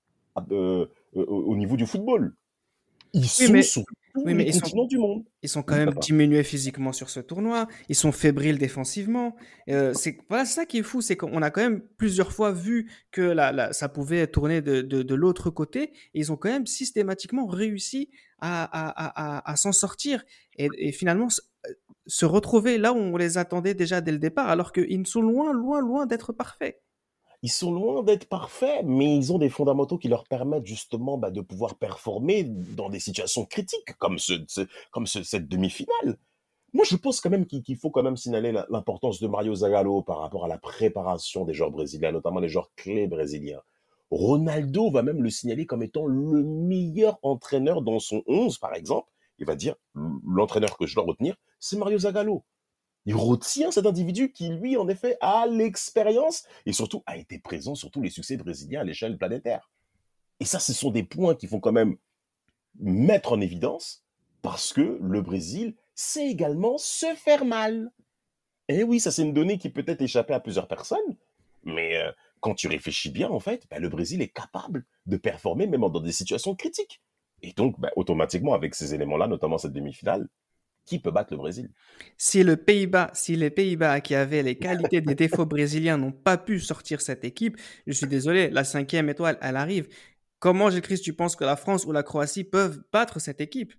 F: au niveau du football. Ils
C: Oui,
F: sont
C: mais,
F: sur tous
C: oui, mais
F: les continents du monde.
C: ils sont quand
F: Oui,
C: même
F: papa.
C: diminués physiquement sur ce tournoi. Ils sont fébriles défensivement. Voilà, c'est ça qui est fou, c'est qu'on a quand même plusieurs fois vu que ça pouvait tourner de l'autre côté. Et ils ont quand même systématiquement réussi à s'en sortir et finalement se retrouver là où on les attendait déjà dès le départ, alors qu'ils sont loin, loin, loin d'être parfaits.
F: Ils sont loin d'être parfaits, mais ils ont des fondamentaux qui leur permettent justement de pouvoir performer dans des situations critiques, comme cette demi-finale. Moi, je pense quand même qu'il faut quand même signaler l'importance de Mario Zagallo par rapport à la préparation des joueurs brésiliens, notamment les joueurs clés brésiliens. Ronaldo va même le signaler comme étant le meilleur entraîneur dans son 11, par exemple. Il va dire, l'entraîneur que je dois retenir, c'est Mario Zagallo. Il retient cet individu qui, lui, en effet, a l'expérience et surtout a été présent sur tous les succès brésiliens à l'échelle planétaire. Et ça, ce sont des points qu'il faut quand même mettre en évidence parce que le Brésil sait également se faire mal. Et oui, ça, c'est une donnée qui peut-être échappée à plusieurs personnes, mais quand tu réfléchis bien, en fait, le Brésil est capable de performer même dans des situations critiques. Et donc, automatiquement, avec ces éléments-là, notamment cette demi-finale, qui peut battre le Brésil?
C: Si les Pays-Bas qui avaient les qualités des défauts brésiliens n'ont pas pu sortir cette équipe, je suis désolé, la 5e étoile, elle arrive. Comment, Gilles-Christ, tu penses que la France ou la Croatie peuvent battre cette équipe?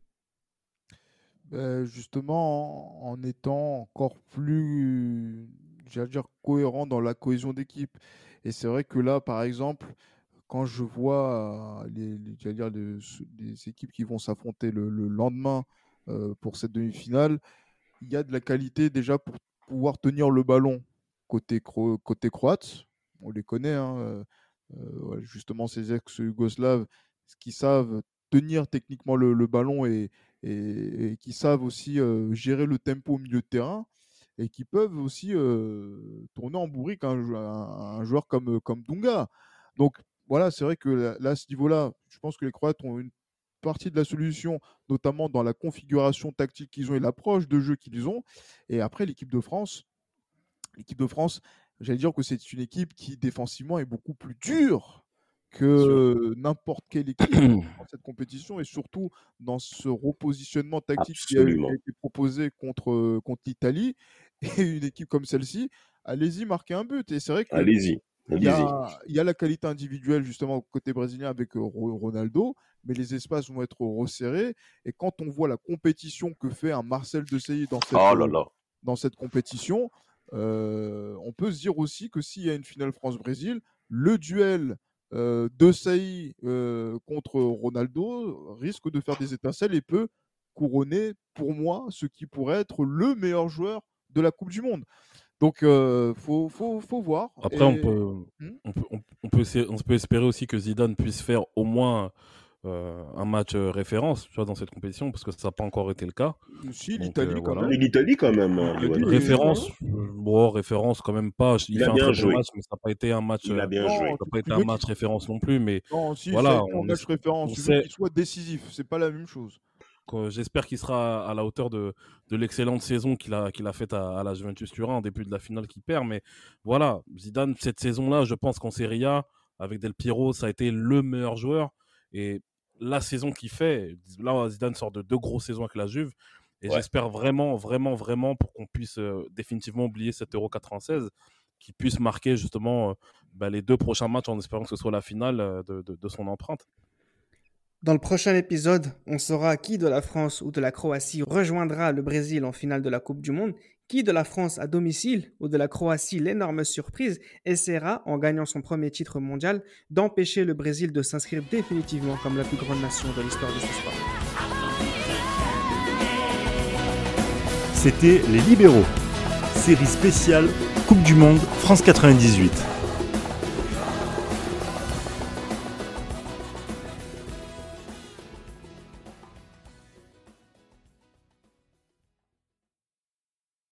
D: Justement, en étant encore plus, j'allais dire, cohérent dans la cohésion d'équipe. Et c'est vrai que là, par exemple, quand je vois j'allais dire, les équipes qui vont s'affronter le lendemain pour cette demi-finale, il y a de la qualité déjà pour pouvoir tenir le ballon côté croate. On les connaît, hein, ouais, justement ces ex-Yougoslaves qui savent tenir techniquement le ballon et qui savent aussi gérer le tempo au milieu de terrain et qui peuvent aussi tourner en bourrique un joueur comme Dunga. Donc voilà, c'est vrai que là, à ce niveau-là, je pense que les Croates ont une partie de la solution, notamment dans la configuration tactique qu'ils ont et l'approche de jeu qu'ils ont. Et après, l'équipe de France, j'allais dire que c'est une équipe qui défensivement est beaucoup plus dure que n'importe quelle équipe dans cette compétition et surtout dans ce repositionnement tactique qui a
F: Absolument.
D: été proposé contre l'Italie et une équipe comme celle-ci, allez-y, marquez un but. Et c'est vrai que
F: Allez-y,
D: il y
F: allez-y.
D: il y a la qualité individuelle justement côté brésilien avec Ronaldo, mais les espaces vont être resserrés. Et quand on voit la compétition que fait un Marcel Desailly
F: Oh là là.
D: dans cette compétition, on peut se dire aussi que s'il y a une finale France-Brésil, le duel Desailly contre Ronaldo risque de faire des étincelles et peut couronner pour moi ce qui pourrait être le meilleur joueur de la Coupe du Monde. Donc, faut voir.
E: Après,
D: Et...
E: on peut espérer aussi que Zidane puisse faire au moins un match référence, tu vois, dans cette compétition, parce que ça n'a pas encore été le cas.
D: Si,
E: Donc,
D: l'Italie quand
E: voilà.
D: même.
F: Et l'Italie, quand même.
D: L'Italie,
F: Yoann.
E: Référence, référence quand même pas. Il
F: Il a
E: fait un
F: bien
E: très bon
F: joué.
E: match, mais ça n'a pas été un match.
F: Il a bien
D: Non,
F: joué.
E: Ça n'a pas
D: tu
E: été un
D: veux
E: match référence non plus, mais
D: Non, si, ça a
E: voilà,
D: été un match référence.
E: on
D: Tu veux
E: sait
D: qu'il soit décisif, c'est pas la même chose.
E: j'espère qu'il sera à la hauteur de l'excellente saison qu'il a faite à la Juventus Turin en début de la finale qu'il perd. Mais voilà, Zidane, cette saison-là, je pense qu'en Serie A, avec Del Piero, ça a été le meilleur joueur. Et la saison qu'il fait, là, Zidane sort de 2 grosses saisons avec la Juve. Et
F: Ouais.
E: j'espère vraiment, vraiment, vraiment, pour qu'on puisse définitivement oublier cet Euro 96, qu'il puisse marquer justement les 2 prochains matchs en espérant que ce soit la finale de son empreinte.
C: Dans le prochain épisode, on saura qui de la France ou de la Croatie rejoindra le Brésil en finale de la Coupe du Monde, qui de la France à domicile ou de la Croatie, l'énorme surprise, essaiera, en gagnant son premier titre mondial, d'empêcher le Brésil de s'inscrire définitivement comme la plus grande nation de l'histoire de ce sport.
B: C'était Les Libéraux, série spéciale Coupe du Monde France 98.